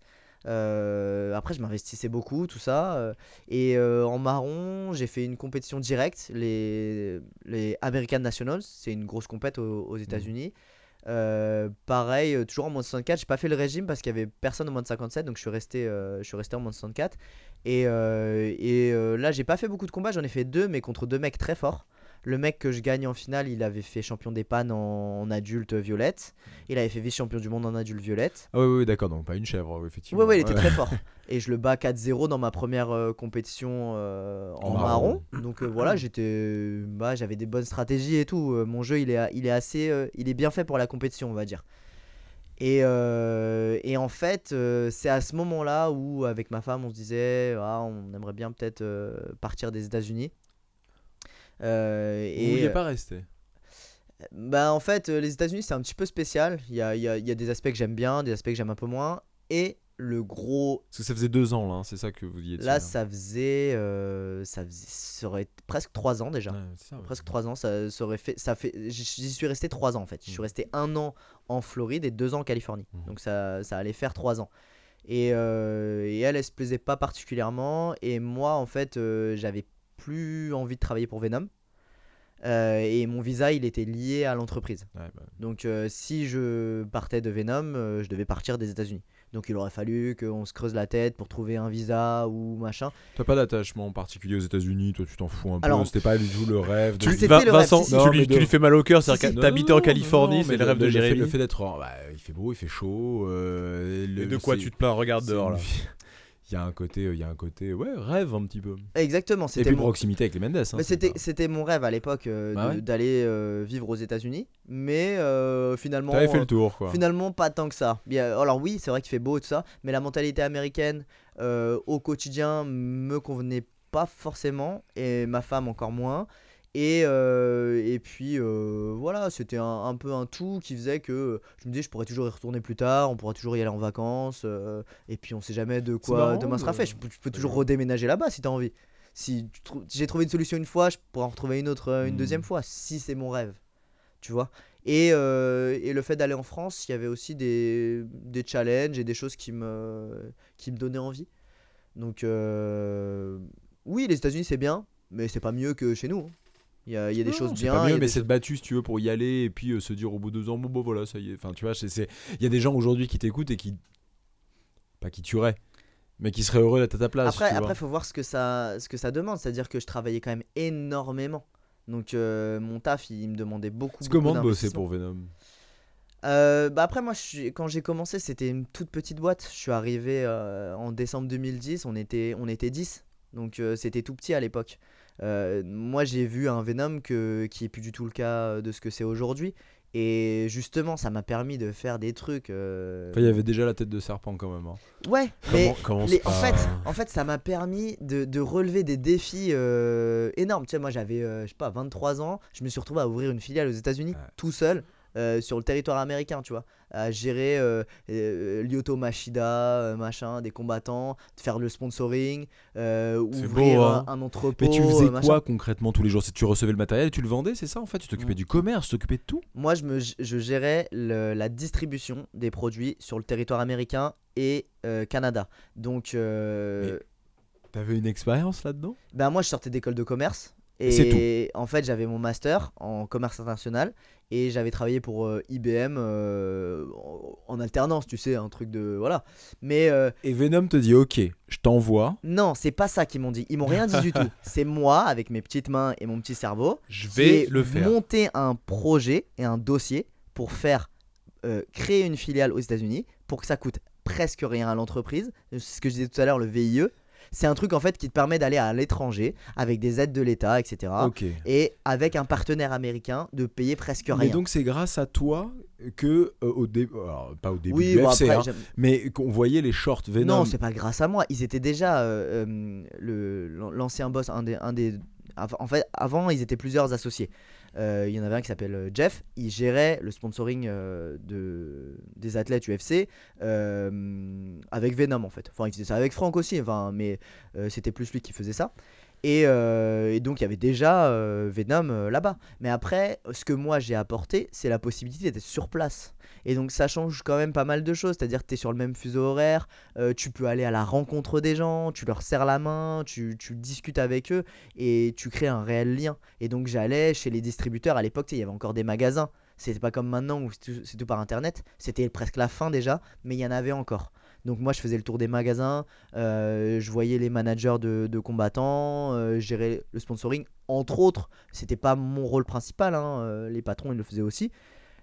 Euh, après, je m'investissais beaucoup, tout ça. euh, et euh, en marron, j'ai fait une compétition directe, les, les American Nationals. C'est une grosse compète aux, aux États-Unis. Euh, pareil, euh, toujours en moins de soixante-quatre. J'ai pas fait le régime parce qu'il y avait personne en moins de cinquante-sept, donc je suis resté, euh, je suis resté en moins de soixante-quatre. Et, euh, et euh, là, j'ai pas fait beaucoup de combats. J'en ai fait deux, mais contre deux mecs très forts. Le mec que je gagne en finale, il avait fait champion des pannes en, en adulte violette. Il avait fait vice-champion du monde en adulte violette. Ah oui, oui, d'accord, donc pas une chèvre, oui, effectivement. Ouais, ouais, il était très fort. Et je le bats quatre zéro dans ma première euh, compétition euh, en, En marron. marron. Donc euh, voilà, j'étais, bah, j'avais des bonnes stratégies et tout. Euh, mon jeu, il est, il est assez, euh, il est bien fait pour la compétition, on va dire. Et, euh, et en fait, euh, c'est à ce moment-là où, avec ma femme, on se disait, ah, on aimerait bien peut-être euh, partir des États-Unis. Euh, Vous et vouliez pas rester. bah, en fait, euh, les États-Unis, c'est un petit peu spécial. Il y a, il y a- il y a des aspects que j'aime bien, des aspects que j'aime un peu moins. Et le gros. Parce que ça faisait deux ans là, hein, c'est ça que vous y étiez. Là, ça faisait. euh, ça faisait ça aurait été presque trois ans déjà. Ouais, c'est ça, ouais. Presque trois ans, ça, ça aurait fait. Ça fait j'y j'y suis resté trois ans en fait. Je suis resté un an en Floride et deux ans en Californie. Mhm. Donc ça, ça allait faire trois ans. Et, euh, et elle, elle se plaisait pas particulièrement. Et moi, en fait, euh, j'avais plus envie de travailler pour Venom. Euh, et mon visa, il était lié à l'entreprise. Ouais, bah, Donc euh, si je partais de Venom, euh, je devais partir des États-Unis. Donc il aurait fallu qu'on se creuse la tête pour trouver un visa ou machin. T'as pas d'attachement particulier aux États-Unis, toi tu t'en fous un peu. Alors, C'était pas du tout le rêve. De... Tu, C'était Va- le rêve, Vincent, si, si. tu, Non, lui, mais tu de- lui fais mal au cœur, Si, c'est-à-dire si. que t'habitais en Non, Californie, non, c'est mais le rêve de le fait- Jérémy. Le fait d'être. Bah, il fait beau, il fait chaud. euh, le- Et de quoi c'est- tu te plains? Regarde c'est dehors une là. vie- Il y a un côté, il y a un côté, ouais, rêve un petit peu. Exactement, Et c'était puis mon... proximité avec les Mendes. Hein, Mais c'est c'était, pas- c'était mon rêve à l'époque euh, Bah de- ouais. d'aller euh, vivre aux États-Unis. Mais euh, finalement, T'avais fait euh, le tour quoi. finalement, pas tant que ça. Bien, alors oui, c'est vrai qu'il fait beau et tout ça, mais la mentalité américaine euh, au quotidien me convenait pas forcément, et ma femme encore moins. Et, euh, et puis euh, voilà, c'était un, un peu un tout qui faisait que je me disais je pourrais toujours y retourner plus tard, on pourra toujours y aller en vacances, euh, et puis on sait jamais de quoi marrant, demain sera mais- fait. Je peux, tu peux toujours Ouais. redéménager là-bas si t'as envie. Si tu trou- j'ai trouvé une solution une fois, je pourrais en retrouver une autre euh, une Hmm. deuxième fois, si c'est mon rêve. Tu vois. Et, euh, et le fait d'aller en France, il y avait aussi des, des challenges et des choses qui me, qui me donnaient envie. Donc, euh, oui, les États-Unis, c'est bien, mais c'est pas mieux que chez nous. hein. Il y a, il y a des Non, choses c'est bien. pas il y mieux, a mais des c'est choses- battu si tu veux pour y aller et puis euh, se dire au bout de deux ans, bon bah voilà, ça y est. Enfin, tu vois, c'est, c'est- il y a des gens aujourd'hui qui t'écoutent et qui, pas qui tueraient, mais qui seraient heureux d'être à ta place. Après, tu vois. après, faut voir ce que ça, ce que ça demande. C'est-à-dire que je travaillais quand même énormément. Donc, euh, mon taf, il me demandait beaucoup. C'est beaucoup comment de bosser d'investissement. pour Venom? Euh, bah après moi je suis- quand j'ai commencé c'était une toute petite boîte. Je suis arrivé euh, en décembre deux mille dix, on était, on était dix. Donc euh, c'était tout petit à l'époque. Euh, moi j'ai vu un Venom que, qui est plus du tout le cas de ce que c'est aujourd'hui. Et justement ça m'a permis de faire des trucs. euh, Enfin, il y avait déjà la tête de serpent quand même. Hein. Ouais mais Comment les- en, fait, en fait ça m'a permis de, de relever des défis euh, énormes. Tu sais moi j'avais euh, je sais pas vingt-trois ans, je me suis retrouvé à ouvrir une filiale aux États-Unis Ouais. tout seul. Euh, sur le territoire américain, tu vois, à gérer euh, euh, Lyoto Machida, euh, machin, des combattants, de faire le sponsoring, euh, C'est ouvrir beau, un, hein. un entrepôt. Mais tu faisais euh, machin. quoi concrètement tous les jours? C'est que tu recevais le matériel et tu le vendais, c'est ça en fait? Tu t'occupais Mm. du commerce, tu t'occupais de tout? Moi, je, me, je gérais le- la distribution des produits sur le territoire américain et euh, Canada. Donc, euh, T'avais une expérience là-dedans? ben moi, je sortais d'école de commerce. Et c'est Et en fait, j'avais mon master en commerce international et j'avais travaillé pour euh, I B M euh, en, en alternance, tu sais, un truc de voilà. Mais euh, Et Venom te dit ok, je t'envoie. non, c'est pas ça qu'ils m'ont dit. Ils m'ont rien dit du tout. C'est moi, avec mes petites mains et mon petit cerveau, Je qui vais ai le faire. monté un projet et un dossier pour faire euh, créer une filiale aux États-Unis pour que ça coûte presque rien à l'entreprise. C'est ce que je disais tout à l'heure, le V I E. C'est un truc en fait qui te permet d'aller à l'étranger avec des aides de l'État, et cetera. Ok. Et avec un partenaire américain de payer presque rien. Mais donc c'est grâce à toi que euh, au début, alors pas au début oui, du bon, U F C, après, hein, j'aime- mais qu'on voyait les shorts Venom. non, c'est pas grâce à moi. Ils étaient déjà euh, euh, le l'ancien boss, un des, un des. av- En fait, avant, ils étaient plusieurs associés. Euh, Il y en avait un qui s'appelle euh, Jeff. Il gérait le sponsoring euh, de des athlètes U F C euh, avec Venom en fait. Enfin, il faisait ça avec Frank aussi. Enfin, mais euh, c'était plus lui qui faisait ça. Et, euh, et donc il y avait déjà euh, Venom euh, là-bas. Mais après, ce que moi j'ai apporté, c'est la possibilité d'être sur place. Et donc ça change quand même pas mal de choses. C'est-à-dire que tu es sur le même fuseau horaire, euh, tu peux aller à la rencontre des gens, tu leur serres la main, tu, tu discutes avec eux et tu crées un réel lien. Et donc j'allais chez les distributeurs. À l'époque, tu sais, il y avait encore des magasins. C'était pas comme maintenant où c'est tout, c'est tout par internet. C'était presque la fin déjà, mais il y en avait encore. Donc moi je faisais le tour des magasins, euh, je voyais les managers de, de combattants, euh, je gérais le sponsoring, entre autres. C'était pas mon rôle principal, hein, euh, les patrons ils le faisaient aussi.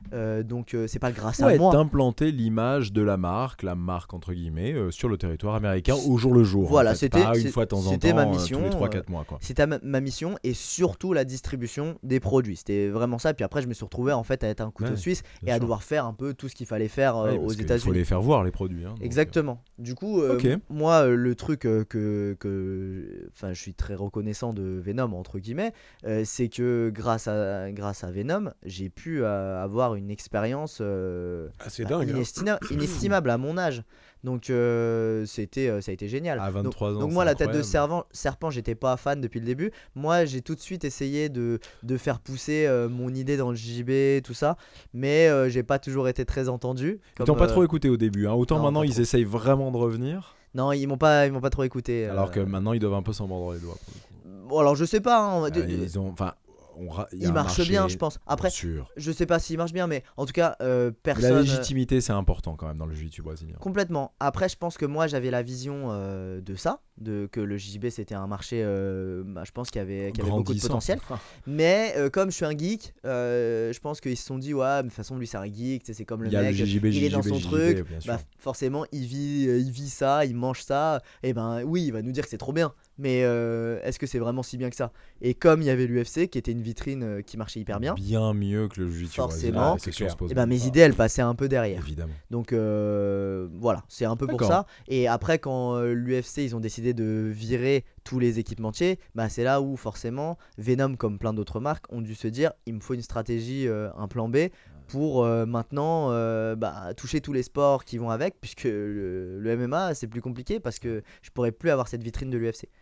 Euh, donc euh, c'est pas grâce Ouais, à moi. d'implanter l'image de la marque, la marque entre guillemets, euh, sur le territoire américain au jour le jour. Voilà, en fait. c'était- Pas une c'est- fois de temps en c'était temps, ma euh, mission, tous les trois euh, quatre mois. Quoi. C'était ma, ma mission et surtout la distribution des produits. C'était vraiment ça. Puis après, je me suis retrouvé en fait à être un couteau Ouais, suisse bien et à sûr. devoir faire un peu tout ce qu'il fallait faire euh, Ouais, aux parce qu'il faut États-Unis. les faire voir les produits. hein, donc, Exactement. Du coup, euh, Ok. m- moi, euh, le truc euh, que, que, enfin, je suis très reconnaissant de Venom entre guillemets, euh, c'est que grâce à grâce à Venom, j'ai pu euh, avoir une expérience euh, Ah, c'est bah, dingue. hein. inestima- inestimable à mon âge. Donc euh, c'était, euh, ça a été génial. À Donc- vingt-trois ans, Donc c'est moi, la tête de incroyable. servant, serpent, j'étais pas fan depuis le début. Moi, j'ai tout de suite essayé de, de faire pousser euh, mon idée dans le J B, tout ça, mais euh, j'ai pas toujours été très entendu. Ils comme, t'ont pas euh, trop écouté au début. hein. Autant non, maintenant pas ils trop. essayent vraiment de revenir, Non, ils m'ont pas, ils m'ont pas trop écouté. euh. alors que maintenant ils doivent un peu s'en mordre les doigts. pour le coup. Bon, alors je sais pas. hein, de- Euh, de- ils ont, enfin, on ra- il y a il un marche marché, bien, je pense. Après, bien sûr. je sais pas s'il marche bien, mais en tout cas, euh, Mais personne. La légitimité, c'est important quand même dans le jiu-jitsu brésilien. Complètement. Après, je pense que moi, j'avais la vision euh, de ça, de que le J B c'était un marché, euh, bah, je pense qu'il y avait, qu'il y avait beaucoup de Grandissant. potentiel. Mais euh, comme je suis un geek, euh, je pense qu'ils se sont dit ouais, mais de toute façon lui c'est un geek, tu sais, c'est comme le Il y a le mec, J J B, il est dans J J B, son J J B, truc, bien sûr. bah forcément il vit, euh, il vit ça, il mange ça, et ben oui, il va nous dire que c'est trop bien. Mais euh, est-ce que c'est vraiment si bien que ça? Et comme il y avait l'U F C qui était une vitrine euh, qui marchait hyper bien, Bien mieux que le jiu-jitsu Forcément. brésilien. Ah, c'est c'est sûr, clair. se pose et ben même mes pas. idées elles passaient un peu derrière. Évidemment. Donc euh, voilà, c'est un peu pour D'accord. ça. Et après, quand euh, l'U F C ils ont décidé de virer tous les équipementiers, bah c'est là où forcément Venom, comme plein d'autres marques, ont dû se dire il me faut une stratégie, euh, un plan B pour euh, maintenant euh, bah, toucher tous les sports qui vont avec, puisque le, le M M A c'est plus compliqué parce que je pourrais plus avoir cette vitrine de l'U F C.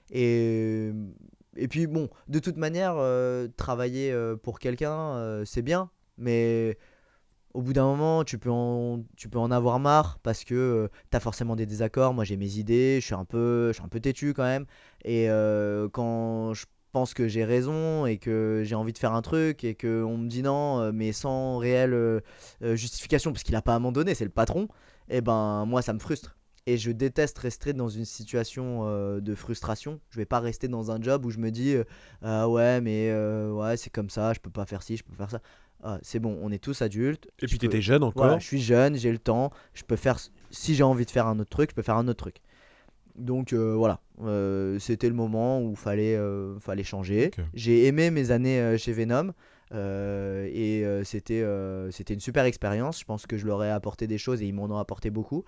Et et puis bon, de toute manière, euh, travailler euh, pour quelqu'un, euh, c'est bien, mais au bout d'un moment, tu peux en, tu peux en avoir marre parce que euh, t'as forcément des désaccords. Moi, j'ai mes idées, je suis un peu, je suis un peu têtu quand même. Et euh, quand je pense que j'ai raison et que j'ai envie de faire un truc et qu'on me dit non, euh, mais sans réelle euh, euh, justification, parce qu'il a pas à m'en donner, c'est le patron, et ben moi, ça me frustre. Et je déteste rester dans une situation euh, de frustration. Je vais pas rester dans un job où je me dis euh, ah ouais, mais euh, ouais, c'est comme ça, je peux pas faire ci, je peux faire ça. Ah, c'est bon, on est tous adultes. Et je puis peux- t'étais jeune encore. Voilà, je suis jeune, j'ai le temps, je peux faire, si j'ai envie de faire un autre truc, je peux faire un autre truc. Donc euh, voilà, euh, c'était le moment où fallait, euh, fallait changer. Ok. J'ai aimé mes années euh, chez Venom euh, et euh, c'était, euh, c'était une super expérience. Je pense que je leur ai apporté des choses et ils m'en ont apporté beaucoup.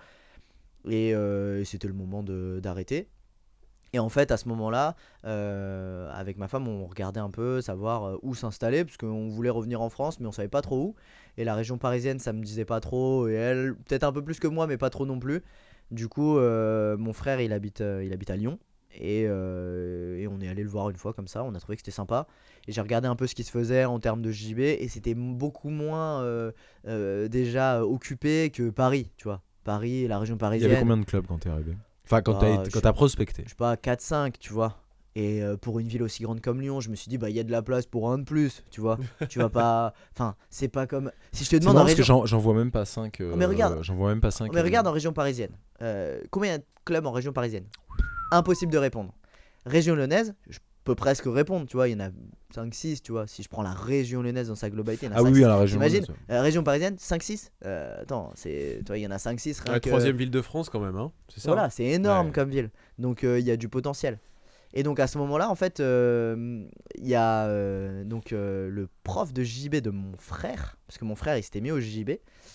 Et euh, c'était le moment de- d'arrêter. Et en fait, à ce moment-là, euh, avec ma femme, on regardait un peu, savoir euh, où s'installer, parce qu'on voulait revenir en France, mais on savait pas trop où. Et la région parisienne, ça me disait pas trop, et elle, peut-être un peu plus que moi, mais pas trop non plus. Du coup, euh, mon frère, il habite, euh, il habite à Lyon, et, euh, et on est allé le voir une fois comme ça. On a trouvé que c'était sympa. Et j'ai regardé un peu ce qui se faisait en termes de J B, et c'était beaucoup moins euh, euh, déjà occupé que Paris, tu vois. Paris, la région Il y parisienne. avait combien de clubs quand t'es arrivé? Enfin, quand Bah, t'as été- je- quand t'as prospecté. Je sais pas, quatre cinq, tu vois. Et euh, pour une ville aussi grande comme Lyon, je me suis dit, bah il y a de la place pour un de plus, tu vois. Tu vas pas. Enfin, c'est pas comme. Si je te C'est demande marrant en parce que région. j'en j'en vois même pas cinq. Oh, mais regarde. J'en vois même pas cinq. Mais regarde en région parisienne. Euh, combien il y a de clubs en région parisienne? Impossible de répondre. Région lyonnaise, je peux presque répondre, tu vois. Il y en a cinq six, tu vois. Si je prends la région lyonnaise dans sa globalité, il y en a Ah oui, cinq, oui, six. à la région. T'imagines lyonnaise, Euh, Région parisienne, cinq six euh, Attends, c'est... toi, il y en a cinq six. rien La que- troisième ville de France quand même, hein. C'est ça. Voilà, c'est énorme Ouais. comme ville. Donc euh, il y a du potentiel. Et donc à ce moment-là, en fait, euh, il y a euh, donc euh, le prof de J B de mon frère, parce que mon frère il s'était mis au J B,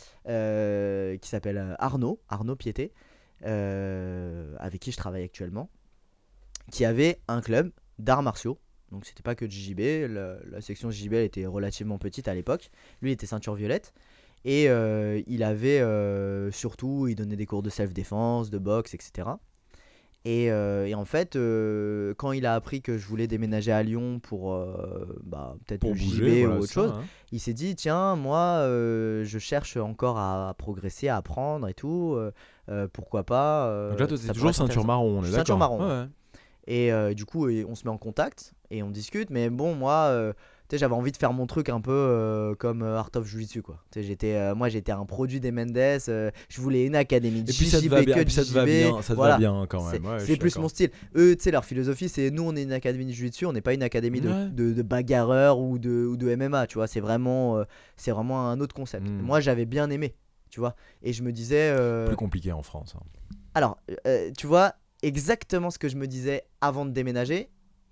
euh, qui s'appelle euh, Arnaud, Arnaud Piété, euh, avec qui je travaille actuellement, qui avait un club d'arts martiaux. Donc c'était pas que de J B, la, la section J B elle était relativement petite à l'époque. Lui il était ceinture violette. Et euh, il avait euh, surtout, il donnait des cours de self-défense, de boxe, et cetera. Et, euh, et en fait, euh, quand il a appris que je voulais déménager à Lyon pour euh, bah, peut-être Pour le J B bouger, voilà, ou autre ça, chose, hein. il s'est dit tiens, moi euh, je cherche encore à, à progresser, à apprendre et tout, euh, euh, pourquoi pas. euh, Donc là, toi, ça t'es pourrait toujours être ceinture intéressant. marron, on Je est suis ceinture d'accord. marron, Ouais, ouais. Et euh, du coup, et on se met en contact et on discute. Mais bon, moi, euh, sais, j'avais envie de faire mon truc un peu euh, comme euh, Art of Jiu-Jitsu, quoi. Tu sais, j'étais, euh, moi, j'étais un produit des Mendes. euh, je voulais une académie de Et puis ça te J J B va bien, que et puis ça te de va J J B. bien, ça te Voilà. va bien quand C'est, même. Ouais, je c'est suis plus d'accord. mon style. Eux, tu sais, leur philosophie, c'est nous, on est une académie de Jiu-Jitsu, on n'est pas une académie de, Ouais. de, de bagarreurs ou de, ou de M M A, tu vois. C'est vraiment, euh, c'est vraiment un autre concept. Mm. Moi, j'avais bien aimé, tu vois. Et je me disais. euh, Plus compliqué en France. hein. Alors, euh, tu vois, exactement ce que je me disais avant de déménager.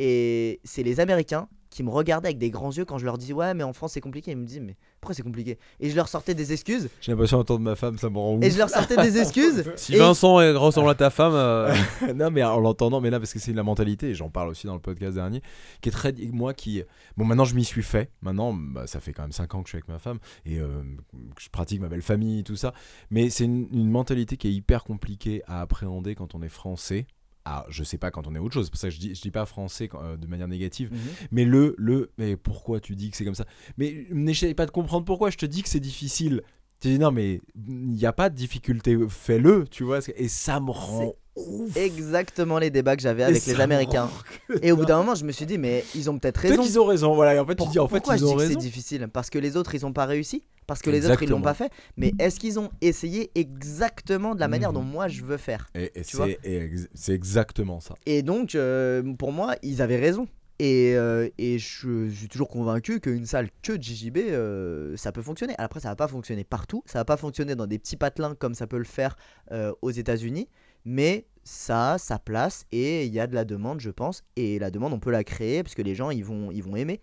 Et c'est les Américains qui me regardaient avec des grands yeux quand je leur disais ouais mais en France c'est compliqué. Ils me disaient mais pourquoi c'est compliqué. Et je leur sortais des excuses. J'ai l'impression d'entendre ma femme, ça me rend ouf. Et je leur sortais des excuses. Si Et- Vincent est- ressemble à ta femme, euh, non mais en l'entendant, mais là parce que c'est la mentalité, et j'en parle aussi dans le podcast dernier, qui est très moi qui bon maintenant je m'y suis fait. Maintenant bah, ça fait quand même cinq ans que je suis avec ma femme et euh, que je pratique ma belle famille tout ça, mais c'est une, une mentalité qui est hyper compliquée à appréhender quand on est français. Ah, je sais pas quand on est autre chose, c'est pour ça que je dis, je dis pas français quand- euh, de manière négative, Mhm. mais le, le, mais pourquoi tu dis que c'est comme ça? Mais n'essaye pas de comprendre pourquoi, je te dis que c'est difficile. Tu dis non, mais il n'y a pas de difficulté, fais-le, tu vois, et ça me rend ouf. Exactement les débats que j'avais Et avec ça les me Américains. rend- Et au bout d'un moment, je me suis dit, mais ils ont peut-être Peut-être raison. qu'ils ont raison, voilà, et en fait, Pour- tu dis en fait, pourquoi ils je dis ont que c'est raison. difficile? Parce que les autres, ils ont pas réussi? Parce que les autres, ils l'ont Exactement. pas fait? Mais est-ce qu'ils ont essayé exactement de la manière Mhm. dont moi je veux faire? Et, et Tu vois c'est, et ex- c'est exactement ça. Et donc, euh, pour moi, ils avaient raison. Et, euh, et je, je suis toujours convaincu qu'une salle que de J J B, euh, ça peut fonctionner. Après, ça va pas fonctionner partout. Ça va pas fonctionner dans des petits patelins comme ça peut le faire euh, aux États-Unis. Mais ça a sa place et il y a de la demande, je pense. Et la demande, on peut la créer parce que les gens, ils vont, ils vont aimer.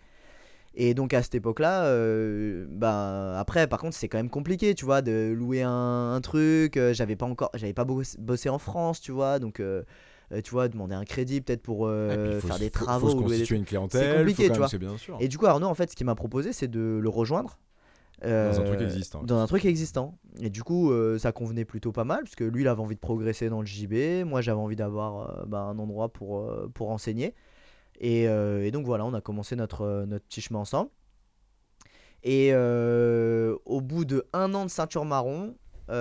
Et donc à cette époque-là, euh, bah, après, par contre, c'est quand même compliqué, tu vois, de louer un, un truc. euh, J'avais pas encore, j'avais pas bossé, bossé en France, tu vois, donc. euh, euh, tu vois, demander un crédit peut-être pour euh, Et puis, il faut faire se- des faut- travaux. faut se ou louer des constituer une clientèle, C'est compliqué, faut quand tu même- vois. c'est bien sûr. Et du coup, Arnaud, en fait, ce qu'il m'a proposé, c'est de le rejoindre. euh, Dans un truc existant. Dans un truc existant. Et du coup, euh, ça convenait plutôt pas mal, parce que lui, il avait envie de progresser dans le J B. Moi, j'avais envie d'avoir euh, bah, un endroit pour, euh, pour enseigner. Et, euh, et donc, voilà, on a commencé notre, euh, notre petit chemin ensemble. Et euh, au bout de un an de ceinture marron,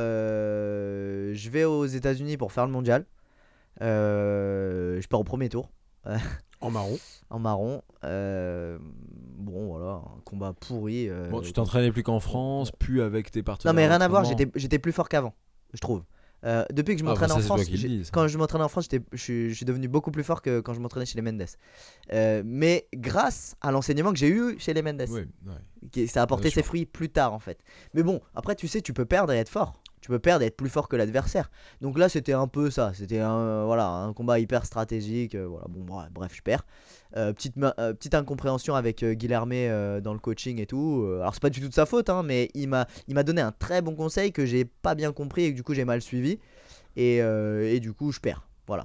euh, je vais aux États-Unis pour faire le mondial. Euh, je pars au premier tour. en marron. En marron. Euh, bon, voilà, un combat pourri. euh, Bon, tu t'entraînais plus qu'en France, plus avec tes Non, partenaires. mais rien à voir, d'entraînement. j'étais, j'étais plus fort qu'avant, je trouve. Euh, depuis que je Ah, m'entraîne bah, en ça, c'est toi France, qui le j'ai- dis, ça. quand je m'entraîne en France, j'étais, je, suis, je suis devenu beaucoup plus fort que quand je m'entraînais chez les Mendes. Euh, mais grâce à l'enseignement que j'ai eu chez les Mendes, Oui, ouais. qui- ça a apporté Bien ses sûr. fruits plus tard en fait. Mais bon, après tu sais, tu peux perdre et être fort. Tu peux perdre et être plus fort que l'adversaire. Donc là, c'était un peu ça. C'était un, voilà, un combat hyper stratégique. euh, voilà, bon, bref, bref, je perds. Euh, petite, ma- euh, petite incompréhension avec euh, Guilhermé euh, dans le coaching et tout. Euh, alors, c'est pas du tout de sa faute, hein, mais il m'a, il m'a donné un très bon conseil que j'ai pas bien compris et que du coup j'ai mal suivi. Et, euh, et du coup, je perds. Voilà.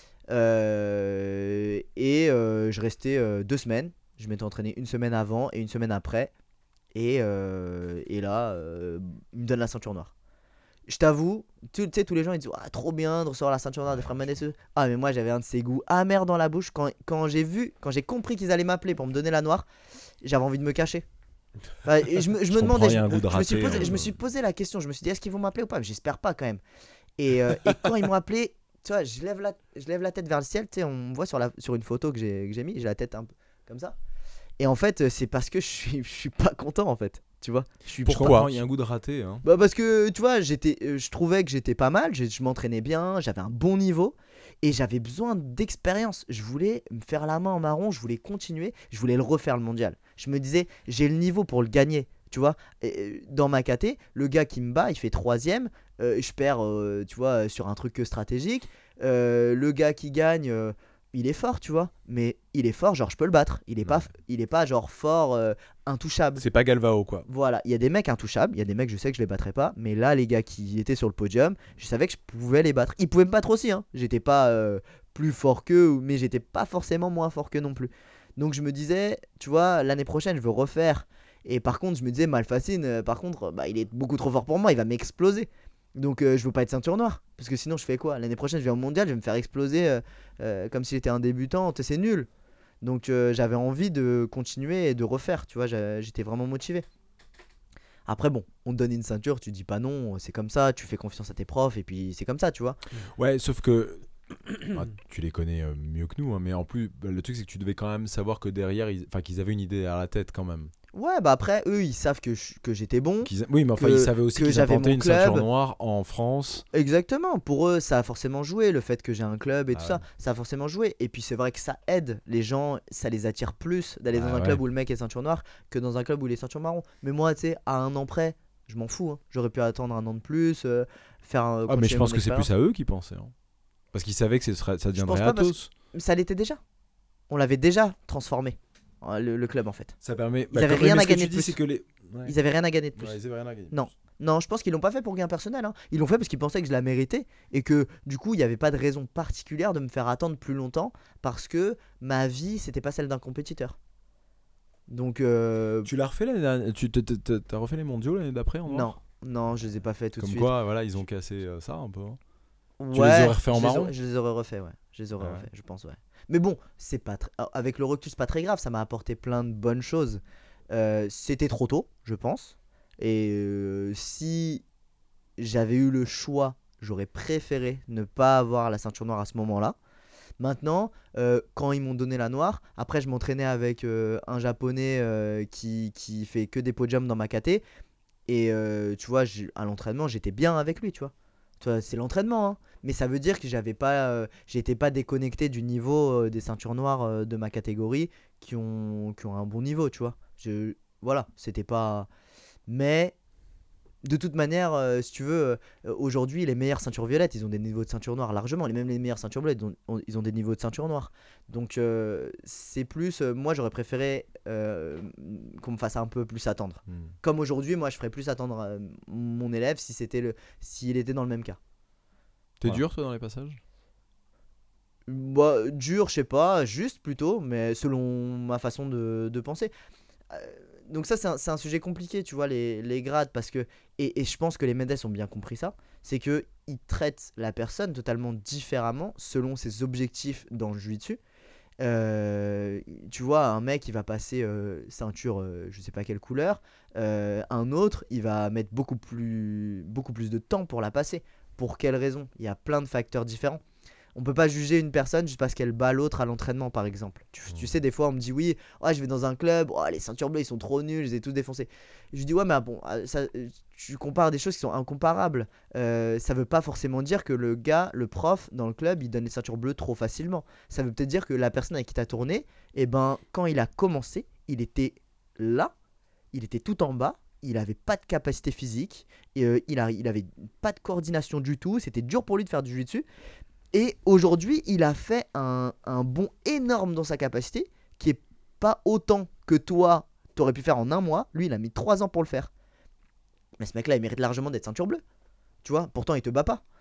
Euh, et euh, je restais euh, deux semaines. Je m'étais entraîné une semaine avant et une semaine après. Et, euh, et là, euh, il me donne la ceinture noire. Je t'avoue, tu tu sais, tous les gens ils disent ah, trop bien de recevoir la ceinture noire des frères Mendes. Ah, mais moi j'avais un de ces goûts amers dans la bouche. Quand, quand j'ai vu, quand j'ai compris qu'ils allaient m'appeler pour me donner la noire, j'avais envie de me cacher. Enfin, et je me, je Je me comprends, demandais, il y a je, un goût de je me suis raté, posé, hein, je me suis posé la question. Je me suis dit est-ce qu'ils vont m'appeler ou pas? Mais j'espère pas quand même. Et, euh, et quand ils m'ont appelé, tu vois, je lève la, je lève la tête vers le ciel. Tu sais, on me voit sur, la, sur une photo que j'ai, que j'ai mis, j'ai la tête un peu comme ça. Et en fait, c'est parce que je suis, je suis pas content en fait. Tu vois, je suis Je Pourquoi comprends, il y a un goût de raté. Hein. bah parce que tu vois, j'étais, euh, je trouvais que j'étais pas mal, je, je m'entraînais bien, j'avais un bon niveau et j'avais besoin d'expérience. Je voulais me faire la main en marron, je voulais continuer, je voulais le refaire le mondial. Je me disais, j'ai le niveau pour le gagner. Tu vois, et, euh, dans ma caté, le gars qui me bat, il fait troisième, euh, je perds, euh, tu vois, sur un truc stratégique. Euh, le gars qui gagne, euh, il est fort, tu vois, mais il est fort, genre je peux le battre. Il est pas, Ouais. il est pas genre fort, euh, intouchable. C'est pas Galvao quoi. Voilà, il y a des mecs intouchables, il y a des mecs je sais que je les battrais pas, mais là les gars qui étaient sur le podium, je savais que je pouvais les battre. Ils pouvaient me battre aussi, hein. J'étais pas euh, plus fort qu'eux, mais j'étais pas forcément moins fort qu'eux non plus. Donc je me disais, tu vois, l'année prochaine je veux refaire. Et par contre je me disais, Malfacine, euh, par contre, bah, il est beaucoup trop fort pour moi, il va m'exploser. Donc euh, je veux pas être ceinture noire, parce que sinon je fais quoi? L'année prochaine je viens au mondial, je vais me faire exploser euh, euh, comme si j'étais un débutant, tu sais, c'est nul. Donc euh, j'avais envie de continuer et de refaire, tu vois, j'a- j'étais vraiment motivé. Après bon, on te donne une ceinture, tu dis pas non, c'est comme ça, tu fais confiance à tes profs et puis c'est comme ça, tu vois. Ouais, sauf que Ah, tu les connais euh, mieux que nous, hein, mais en plus, bah, le truc c'est que tu devais quand même savoir que derrière, ils... enfin qu'ils avaient une idée derrière la tête quand même. Ouais, bah après, eux, ils savent que, je- que j'étais bon. Qu'ils a- Oui, mais enfin, Que- ils savaient aussi que qu'ils j'avais implantaient mon une club. ceinture noire en France. Exactement, pour eux, ça a forcément joué, le fait que j'ai un club et Ah tout ouais. ça, ça a forcément joué. Et puis c'est vrai que ça aide les gens, ça les attire plus d'aller Ah dans un ouais. club où le mec est ceinture noire que dans un club où il est ceinture marron. Mais moi, tu sais, à un an près, je m'en fous. hein. J'aurais pu attendre un an de plus, euh, faire un. Ah, mais je continuer pense mon que c'est plus expérience. à eux qui pensaient. hein. Parce qu'ils savaient que ce serait- ça pense deviendrait pas parce Athos. Ça l'était déjà. On l'avait déjà transformé, euh, le, le club en fait. Ça permet. Ils avaient comme- rien mais à ce que gagner tu de dis, plus. c'est que les. Ouais. Ils avaient rien à gagner de plus. Ouais, ils avaient rien à gagner. Non. Non, je pense qu'ils l'ont pas fait pour gain personnel. hein. Ils l'ont fait parce qu'ils pensaient que je la méritais et que du coup, il n'y avait pas de raison particulière de me faire attendre plus longtemps parce que ma vie, c'était pas celle d'un compétiteur. Donc, euh, Tu l'as refait l'année dernière. Tu t'as- t'as t'as refait les mondiaux l'année d'après en non, noir non, je les ai pas fait tout de Comme suite. quoi, voilà, ils ont cassé euh, ça un peu. hein. Ouais, tu les aurais refait en je les marron aurais- Je les aurais refait, ouais. Je les aurais Ah ouais. refait, je pense, ouais. Mais bon, c'est pas tr- avec le recul, c'est pas très grave. Ça m'a apporté plein de bonnes choses. Euh, c'était trop tôt, je pense. Et euh, si j'avais eu le choix, j'aurais préféré ne pas avoir la ceinture noire à ce moment-là. Maintenant, euh, quand ils m'ont donné la noire, après je m'entraînais avec euh, un japonais euh, qui, qui fait que des podiums dans ma caté. Et euh, tu vois, j'ai- à l'entraînement, j'étais bien avec lui, tu vois. Tu vois, c'est l'entraînement, hein. Mais ça veut dire que j'avais pas, euh, j'étais pas déconnecté du niveau euh, des ceintures noires euh, de ma catégorie qui ont, qui ont un bon niveau, tu vois. Je, voilà, c'était pas. Mais de toute manière, euh, si tu veux, euh, aujourd'hui, les meilleures ceintures violettes, ils ont des niveaux de ceinture noire largement. Et même les meilleures ceintures bleues, ils ont, ont- ils ont des niveaux de ceinture noire. Donc, euh, c'est plus. euh, moi, j'aurais préféré euh, qu'on me fasse un peu plus attendre. Hmm. Comme aujourd'hui, moi, je ferais plus attendre euh, mon élève si c'était le, s'il était dans le même cas. T'es Voilà. dur toi dans les passages Bah, dur, je sais pas, juste plutôt, mais selon ma façon de, de penser. Euh, donc ça, c'est un, c'est un sujet compliqué, tu vois, les, les grades, parce que, et, et je pense que les Mendes ont bien compris ça, c'est qu'ils traitent la personne totalement différemment selon ses objectifs dans le jiu-jitsu. Euh, tu vois, un mec, il va passer euh, ceinture, euh, je sais pas quelle couleur, euh, un autre, il va mettre beaucoup plus, beaucoup plus de temps pour la passer. Pour quelle raison? Il y a plein de facteurs différents. On peut pas juger une personne juste parce qu'elle bat l'autre à l'entraînement, par exemple. Tu, tu sais, des fois, on me dit oui, oh, je vais dans un club, oh, les ceintures bleues, ils sont trop nuls, je les ai tous défoncés. Je dis ouais, mais ah bon, ah, ça, euh, tu compares des choses qui sont incomparables. Euh, ça veut pas forcément dire que le gars, le prof dans le club, il donne les ceintures bleues trop facilement. Ça veut peut-être dire que la personne avec qui t'as tourné, eh ben, quand il a commencé, il était là, il était tout en bas. Il avait pas de capacité physique, et, euh, il, a, il avait pas de coordination du tout, c'était dur pour lui de faire du jiu-jitsu. Et aujourd'hui, il a fait un, un bond énorme dans sa capacité, qui est pas autant que toi, t'aurais pu faire en un mois. Lui, il a mis trois ans pour le faire. Mais ce mec-là, il mérite largement d'être ceinture bleue. Tu vois, pourtant, il te bat pas.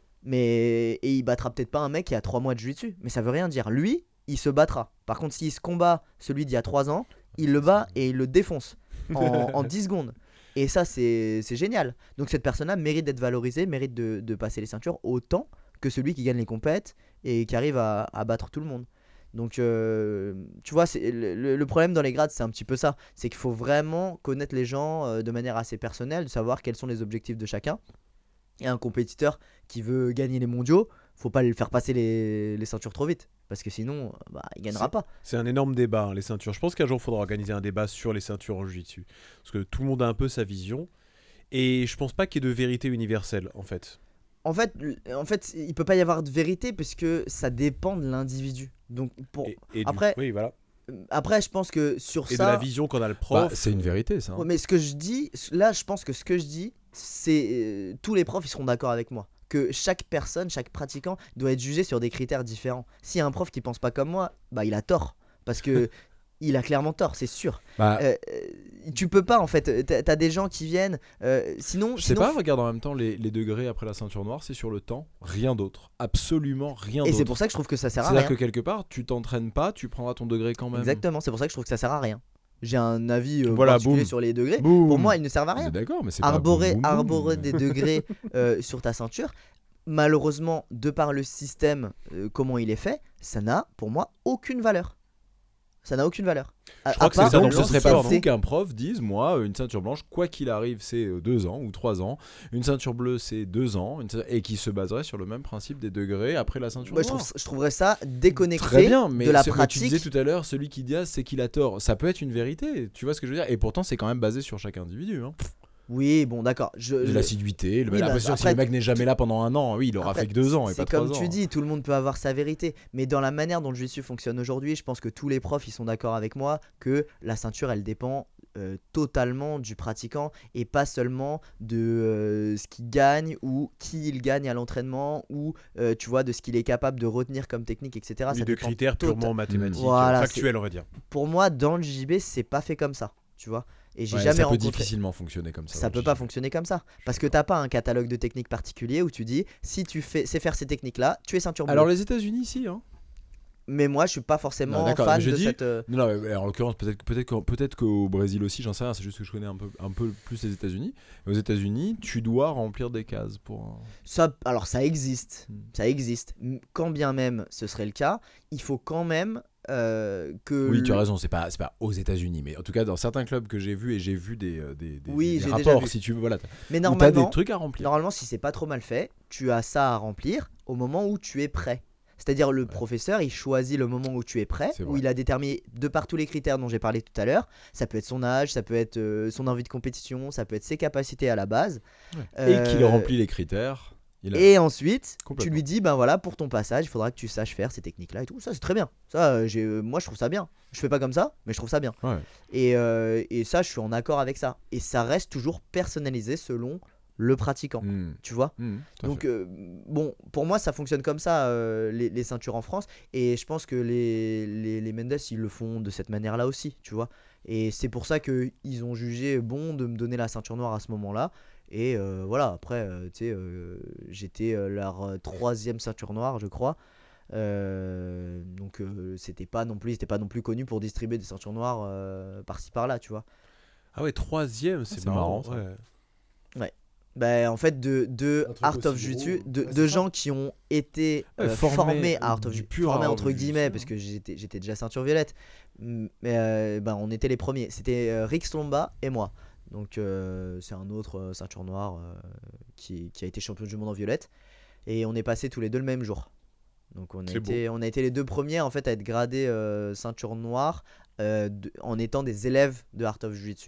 Mais et il battra peut-être pas un mec qui a trois mois de jiu-jitsu. Mais ça veut rien dire. Lui, il se battra. Par contre, s'il se combat celui d'il y a trois ans, il le bat et il le défonce en, en dix secondes. Et ça, c'est c'est génial. Donc cette personne-là mérite d'être valorisée, mérite de, de passer les ceintures autant que celui qui gagne les compètes et qui arrive à, à battre tout le monde. Donc euh, tu vois, c'est, le, le- le problème dans les grades, c'est un petit peu ça. C'est qu'il faut vraiment connaître les gens euh, de manière assez personnelle, de savoir quels sont les objectifs de chacun. Et un compétiteur qui veut gagner les mondiaux, faut pas le faire passer les, les ceintures trop vite. Parce que sinon, bah, il gagnera pas. C'est un énorme débat, hein, les ceintures. Je pense qu'un jour, il faudra organiser un débat sur les ceintures en jiu-jitsu. Parce que tout le monde a un peu sa vision. Et je pense pas qu'il y ait de vérité universelle, en fait. En fait, l- en fait, il peut pas y avoir de vérité parce que ça dépend de l'individu. Donc pour Et, et du- Après- oui, voilà. après, je pense que sur Et ça, de la vision qu'on a le Bah, prof. c'est une vérité ça. hein. Ouais, mais ce que je dis, là, je pense que ce que je dis, c'est euh, tous les profs ils seront d'accord avec moi. Que chaque personne, chaque pratiquant doit être jugé sur des critères différents. S'il y a un prof qui pense pas comme moi, bah il a tort. Parce que il a clairement tort, c'est sûr. Bah, Euh, euh, tu peux pas en fait. T'as t'as des gens qui viennent. euh, sinon, je sais sinon, pas, regarde en même temps les, les degrés après la ceinture noire, c'est sur le temps, rien d'autre, absolument rien Et d'autre. c'est pour ça que je trouve que ça sert à C'est-à-dire rien. que quelque part, tu t'entraînes pas, tu prendras ton degré quand même. Exactement, c'est pour ça que je trouve que ça sert à rien. J'ai un avis euh, Voilà, particulier boum. sur les degrés. Boum. Pour moi, ils ne servent à On est rien. d'accord, mais c'est pas Arborer, boum, boum, boum. arborer des degrés euh, sur ta ceinture, malheureusement, de par le système, euh, comment il est fait, ça n'a pour moi aucune valeur. Ça n'a aucune valeur. À, Je crois à que c'est part ça, donc Donc ce serait pas sport, fou non qu'un prof dise moi une ceinture blanche quoi qu'il arrive c'est euh, deux ans ou trois ans, une ceinture bleue c'est deux ans une ceinture- et qui se baserait sur le même principe des degrés après la ceinture Ouais, je, noire. trouve, je trouverais ça déconnecté Très bien, mais de la c'est- mais pratique. tu disais tout à l'heure, celui qui dit ah, c'est qu'il a tort. Ça peut être une vérité, tu vois ce que je veux dire. Et pourtant, c'est quand même basé sur chaque individu. Hein. Oui, bon, d'accord. Je, De je- l'assiduité, le, Oui, la bah, pression, si après, le mec n'est jamais là pendant un an, oui, il aura Après, fait que deux ans et c'est pas trois comme ans. tu dis, tout le monde peut avoir sa vérité. Mais dans la manière dont le jiu-jitsu fonctionne aujourd'hui, je pense que tous les profs ils sont d'accord avec moi que la ceinture elle dépend euh, totalement du pratiquant et pas seulement de euh, ce qu'il gagne ou qui il gagne à l'entraînement ou euh, tu vois de ce qu'il est capable de retenir comme technique, et cetera. Ni Ça de dépend critères tota- purement mathématiques, Voilà, euh, factuels, on va dire. Pour moi, dans le J J B, c'est pas fait comme ça, tu vois. Et j'ai Ouais, jamais ça peut rencontré. difficilement fonctionner comme ça. Ça dans peut le pas J J B. fonctionner comme ça parce que t'as pas un catalogue de techniques particulier où tu dis si tu fais, sais faire ces techniques là, tu es ceinture bleue. Alors les États-Unis ici, hein. Mais moi, je suis pas forcément Non, d'accord, fan mais je de dis- cette. euh, Non, non, mais en l'occurrence, peut-être peut-être qu'au peut-être qu'au Brésil aussi, j'en sais rien. C'est juste que je connais un peu un peu plus les États-Unis. Et aux États-Unis, tu dois remplir des cases pour. un- Ça, alors ça existe, Hmm. ça existe. M- Quand bien même ce serait le cas, il faut quand même euh, que. Oui, tu as le- raison, c'est pas, c'est pas aux États-Unis, mais en tout cas dans certains clubs que j'ai vus et j'ai vu des, euh, des, des, Oui, des j'ai déjà rapports, vu. si tu veux, voilà, t'as- Mais où t'as normalement, des trucs à remplir. normalement, si c'est pas trop mal fait, tu as ça à remplir au moment où tu es prêt. C'est-à-dire le professeur, il choisit le moment où tu es prêt, C'est où vrai. il a déterminé de par tous les critères dont j'ai parlé tout à l'heure. Ça peut être son âge, ça peut être euh, son envie de compétition, ça peut être ses capacités à la base. Et qu'il Euh, remplit les critères. Il a- Et ensuite, tu Complètement. lui dis, ben voilà, pour ton passage, il faudra que tu saches faire ces techniques-là et tout. Ça, c'est très bien. Ça, euh, j'ai, euh, moi, je trouve ça bien. Je fais pas comme ça, mais je trouve ça bien. Ouais. Et, euh, et ça, je suis en accord avec ça. Et ça reste toujours personnalisé selon le pratiquant. Hmm. Tu vois. Hmm, tout à Donc, fait. euh, bon, pour moi, ça fonctionne comme ça, euh, les, les ceintures en France. Et je pense que les, les, les Mendes, ils le font de cette manière-là aussi, tu vois. Et c'est pour ça qu'ils ont jugé bon de me donner la ceinture noire à ce moment-là. Et euh, voilà, après, euh, tu sais, euh, j'étais euh, leur euh, troisième ceinture noire, je crois. Euh, donc, euh, c'était pas non plus, ils étaient pas non plus connus pour distribuer des ceintures noires euh, par-ci par-là, tu vois. Ah ouais, troisième, c'est c'est marrant. marrant, ça. ouais. Ben, en fait, de, de Un truc Art aussi of Jiu-Jitsu, gros. de, Ouais, de c'est ça. gens qui ont été Ouais, euh, formés, formés à Art of du Jiu-Jitsu, pur formés Art of entre Jiu-Jitsu, guillemets, hein. parce que j'étais j'étais déjà ceinture violette, Mm, mais euh, ben, on était les premiers. C'était euh, Rick Slomba et moi. Donc, euh, c'est un autre euh, ceinture noire euh, qui, qui a été champion du monde en violette. Et on est passés tous les deux le même jour. Donc, on a, C'est été, on a été les deux premiers en fait à être gradés euh, ceinture noire euh, de- en étant des élèves de Art of Jiu-Jitsu.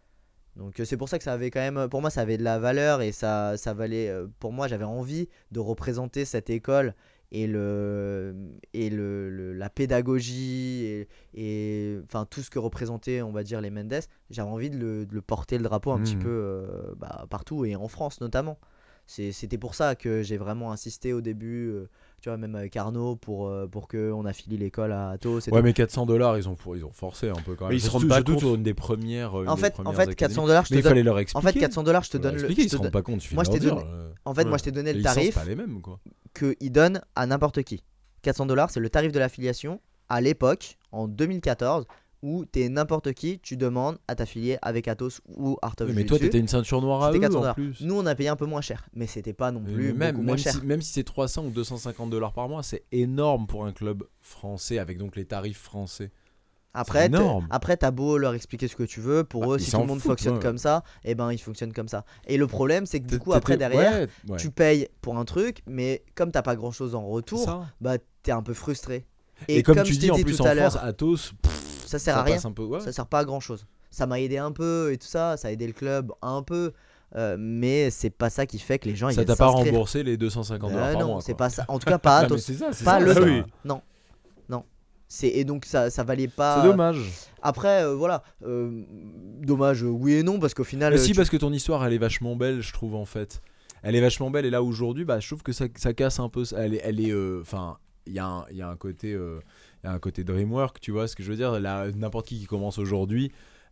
Donc euh, c'est pour ça que ça avait quand même, pour moi ça avait de la valeur et ça, ça valait, euh, pour moi j'avais envie de représenter cette école et, le, et le, le- la pédagogie et, et enfin tout ce que représentaient on va dire les Mendes. J'avais envie de le, de le porter le drapeau un petit Mhm. peu euh, bah, partout et en France notamment. C'est- C'était pour ça que j'ai vraiment insisté au début, euh, tu vois, même avec Arnaud pour, euh, pour qu'on affilie l'école à Athos. et Ouais, tout. mais quatre cents dollars, ils ont, pour- ils ont forcé un peu quand même. Mais ils se Surtout- rendent pas surtout compte. sur une des premières. une En des fait, en premières fait académies. quatre cents dollars, je te Mais il donne. fallait leur En expliquer. fait, quatre cents dollars, je te Faut leur donne le. expliquer, je ils te se rendent donne- pas compte. Il suffit Moi, de je leur t'ai dire, donné- euh, En fait, moi, Ouais. je t'ai donné les le licences, tarif pas les mêmes quoi. qu'il donne à n'importe qui. quatre cents dollars, c'est le tarif de l'affiliation à l'époque, en deux mille quatorze, où t'es n'importe qui, tu demandes à t'affilier avec Athos ou Art of Oui, mais toi, Jiu-Jitsu. t'étais une ceinture noire à C'était eux quatre cents en dollars. plus. Nous, on a payé un peu moins cher, mais c'était pas non Mais plus même, beaucoup moins même, cher. si, même si c'est trois cents ou deux cent cinquante dollars par mois, c'est énorme pour un club français avec donc les tarifs français. Après, c'est t'es- énorme. après, t'as beau leur expliquer ce que tu veux, pour Bah, eux, ils si s'en tout le monde foutent, fonctionne ouais. comme ça, et ben ils fonctionnent comme ça. Et le problème, c'est que du coup, T'étais- après derrière, ouais, ouais. tu payes pour un truc, mais comme t'as pas grand chose en retour, Ça. bah t'es un peu frustré. Et, comme, tu je dis t'ai en dit plus tout en à l'heure, France, Athos, pff, ça sert ça à rien. passe un peu. Ouais. Ça sert pas à grand chose. Ça m'a aidé un peu et tout ça, ça a aidé le club un peu, euh, mais c'est pas ça qui fait que les gens ils Ça viennent t'a pas s'inscrire. remboursé les deux cent cinquante dollars Euh, par non, mois. c'est quoi. pas ça. En tout cas, pas Non, mais Athos. c'est ça, c'est Pas ça, le. ça. Ah oui. Non, non. C'est et donc ça, ça valait pas. C'est dommage. Après, euh, voilà, euh, dommage, euh, oui et non, parce qu'au final. Mais euh, si, tu- parce que ton histoire, elle est vachement belle, je trouve en fait. Elle est vachement belle et là aujourd'hui, bah, je trouve que ça, ça casse un peu. ça- Elle est, elle est, enfin, il y a un, il y a un côté, euh, il y a un côté DreamWorks, tu vois ce que je veux dire. Là, n'importe qui qui commence aujourd'hui.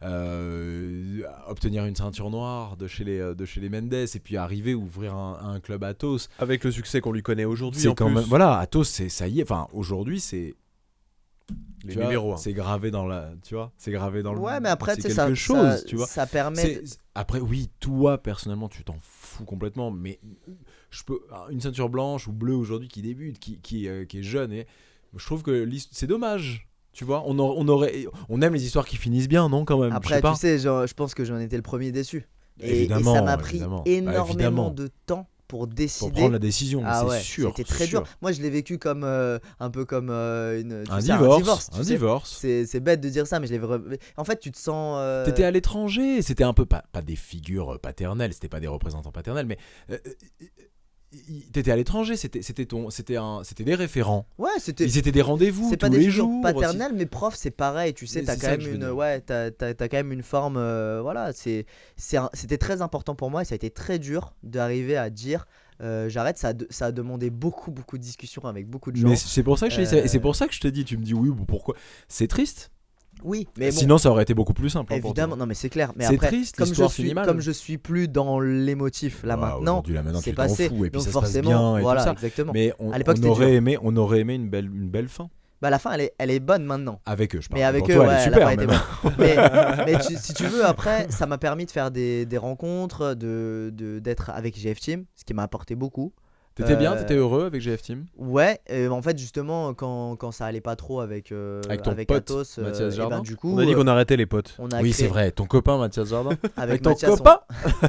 euh, obtenir une ceinture noire de chez les euh, de chez les Mendes et puis arriver ouvrir un, un club Athos, Avec le succès qu'on lui connaît aujourd'hui, c'est en quand plus. même voilà, Athos, c'est ça y est, enfin aujourd'hui c'est Les tu vois, numéros un. c'est gravé dans la, tu vois, c'est gravé dans le. Ouais, mais après, c'est tu sais, quelque ça, chose, ça, tu vois. ça permet. C'est- de- c'est- Après, oui, toi personnellement, tu t'en fous complètement, mais je peux une ceinture blanche ou bleue aujourd'hui qui débute, qui qui, euh, qui est jeune, et je trouve que l'hist- c'est dommage. Tu vois, on, a- on aurait, on aime les histoires qui finissent bien, non quand même. Je Après, sais pas. tu sais, genre, je pense que j'en étais le premier déçu. Et, et Évidemment, ça m'a pris évidemment. Bah, énormément évidemment. de temps pour décider. Pour prendre la décision, Ah c'est ouais, sûr. c'était très sûr. dur. Moi, je l'ai vécu comme euh, un peu comme euh, une, tu Un, sais, divorce, un divorce. tu un sais. divorce. C'est c'est bête de dire ça, mais je l'ai vraiment. En fait, tu te sens. euh, T'étais à l'étranger, c'était un peu pas, pas des figures paternelles, c'était pas des représentants paternels, mais euh, euh, euh, t'étais à l'étranger, c'était c'était ton, c'était un, c'était des référents. Ouais, c'était. Ils étaient des rendez-vous C'est tous pas des les figures jours. paternelles, mais prof, c'est pareil. Tu sais, Mais t'as c'est quand ça même que je veux une, dire. ouais, t'as, t'as- t'as quand même une forme. euh, voilà, c'est, c'est un- c'était très important pour moi et ça a été très dur d'arriver à dire euh, j'arrête. Ça a, de- ça a demandé beaucoup, beaucoup de discussions avec beaucoup de gens. Mais c'est pour ça que je te dis, Euh, c'est pour ça que je te dis, tu me dis oui, bon, pourquoi? C'est triste. Oui, mais bon, Sinon, ça aurait été beaucoup plus simple. hein, pour évidemment, toi. non, mais c'est clair. Mais C'est après, triste, comme je l'histoire suis, finit mal. comme je suis plus dans l'émotif là Ouais, maintenant, aujourd'hui, là, maintenant, c'est tu t'en passé. fous, et puis Donc ça se passe forcément, bien et tout voilà, ça. exactement. Mais on, À l'époque, on c'était aurait dur. aimé, on aurait aimé une belle, une belle fin Bah, la fin, elle est, elle est bonne maintenant. avec eux. Je parle. Mais avec Pour eux, toi, ouais, elle est elle a super. pas été même. bonne. mais mais tu- si tu veux, après, ça m'a permis de faire des, des rencontres, de, de, d'être avec G F Team, ce qui m'a apporté beaucoup. T'étais bien, Euh, t'étais heureux avec G F Team. Ouais, euh, en fait, justement, quand, quand ça allait pas trop avec, euh, Avec ton pote, Athos, euh, Mathias et Jardin. ben, du coup, On a dit euh, qu'on arrêtait les potes. on a Oui, créé- c'est vrai. Ton copain Mathias Jardin. Avec, Avec ton Mathias, on- copain.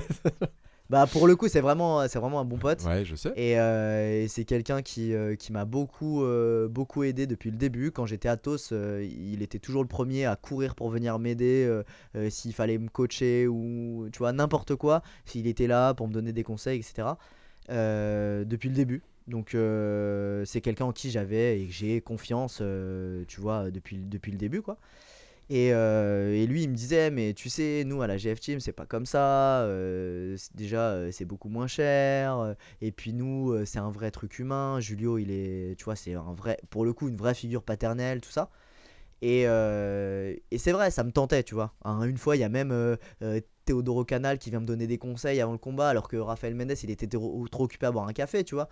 Bah, pour le coup, c'est vraiment, c'est vraiment un bon pote. Ouais, je sais. Et, euh, et c'est quelqu'un qui, euh, qui m'a beaucoup, euh, beaucoup aidé depuis le début. Quand j'étais à Athos, euh, il était toujours le premier à courir pour venir m'aider euh, euh, s'il fallait me coacher ou tu vois n'importe quoi. S'il était là pour me donner des conseils, et cetera. Euh, depuis le début. Donc euh, c'est quelqu'un en qui j'avais et que j'ai confiance, euh, tu vois, depuis, depuis le début quoi. Et, euh, et lui, il me disait, mais tu sais, nous à la G F Team, c'est pas comme ça. euh, c'est- déjà, euh, c'est beaucoup moins cher. euh, Et puis nous, euh, c'est un vrai truc humain. Julio, il est, tu vois, c'est un vrai, pour le coup, une vraie figure paternelle, tout ça. Et, euh, et c'est vrai, ça me tentait, tu vois. Hein, une fois, il y a même euh, euh, Teodoro Canal qui vient me donner des conseils avant le combat, alors que Rafael Mendes, il était trop, trop occupé à boire un café, tu vois.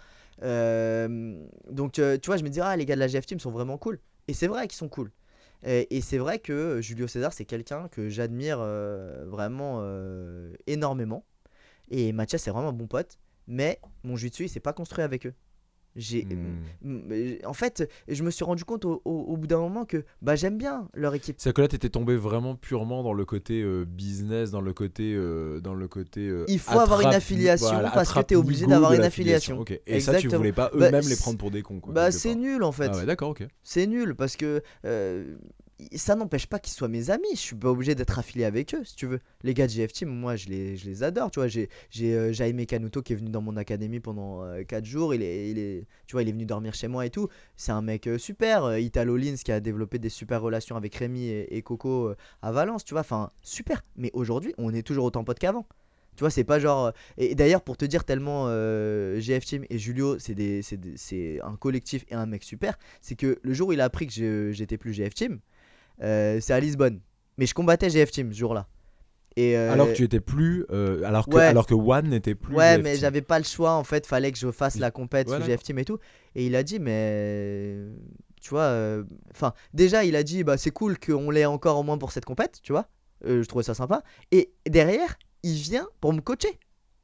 Euh, donc, euh, tu vois, je me dis, ah, les gars de la G F Team sont vraiment cool. Et c'est vrai qu'ils sont cool. Et, et c'est vrai que Julio César, c'est quelqu'un que j'admire euh, vraiment euh, énormément. Et Mathias, c'est vraiment un bon pote. Mais mon jiu-jitsu, il s'est pas construit avec eux. J'ai, Hmm. m- en fait, je me suis rendu compte au, au- au bout d'un moment que bah, j'aime bien leur équipe. C'est que là, t'étais tombé vraiment purement dans le côté euh, business, dans le côté, euh, dans le côté. euh, Il faut avoir une attrape- affiliation voilà, parce que attrape t'es obligé Nigo d'avoir de une l'affiliation. affiliation. Ok. Et ça, tu Exactement. voulais pas Bah, eux-mêmes les c'est- prendre pour des cons, quoi. Bah, quelque c'est part. nul en fait. Ah ouais, d'accord, ok. C'est nul parce que euh, ça n'empêche pas qu'ils soient mes amis. Je suis pas obligé d'être affilié avec eux, si tu veux. Les gars de G F Team, moi, je les, je les adore. Tu vois, j'ai, j'ai euh, Jaime Canuto qui est venu dans mon académie pendant quatre jours. Il est, il est, tu vois, il est venu dormir chez moi et tout. C'est un mec euh, super. Euh, Italo Lins qui a développé des super relations avec Rémi et, et Coco euh, à Valence. Tu vois, enfin, super. Mais aujourd'hui, on est toujours autant potes qu'avant. Tu vois, c'est pas genre. euh, Et, et d'ailleurs, pour te dire tellement euh, G F Team et Julio, c'est, des, c'est, des- c'est un collectif et un mec super. C'est que le jour où il a appris que je- j'étais plus G F Team, euh, c'est à Lisbonne. Mais je combattais G F Team ce jour-là. Et, euh, Alors que tu étais plus, euh, alors que, ouais. alors que One n'était plus. Ouais, G F mais Team. j'avais pas le choix en fait. Fallait que je fasse la compète Ouais, sous G d'accord. F Team et tout. Et il a dit, mais. Tu vois. euh, Enfin, déjà, il a dit, bah c'est cool qu'on l'ait encore au moins pour cette compète, tu vois. Euh, je trouvais ça sympa. Et derrière, il vient pour me coacher.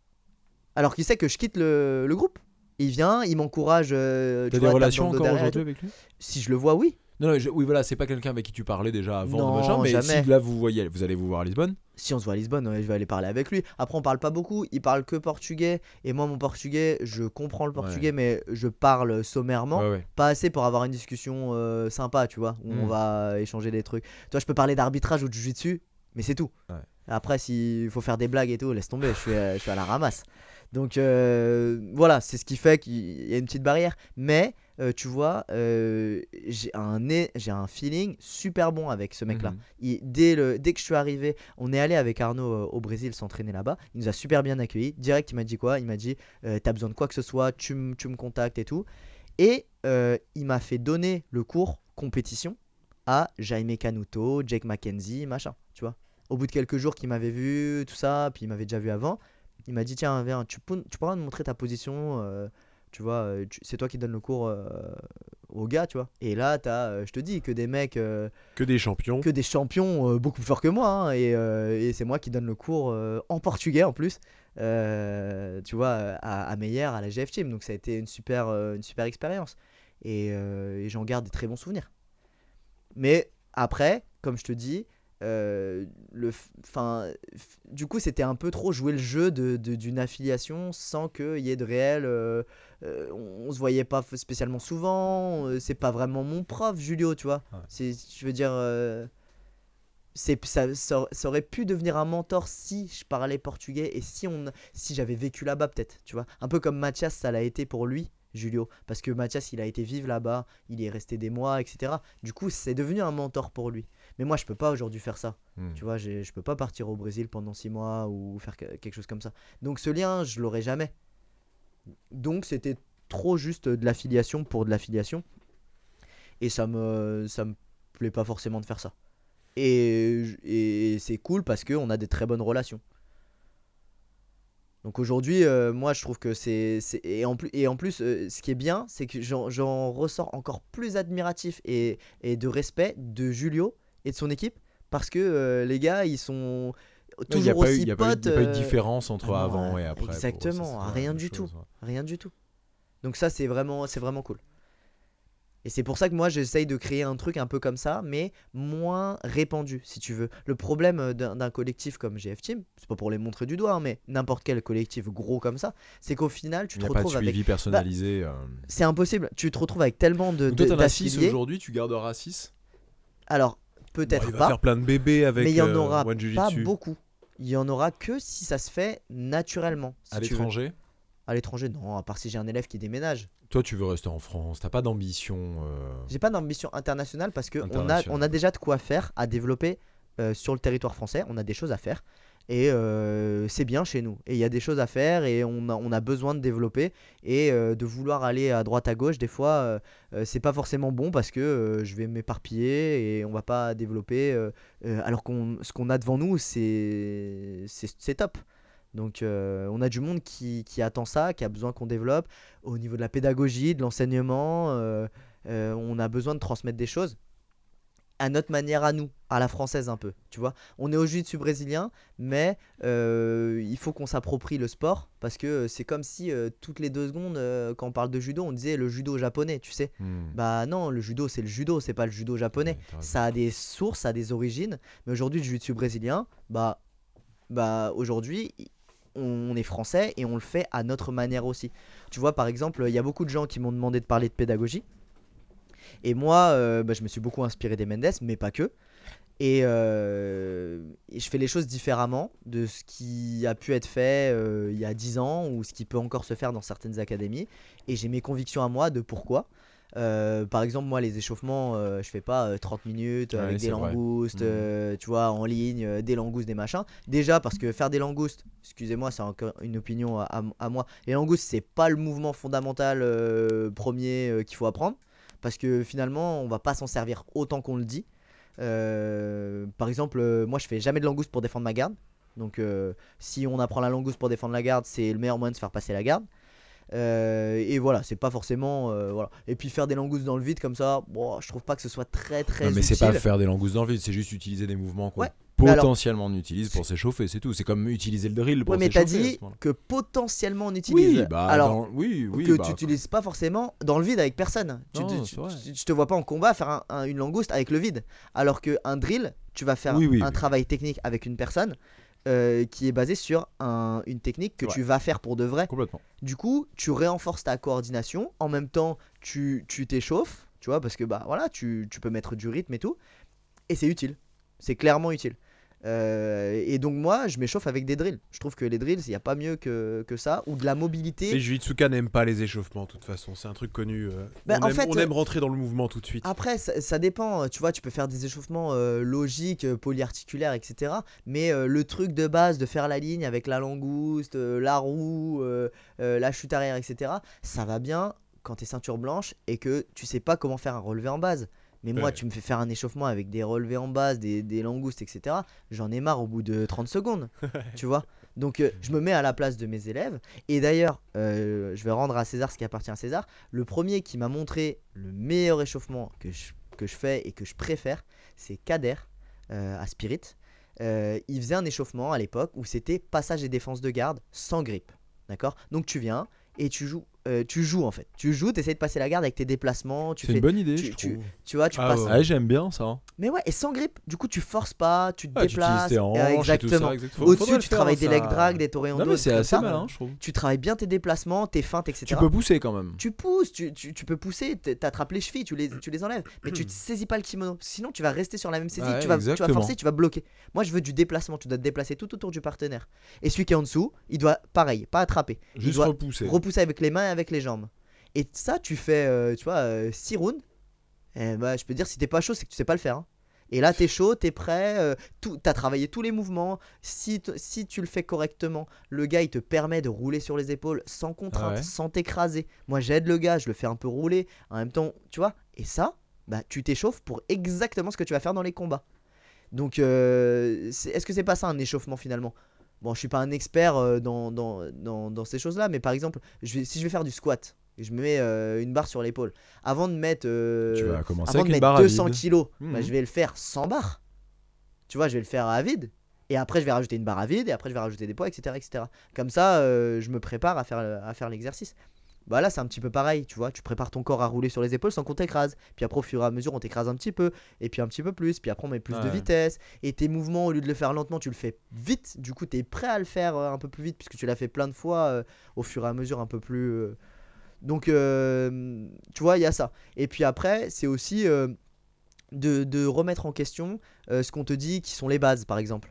Alors qu'il sait que je quitte le, le groupe. Il vient, il m'encourage. euh, tu T'as des vois, tape relations dans le dos encore derrière et aujourd'hui tout. avec lui? Si je le vois, oui. Non, non, je- oui, voilà, c'est pas quelqu'un avec qui tu parlais déjà avant, Non, de machin, mais jamais. si là vous voyez, vous allez vous voir à Lisbonne. Si on se voit à Lisbonne, ouais, je vais aller parler avec lui. Après, on parle pas beaucoup. Il parle que portugais. Et moi, mon portugais, je comprends le portugais, mais je parle sommairement. Ouais, ouais. Pas assez pour avoir une discussion euh, sympa, tu vois, où on Mm. va échanger des trucs. Toi, je peux parler d'arbitrage ou de jiu-jitsu, mais c'est tout. Ouais. Après, s'il faut faire des blagues et tout, laisse tomber, je suis, à- je suis à la ramasse. Donc euh, voilà, c'est ce qui fait qu'il y a une petite barrière. Mais euh, tu vois, euh, j'ai un, nez- j'ai un feeling super bon avec ce mec-là. Mhm. Il- dès, le, dès que je suis arrivé, on est allé avec Arnaud euh, au Brésil s'entraîner là-bas. Il nous a super bien accueillis. Direct, il m'a dit quoi? Il m'a dit euh, t'as besoin de quoi que ce soit, tu, m- tu me contactes et tout. Et euh, il m'a fait donner le cours compétition à Jaime Canuto, Jake McKenzie, machin, tu vois. Au bout de quelques jours qu'il m'avait vu, tout ça, puis il m'avait déjà vu avant, il m'a dit tiens, viens, tu, peux- tu pourras me montrer ta position, euh, tu vois, euh, tu- c'est toi qui donne le cours euh, aux gars, tu vois. Et là, t'as, euh, je te dis, que des mecs, euh, Que des champions. que des champions euh, beaucoup plus forts que moi, hein, et, euh, et c'est moi qui donne le cours euh, en portugais en plus, euh, tu vois, à, à Meyer, à la G F Team. Donc ça a été une super, euh, une super expérience. Et, euh, et j'en garde des très bons souvenirs. Mais après, comme je te dis, euh, le, f- 'fin, f- du coup, c'était un peu trop jouer le jeu de, de- d'une affiliation sans qu'il y ait de réel. Euh, euh, on, on se voyait pas f- spécialement souvent. Euh, c'est pas vraiment mon prof, Julio, tu vois. Ouais. C'est, je veux dire. Euh, c'est, ça, ça, ça aurait pu devenir un mentor si je parlais portugais et si, on, si j'avais vécu là-bas, peut-être, tu vois. Un peu comme Mathias, ça l'a été pour lui, Julio. Parce que Mathias, il a été vivre là-bas, il y est resté des mois, et cetera. Du coup, c'est devenu un mentor pour lui. Mais moi, je peux pas aujourd'hui faire ça. Hmm. Tu vois, j'ai- je peux pas partir au Brésil pendant six mois ou faire que- quelque chose comme ça. Donc, ce lien, je l'aurai jamais. Donc, c'était trop juste de l'affiliation pour de l'affiliation. Et ça me, ça me plaît pas forcément de faire ça. Et, et c'est cool parce qu'on a des très bonnes relations. Donc aujourd'hui, euh, moi je trouve que c'est. c'est- Et en plus, et en plus euh, ce qui est bien, c'est que j'en, j'en ressors encore plus admiratif et, et de respect de Julio et de son équipe. Parce que euh, les gars, ils sont Il n'y a toujours pas eu, aussi il y a pas eu- potes. il y a pas eu de euh, différence entre ah non, avant euh, et après. pour eux, ça, exactement, c'est toujours la rien même du tout. chose, ouais. Rien du tout. Donc ça, c'est vraiment, c'est vraiment cool. Et c'est pour ça que moi j'essaye de créer un truc un peu comme ça, mais moins répandu, si tu veux. Le problème euh, d'un d'un collectif comme G F Team, c'est pas pour les montrer du doigt, hein, mais n'importe quel collectif gros comme ça, c'est qu'au final tu Il te n'y a pas de retrouves avec. suivi personnalisé. euh. C'est impossible, tu te retrouves avec tellement de, Donc toi, de- t'en as six d'affiliés. aujourd'hui, tu garderas six. Alors, Bon, peut-être il va pas, faire plein de bébés avec mais il y en euh, aura One pas Jiu-Jitsu. beaucoup. Il y en aura que si ça se fait naturellement. si À tu veux. l'étranger. À l'étranger, non, à part si j'ai un élève qui déménage. Toi, tu veux rester en France. T'as pas d'ambition. euh, J'ai pas d'ambition internationale parce qu'on a, Internationale. on a déjà de quoi faire à développer euh, sur le territoire français. On a des choses à faire et euh, c'est bien chez nous. Et il y a des choses à faire et on a, on a besoin de développer et euh, de vouloir aller à droite à gauche. Des fois, euh, euh, c'est pas forcément bon parce que euh, je vais m'éparpiller et on va pas développer. euh, euh, alors qu'on, ce qu'on a devant nous, c'est, c'est, c'est top. Donc euh, on a du monde qui, qui attend ça, qui a besoin qu'on développe au niveau de la pédagogie, de l'enseignement. euh, euh, on a besoin de transmettre des choses à notre manière à nous, à la française un peu, tu vois. On est au jiu-jitsu brésilien, mais euh, il faut qu'on s'approprie le sport parce que c'est comme si euh, toutes les deux secondes, euh, quand on parle de judo, on disait le judo japonais, tu sais. hmm. Bah non, le judo c'est le judo, c'est pas le judo japonais. Ouais, t'as raison. Ça a des sources, ça a des origines, mais aujourd'hui le jiu-jitsu brésilien, bah, bah aujourd'hui on est français et on le fait à notre manière aussi. Tu vois, par exemple, il y a beaucoup de gens qui m'ont demandé de parler de pédagogie. Et moi, euh, bah, je me suis beaucoup inspiré des Mendes, mais pas que. Et, euh, et je fais les choses différemment de ce qui a pu être fait euh, il y a dix ans ou ce qui peut encore se faire dans certaines académies. Et j'ai mes convictions à moi de pourquoi. Euh, par exemple, moi, les échauffements, euh, je fais pas euh, trente minutes Ouais, avec des c'est vrai. langoustes, Mhm. euh, tu vois, en ligne, euh, des langoustes, des machins. Déjà, parce que faire des langoustes, excusez-moi, c'est encore une opinion à, à- à moi. Les langoustes, c'est pas le mouvement fondamental euh, premier euh, qu'il faut apprendre. Parce que finalement, on va pas s'en servir autant qu'on le dit. Euh, par exemple, euh, moi, je fais jamais de langouste pour défendre ma garde. Donc, euh, si on apprend la langouste pour défendre la garde, c'est le meilleur moyen de se faire passer la garde. Euh, et voilà, c'est pas forcément euh, voilà. Et puis faire des langoustes dans le vide comme ça, bon, je trouve pas que ce soit très très Non, mais utile. c'est pas faire des langoustes dans le vide, c'est juste utiliser des mouvements qu'on Ouais, mais alors- potentiellement on utilise pour s'échauffer, c'est tout. C'est comme utiliser le drill pour Ouais, mais t'as s'échauffer. à dit ce moment-là. que potentiellement on utilise. Oui, bah, Alors dans- oui, oui, que bah, tu n'utilises pas forcément dans le vide avec personne. Tu, Non, tu- c'est vrai. tu- je te vois pas en combat faire un- un- une langouste avec le vide. Alors qu'un drill, tu vas faire Oui, oui, un oui. travail technique avec une personne euh, qui est basé sur un- une technique que Ouais. tu vas faire pour de vrai. Complètement. Du coup, tu renforces ta coordination. En même temps, tu tu t'échauffes, tu vois, parce que bah voilà, tu, tu peux mettre du rythme et tout. Et c'est utile. C'est clairement utile. Euh, et donc moi, je m'échauffe avec des drills. Je trouve que les drills, il n'y a pas mieux que, que ça. Ou de la mobilité. Les Jujitsuka n'aiment pas les échauffements, de toute façon. C'est un truc connu. euh. Bah, on, en aime, fait, on aime rentrer dans le mouvement tout de suite. Après, ça, ça dépend. Tu vois, tu peux faire des échauffements euh, logiques, euh, polyarticulaires, et cetera. Mais euh, le truc de base de faire la ligne avec la langouste, euh, la roue, euh, euh, la chute arrière, et cetera, ça va bien quand t'es ceinture blanche et que tu sais pas comment faire un relevé en base. Mais moi, Ouais. tu me fais faire un échauffement avec des relevés en base, des, des langoustes, et cetera. J'en ai marre au bout de trente secondes. Tu vois. Donc, euh, je me mets à la place de mes élèves. Et d'ailleurs, euh, je vais rendre à César ce qui appartient à César. Le premier qui m'a montré le meilleur échauffement que je, que je fais et que je préfère, c'est Kader euh, à Spirit. Euh, il faisait un échauffement à l'époque où c'était passage et défense de garde sans grip. D'accord. Donc, tu viens et tu joues euh, tu joues en fait. Tu joues, tu essaies de passer la garde avec tes déplacements. Tu C'est fais, une bonne idée, tu, je tu, trouve. tu vois, tu Ah passes. ouais. Ouais, j'aime bien ça. hein. Mais ouais, et sans grip, du coup, tu forces pas, tu te Ah, tu utilises déplaces. tes hanches euh, et tout exactement. ça. exactement. Faudrait Au-dessus, le tu faire, travailles des ça. leg drags, des toréandos. Non, mais c'est comme assez ça. malin, je trouve. Tu travailles bien tes déplacements, tes feintes, et cetera. Tu peux pousser quand même. Tu pousses, tu, tu, tu peux pousser, t- t'attrapes les chevilles, tu les, tu les enlèves, mais tu ne saisis pas le kimono. Sinon, tu vas rester sur la même saisie, Ouais, tu, vas, tu vas exactement. forcer, tu vas bloquer. Moi, je veux du déplacement, tu dois te déplacer tout autour du partenaire. Et celui qui est en dessous, il doit, pareil, pas attraper. Il Juste doit repousser. repousser avec les mains et avec les jambes. Et ça, tu fais, euh, tu vois, six rounds. Et bah, je peux te dire, si t'es pas chaud, c'est que tu sais pas le faire. hein. Et là, t'es chaud, t'es prêt, euh, tout, t'as travaillé tous les mouvements. Si, t- si tu le fais correctement, le gars, il te permet de rouler sur les épaules sans contrainte, Ouais. sans t'écraser. Moi, j'aide le gars, je le fais un peu rouler. En même temps, tu vois, et ça, bah, tu t'échauffes pour exactement ce que tu vas faire dans les combats. Donc, euh, c'est- est-ce que c'est pas ça un échauffement finalement? Bon, je suis pas un expert euh, dans, dans, dans, dans ces choses-là, mais par exemple, je vais, si je vais faire du squat, et je me mets euh, une barre sur l'épaule, avant de mettre, euh, Tu vas commencer avant avec de une barre mettre à deux cents vide. kilos, Mhm. bah, je vais le faire sans barre. Tu vois, je vais le faire à vide. Et après, je vais rajouter une barre à vide, et après, je vais rajouter des poids, et cetera et cetera. Comme ça, euh, je me prépare à faire, à faire l'exercice. Bah là, c'est un petit peu pareil, tu vois. Tu prépares ton corps à rouler sur les épaules sans qu'on t'écrase. Puis après, au fur et à mesure, on t'écrase un petit peu, et puis un petit peu plus. Puis après, on met plus de Ouais. vitesse. Et tes mouvements, au lieu de le faire lentement, tu le fais vite. Du coup, tu es prêt à le faire euh, un peu plus vite, puisque tu l'as fait plein de fois euh, au fur et à mesure, un peu plus. euh. Donc, euh, tu vois, il y a ça. Et puis après, c'est aussi euh, de, de remettre en question euh, ce qu'on te dit qui sont les bases, par exemple.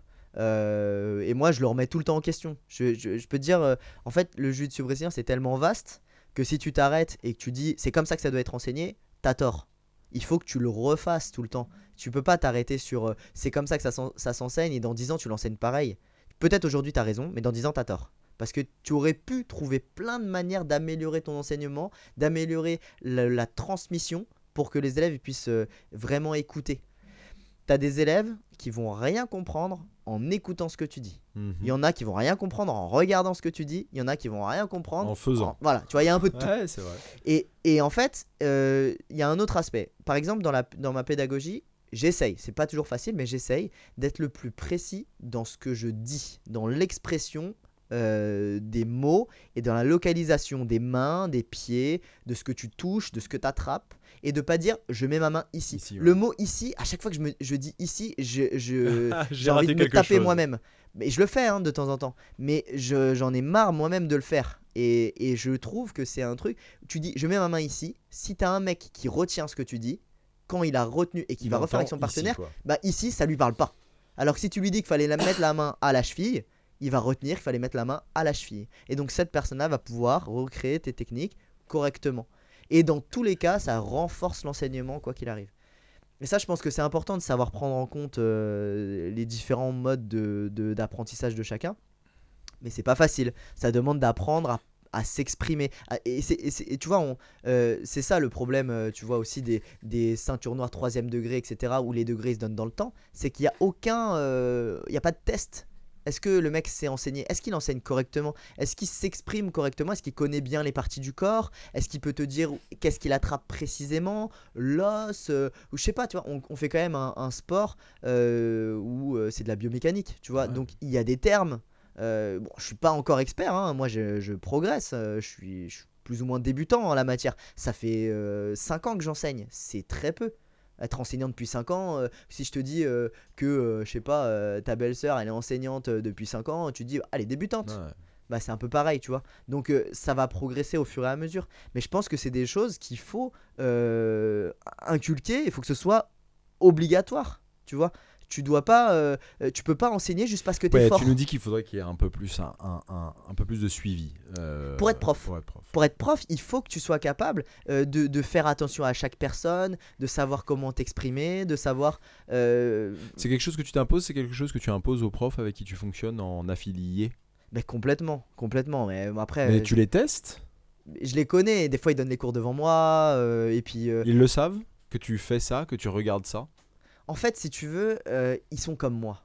Euh, et moi, je le remets tout le temps en question. Je, je- je peux te dire, euh, en fait, le jiu-jitsu brésilien, c'est tellement vaste que si tu t'arrêtes et que tu dis c'est comme ça que ça doit être enseigné, t'as tort. Il faut que tu le refasses tout le temps. Tu peux pas t'arrêter sur euh, c'est comme ça que ça, s'en- ça s'enseigne et dans dix ans tu l'enseignes pareil. Peut-être aujourd'hui t'as raison, mais dans dix ans t'as tort. Parce que tu aurais pu trouver plein de manières d'améliorer ton enseignement, d'améliorer la, la transmission pour que les élèves ils puissent euh, vraiment écouter. T'as des élèves qui vont rien comprendre en écoutant ce que tu dis. Mhm. Il y en a qui vont rien comprendre en regardant ce que tu dis. Il y en a qui vont rien comprendre En faisant. Voilà, tu vois, il y a un peu de tout. Ouais, c'est vrai. Et, et en fait, euh, il y a un autre aspect. Par exemple, dans, la, dans ma pédagogie, j'essaye, c'est pas toujours facile, mais j'essaye d'être le plus précis dans ce que je dis, dans l'expression euh, des mots et dans la localisation des mains, des pieds, de ce que tu touches, de ce que tu attrapes, et de pas dire je mets ma main ici. Ici, ouais. Le mot ici, à chaque fois que je, me, je dis ici, je, je, J'ai j'ai envie raté de me quelque taper chose. moi-même. Mais je le fais hein, de temps en temps. Mais je- j'en ai marre moi-même de le faire. Et, et je trouve que c'est un truc. Tu dis, je mets ma main ici. Si t'as un mec qui retient ce que tu dis, quand il a retenu et qu'il va refaire avec son partenaire, bah ici, ça lui parle pas. Alors que si tu lui dis qu'il fallait la mettre la main à la cheville, il va retenir qu'il fallait mettre la main à la cheville. Et donc cette personne-là va pouvoir recréer tes techniques correctement. Et dans tous les cas, ça renforce l'enseignement quoi qu'il arrive. Et ça, je pense que c'est important de savoir prendre en compte euh, les différents modes de, de- d'apprentissage de chacun. Mais c'est pas facile. Ça demande d'apprendre à, à s'exprimer. À- Et, c'est- et c'est- et tu vois, on- euh, c'est ça le problème, euh, tu vois, aussi des, des ceintures noires troisième degré, et cetera, où les degrés ils se donnent dans le temps. C'est qu'il n'y a aucun. euh, Il n'y a pas de test. Est-ce que le mec sait enseigner? Est-ce qu'il enseigne correctement? Est-ce qu'il s'exprime correctement? Est-ce qu'il connaît bien les parties du corps? Est-ce qu'il peut te dire qu'est-ce qu'il attrape précisément? L'os euh, ou je sais pas, tu vois, on, on fait quand même un, un sport euh, où euh, c'est de la biomécanique, tu vois. Ouais. Donc il y a des termes. Euh, bon, je suis pas encore expert, hein, moi je, je progresse, euh, je, suis, je suis plus ou moins débutant en la matière. Ça fait cinq ans que j'enseigne, c'est très peu. Être enseignant depuis cinq ans, euh, si je te dis euh, que, euh, je sais pas, euh, ta belle-sœur elle est enseignante euh, depuis cinq ans, tu te dis, ah, elle est débutante. Ouais. Bah, c'est un peu pareil, tu vois. Donc euh, ça va progresser au fur et à mesure. Mais je pense que c'est des choses qu'il faut euh, inculquer, il faut que ce soit obligatoire, tu vois. Tu dois pas, euh, euh, tu peux pas enseigner juste parce que t'es Ouais, fort. tu nous dis qu'il faudrait qu'il y ait un peu plus, un, un, un, un peu plus de suivi. euh, Pour être prof. Pour être prof. Pour être prof, il faut que tu sois capable euh, de, de faire attention à chaque personne, de savoir comment t'exprimer, de savoir... euh, C'est quelque chose que tu t'imposes, c'est quelque chose que tu imposes aux profs avec qui tu fonctionnes en affilié. mais complètement, complètement. Mais après, Mais euh, tu les testes? je, je les connais. Des fois, ils donnent les cours devant moi. euh, et puis... euh, Ils le savent que tu fais ça, que tu regardes ça? En fait, si tu veux, euh, ils sont comme moi.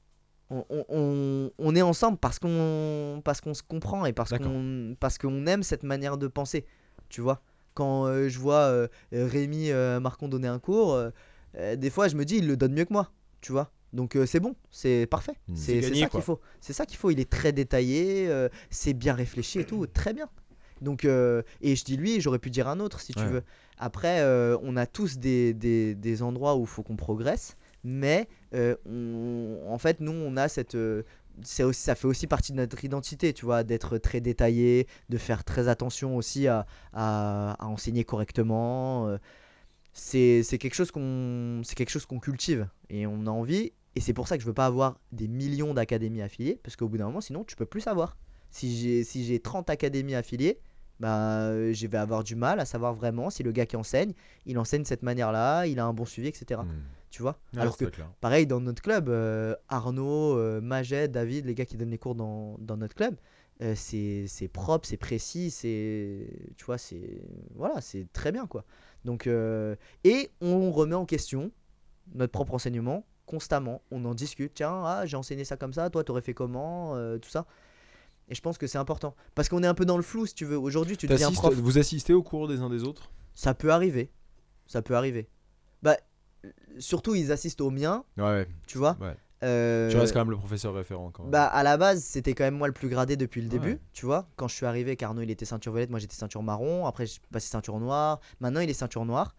On, on- on- on est ensemble parce qu'on parce qu'on se comprend et parce D'accord. qu'on parce qu'on aime cette manière de penser. Tu vois, quand euh, je vois euh, Rémi euh, Marcon donner un cours, euh, euh, des fois je me dis il le donne mieux que moi. Tu vois. Donc euh, c'est bon, c'est parfait. Hmm. C'est C'est c'est gagné, ça quoi. qu'il faut. C'est ça qu'il faut. Il est très détaillé, euh, c'est bien réfléchi et tout, très bien. Donc, euh, et je dis lui, j'aurais pu dire un autre si tu Ouais. veux. Après, euh, on a tous des, des, des endroits où il faut qu'on progresse, mais euh, on- en fait, nous, on a cette. euh, c'est aussi, ça fait aussi partie de notre identité, tu vois, d'être très détaillé, de faire très attention aussi à, à, à enseigner correctement. euh, c'est c'est quelque chose qu'on c'est quelque chose qu'on cultive et on a envie, et c'est pour ça que je veux pas avoir des millions d'académies affiliées, parce qu'au bout d'un moment sinon tu peux plus savoir. Si j'ai si j'ai trente académies affiliées, bah euh, je vais avoir du mal à savoir vraiment si le gars qui enseigne il enseigne de cette manière là, il a un bon suivi, etc. Hmm. Tu vois. Ouais, Alors que c'est clair. pareil dans notre club, euh, Arnaud, euh, Majet, David, les gars qui donnent les cours dans, dans notre club, euh, c'est c'est propre, c'est précis, c'est tu vois, c'est voilà, c'est très bien quoi. Donc euh, et on remet en question notre propre enseignement constamment. On en discute. Tiens, ah, j'ai enseigné ça comme ça, toi t'aurais fait comment, euh, tout ça. Et je pense que c'est important parce qu'on est un peu dans le flou si tu veux. Aujourd'hui, tu deviens T'assistes- prof. Vous assistez au cours des uns des autres? Ça peut arriver. Ça peut arriver. Bah euh, surtout ils assistent au mien, Ouais, tu vois. ouais. Euh, Tu restes quand même le professeur référent quand même. Bah à la base c'était quand même moi le plus gradé depuis le début, Ouais. tu vois. Quand je suis arrivé, Carnot il était ceinture violette, moi j'étais ceinture marron, après je suis passé ceinture noire, maintenant il est ceinture noire.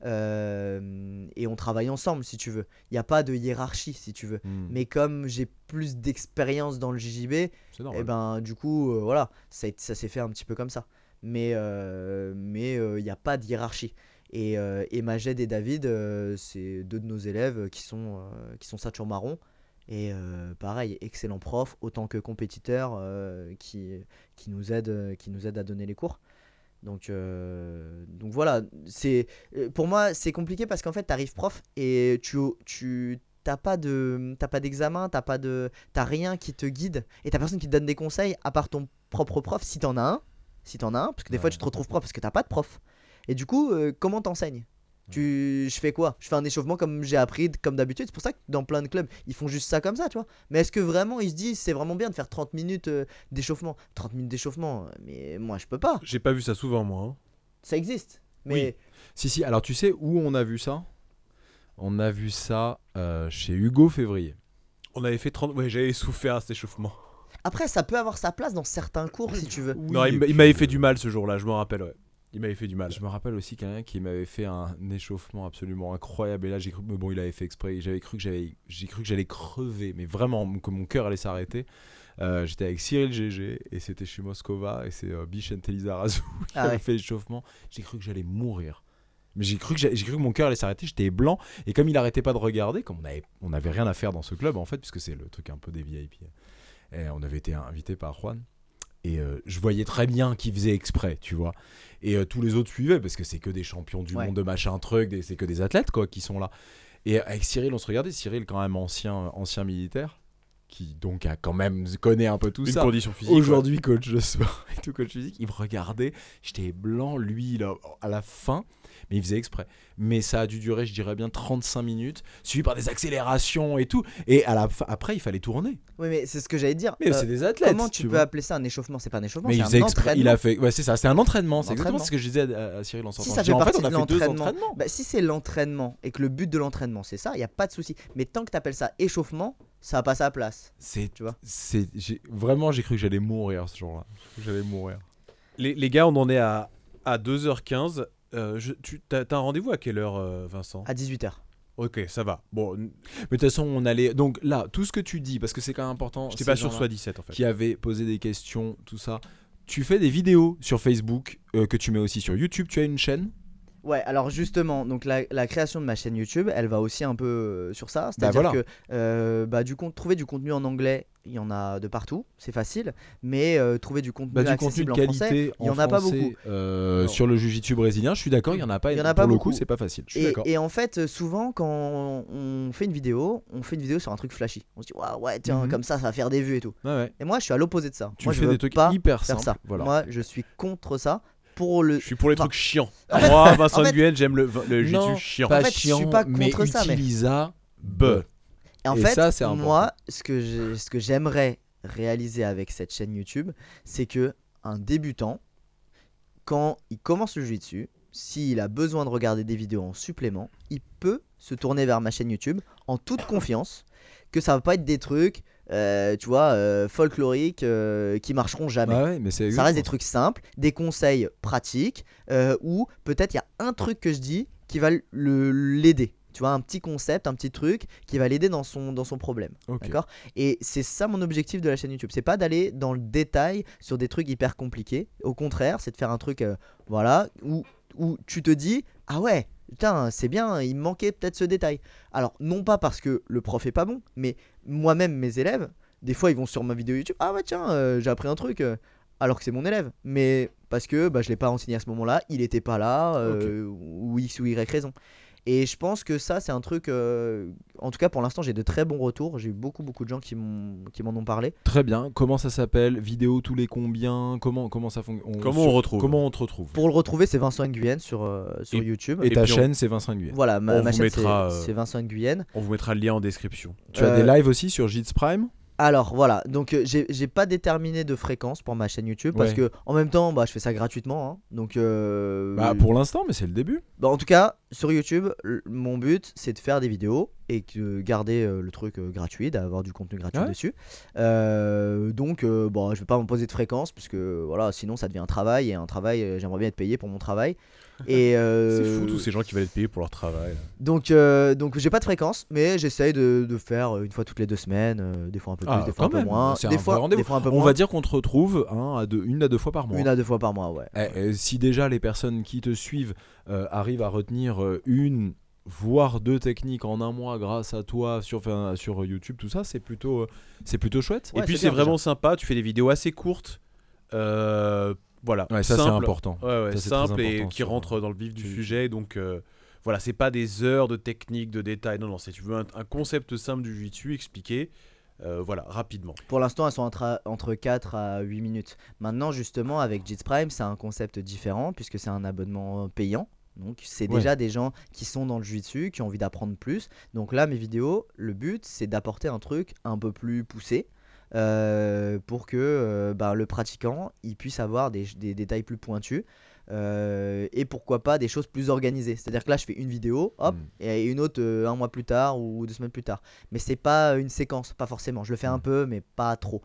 Euh, et on travaille ensemble si tu veux. Il n'y a pas de hiérarchie si tu veux. Hmm. Mais comme j'ai plus d'expérience dans le J J B, C'est normal. et ben du coup euh, voilà, ça, a été- ça s'est fait un petit peu comme ça. Mais euh, mais euh, il n'y a pas de hiérarchie. Et, euh, et Majed et David, euh, c'est deux de nos élèves qui sont, euh, qui sont ceinture marron. Et euh, pareil, excellent prof, autant que compétiteur euh, qui, qui, nous aide, euh, qui nous aide à donner les cours. Donc, euh, donc voilà, c'est, euh, pour moi c'est compliqué parce qu'en fait t'arrives prof et tu, tu t'as pas de t'as pas d'examen, t'as pas de t'as rien qui te guide et t'as personne qui te donne des conseils à part ton propre prof si t'en as un, si t'en as un, parce que des fois Ouais. tu te retrouves prof parce que t'as pas de prof. Et du coup, euh, comment t'enseignes? Tu, je fais quoi? Je fais un échauffement comme j'ai appris, comme d'habitude. C'est pour ça que dans plein de clubs, ils font juste ça comme ça, tu vois. Mais est-ce que vraiment ils se disent c'est vraiment bien de faire trente minutes euh, d'échauffement? trente minutes d'échauffement, mais moi je peux pas. J'ai pas vu ça souvent, moi. hein. Ça existe. Mais Si, si, alors tu sais où on a vu ça? On a vu ça euh, chez Hugo Février. On avait fait trente. Ouais, j'avais souffert à cet échauffement. après, ça peut avoir sa place dans certains cours si tu veux. non, il, m- il m'avait fait du mal ce jour-là, je m'en rappelle, ouais. Il m'avait fait du mal. Je me rappelle aussi quelqu'un qui m'avait fait un échauffement absolument incroyable. Et là, j'ai cru, mais bon, il avait fait exprès. J'avais cru que j'avais, j'ai cru que j'allais crever, mais vraiment que mon cœur allait s'arrêter. Euh, j'étais avec Cyril G G et c'était chez Moscova et c'est euh, Bichente Lizarazu qui Ah avait ouais. fait l'échauffement. J'ai cru que j'allais mourir. Mais j'ai cru que j'ai, j'ai cru que mon cœur allait s'arrêter. J'étais blanc et comme il arrêtait pas de regarder, comme on avait, on avait rien à faire dans ce club en fait, puisque c'est le truc un peu des V I P. Et on avait été invité par Juan. Et euh, je voyais très bien qu'il faisait exprès, tu vois. Et euh, tous les autres suivaient parce que c'est que des champions du Ouais. monde de machin truc, des- c'est que des athlètes quoi qui sont là. Et avec Cyril, on se regardait. Cyril, quand même ancien, ancien militaire, qui donc a quand même connaît un peu tout Une ça. condition physique. Aujourd'hui, coach de sport et tout, coach physique, il me regardait. J'étais blanc, lui, là, à la fin. Mais il faisait exprès. Mais ça a dû durer, je dirais bien, trente-cinq minutes, suivi par des accélérations et tout. Et à la fin, après, il fallait tourner. Oui, mais c'est ce que j'allais dire. Mais Euh, c'est des athlètes. comment tu, peux vois. appeler ça un échauffement? C'est pas un échauffement, Mais c'est il un faisait exprès. entraînement. Il a fait. Ouais, c'est ça. C'est un entraînement. C'est exactement Entraînement. ce que je disais à, à Cyril en sortant. Si Je ça dis, fait en partie fait, on a de fait deux l'entraînement, entraînements. bah, si c'est l'entraînement et que le but de l'entraînement c'est ça, il y a pas de souci. Mais tant que t'appelles ça échauffement, ça a pas sa place. C'est. Tu vois. C'est. j'ai- Vraiment, j'ai cru que j'allais mourir ce jour-là. J'ai cru que j'allais mourir. Les, les gars, on en est à, à deux heures quinze. Euh, je, tu t'as, t'as un rendez-vous à quelle heure, euh, Vincent? À dix-huit heures. Ok, ça va. Bon, n- Mais de toute façon, on allait. Donc là, tout ce que tu dis, parce que c'est quand même important. j'étais ces pas sûr que ce gens-là soit dix-sept en fait. qui avait posé des questions, tout ça. Tu fais des vidéos sur Facebook euh, que tu mets aussi sur YouTube. Tu as une chaîne. Ouais, alors justement, donc la, la création de ma chaîne YouTube, elle va aussi un peu euh, sur ça. C'est-à-dire voilà. que euh, bah, du con- trouver du contenu en anglais, il y en a de partout, c'est facile. Mais euh, trouver du contenu Bah, du contenu accessible de en qualité, français, il y en en a pas français, beaucoup. euh, Non. sur le jiu-jitsu brésilien, je suis d'accord, il y en a pas. Il y en a pour pas le beaucoup. coup, c'est pas facile. Je suis Et, d'accord. et en fait, euh, souvent, quand on fait une vidéo, on fait une vidéo sur un truc flashy. On se dit, waouh, ouais, tiens, Mhm. comme ça, ça va faire des vues et tout. Ouais, ouais. Et moi, je suis à l'opposé de ça. Tu moi, je fais veux des trucs pas hyper faire simples. ça. Voilà. Moi, je suis contre ça. Pour le. Je suis pour les Enfin, trucs chiants. en fait- Moi, Vincent en fait- Nguyen, j'aime le, le Non, jiu-jitsu chiant. pas En fait, je suis chiant, pas mais contre ça, mais- utilisable. Et en Et fait, ça, c'est important. moi, ce que j'ai- ce que j'aimerais réaliser avec cette chaîne YouTube, c'est que un débutant, quand il commence le jiu-jitsu, s'il a besoin de regarder des vidéos en supplément, il peut se tourner vers ma chaîne YouTube en toute confiance, que ça va pas être des trucs euh, tu vois, euh, folkloriques, euh, qui marcheront jamais. Bah ouais, mais c'est Ça reste des exactement trucs simples, des conseils pratiques, euh, où peut-être il y a un truc que je dis qui va le- l'aider. Tu vois, un petit concept, un petit truc qui va l'aider dans son, dans son problème. ça. Ok. D'accord. Et c'est ça mon objectif de la chaîne YouTube. C'est pas d'aller dans le détail sur des trucs hyper compliqués. Au contraire, c'est de faire un truc, euh, voilà, où, où tu te dis, ah ouais, putain, c'est bien, il me manquait peut-être ce détail. Alors, non pas parce que le prof est pas bon, mais moi-même, mes élèves, des fois, ils vont sur ma vidéo YouTube, ah ouais, tiens, euh, j'ai appris un truc, euh, alors que c'est mon élève. Mais parce que bah, je l'ai pas enseigné à ce moment-là, il était pas là, euh, ou X ou Y raison. Et je pense que ça, c'est un truc. euh, En tout cas, pour l'instant, j'ai de très bons retours. J'ai eu beaucoup, beaucoup de gens qui m'ont qui m'en ont parlé. Très bien. Comment ça s'appelle? Vidéo tous les combien? Comment comment ça fonctionne? Comment on retrouve Comment on te retrouve? Pour le retrouver, c'est Vincent Nguyen sur, euh, sur YouTube. Et Et ta puis on- chaîne, c'est Vincent Nguyen. Voilà, ma, on ma vous chaîne, c'est mettra, euh, c'est Vincent Nguyen. On vous mettra le lien en description. Tu as Euh, des lives aussi sur Jits Prime? Alors voilà, donc euh, j'ai j'ai pas déterminé de fréquence pour ma chaîne YouTube parce Ouais. que en même temps, bah, je fais ça gratuitement. Hein. Donc, euh, Bah pour l'instant, mais c'est le début. bah, en tout cas, sur YouTube, l- mon but c'est de faire des vidéos et de garder euh, le truc euh, gratuit, d'avoir du contenu gratuit Ouais. dessus. Euh, donc, euh, bon, je vais pas m'imposer de fréquence parce que voilà, sinon ça devient un travail et un travail, euh, j'aimerais bien être payé pour mon travail. Et euh, C'est fou tous ces gens qui veulent être payés pour leur travail. Donc, euh, donc j'ai pas de fréquence, mais j'essaye de, de faire une fois toutes les deux semaines, euh, des fois un peu plus, Ah, des fois un quand peu même, moins, c'est des un fois, vrai rendez-vous. des fois un peu On moins, va dire qu'on te retrouve hein, à deux, une à deux fois par mois. une à deux fois par mois, ouais. Eh, eh, si déjà les personnes qui te suivent euh, arrivent à retenir euh, une voire deux techniques en un mois grâce à toi sur, enfin, sur YouTube, tout ça, c'est plutôt, euh, c'est plutôt chouette. Ouais, Et puis c'est c'est bien, vraiment sympa, tu fais des vidéos assez courtes. Euh, voilà, Ouais, ça c'est simple. important. Ouais, ouais, Ça, c'est simple très et important qui sur- rentre dans le vif du sur sujet. Donc euh, voilà, c'est pas des heures de technique, de détails. Non, non, c'est tu veux un, un concept simple du jiu-jitsu expliqué. euh, voilà, rapidement. Pour l'instant, elles sont entre, entre quatre à huit minutes. Maintenant, justement, avec Jits Prime, c'est un concept différent puisque c'est un abonnement payant. Donc, c'est Ouais. déjà des gens qui sont dans le jiu-jitsu, qui ont envie d'apprendre plus. Donc là, mes vidéos, le but, c'est d'apporter un truc un peu plus poussé. euh, pour que euh, bah, le pratiquant il puisse avoir des, des détails plus pointus euh, et pourquoi pas des choses plus organisées. C'est à dire que là je fais une vidéo hop Mm. et une autre euh, un mois plus tard ou deux semaines plus tard, mais c'est pas une séquence, pas forcément, je le fais un Mm. peu mais pas trop.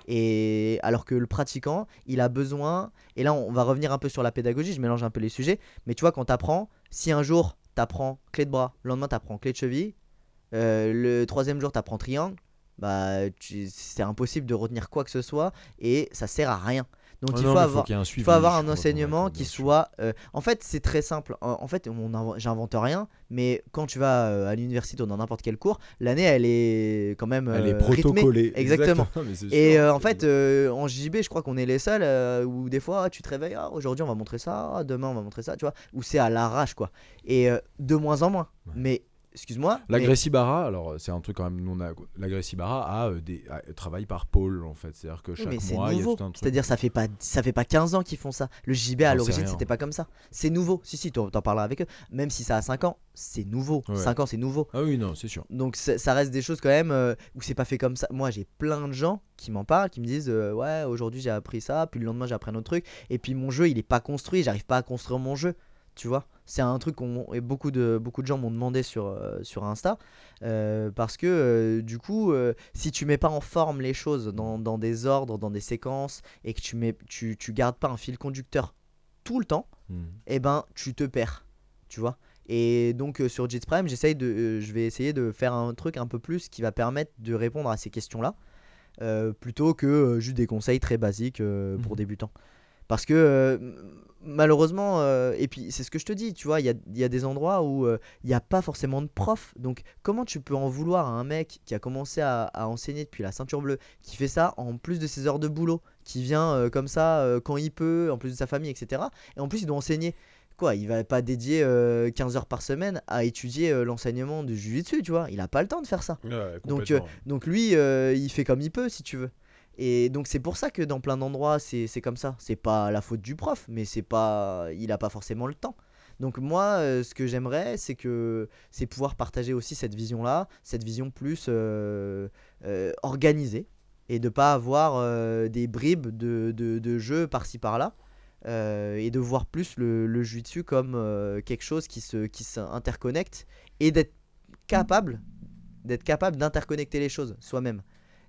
Et alors que le pratiquant il a besoin, et là on va revenir un peu sur la pédagogie, je mélange un peu les sujets, mais tu vois quand t'apprends, si un jour t'apprends clé de bras, le lendemain t'apprends clé de cheville, euh, le troisième jour t'apprends triangle, bah tu- c'est impossible de retenir quoi que ce soit et ça sert à rien. Donc Ah il non, faut mais avoir qu'il y ait un il suivi, faut avoir je un suis enseignement d'accord, qui bien sûr. soit euh, en fait c'est très simple. En, en fait on inv- j'invente rien, mais quand tu vas euh, à l'université ou dans n'importe quel cours, l'année elle est quand même Elle est euh, rythmée. protocolée. Exactement. mais c'est Et sûr, euh, c'est- en fait, euh, en J B, je crois qu'on est les seuls euh, où des fois tu te réveilles, ah, aujourd'hui on va montrer ça, ah, demain on va montrer ça, tu vois, où c'est à l'arrache quoi. Et euh, de moins en moins. Ouais. Mais excuse-moi, mais- L'agressibara, alors c'est un truc quand même non. L'agressibara a euh, des a- travaille par pôle en fait, c'est-à-dire que oui, chaque mais c'est mois il y a nouveau. tout un truc. C'est-à-dire ça fait pas ça fait pas quinze ans qu'ils font ça. Le J B à J'en sais l'origine rien. c'était pas comme ça. C'est nouveau. Si si, t'en t'en parleras avec eux. Même si ça a cinq ans, c'est nouveau. Ouais. cinq ans c'est nouveau. Ah oui non c'est sûr. Donc c'est- ça reste des choses quand même euh, où c'est pas fait comme ça. Moi j'ai plein de gens qui m'en parlent, qui me disent euh, ouais aujourd'hui j'ai appris ça, puis le lendemain j'ai appris un autre truc, et puis mon jeu il est pas construit, j'arrive pas à construire mon jeu. Tu vois, c'est un truc qu'on et beaucoup de beaucoup de gens m'ont demandé sur euh, sur Insta euh, parce que euh, du coup euh, si tu mets pas en forme les choses dans, dans des ordres, dans des séquences et que tu mets tu, tu gardes pas un fil conducteur tout le temps, Hmm. eh ben tu te perds, tu vois. Et donc euh, sur Jits Prime, j'essaye de, euh, je vais essayer de faire un truc un peu plus qui va permettre de répondre à ces questions-là, euh, plutôt que euh, juste des conseils très basiques euh, pour Mhm. débutants. Parce que euh, m- malheureusement, euh, et puis c'est ce que je te dis, tu vois, il y a, il y a des endroits où euh, il n'y a pas forcément de prof. Donc comment tu peux en vouloir à un mec qui a commencé à, à enseigner depuis la ceinture bleue, qui fait ça en plus de ses heures de boulot, qui vient euh, comme ça euh, quand il peut, en plus de sa famille, et cetera. Et en plus il doit enseigner. Quoi, il va pas dédier euh, quinze heures par semaine à étudier euh, l'enseignement du jiu-jitsu, tu vois. Il a pas le temps de faire ça. Ouais, Donc, complètement. Donc lui, euh, il fait comme il peut, si tu veux. Et donc c'est pour ça que dans plein d'endroits, c'est c'est comme ça. C'est pas la faute du prof, mais c'est pas, il a pas forcément le temps. Donc moi, euh, ce que j'aimerais, c'est que c'est pouvoir partager aussi cette vision-là, cette vision plus euh, euh, organisée, et de pas avoir euh, des bribes de, de, de jeux par-ci par-là. euh, et de voir plus le, le jiu-jitsu comme euh, quelque chose qui se qui s'interconnecte et d'être capable d'être capable d'interconnecter les choses soi-même.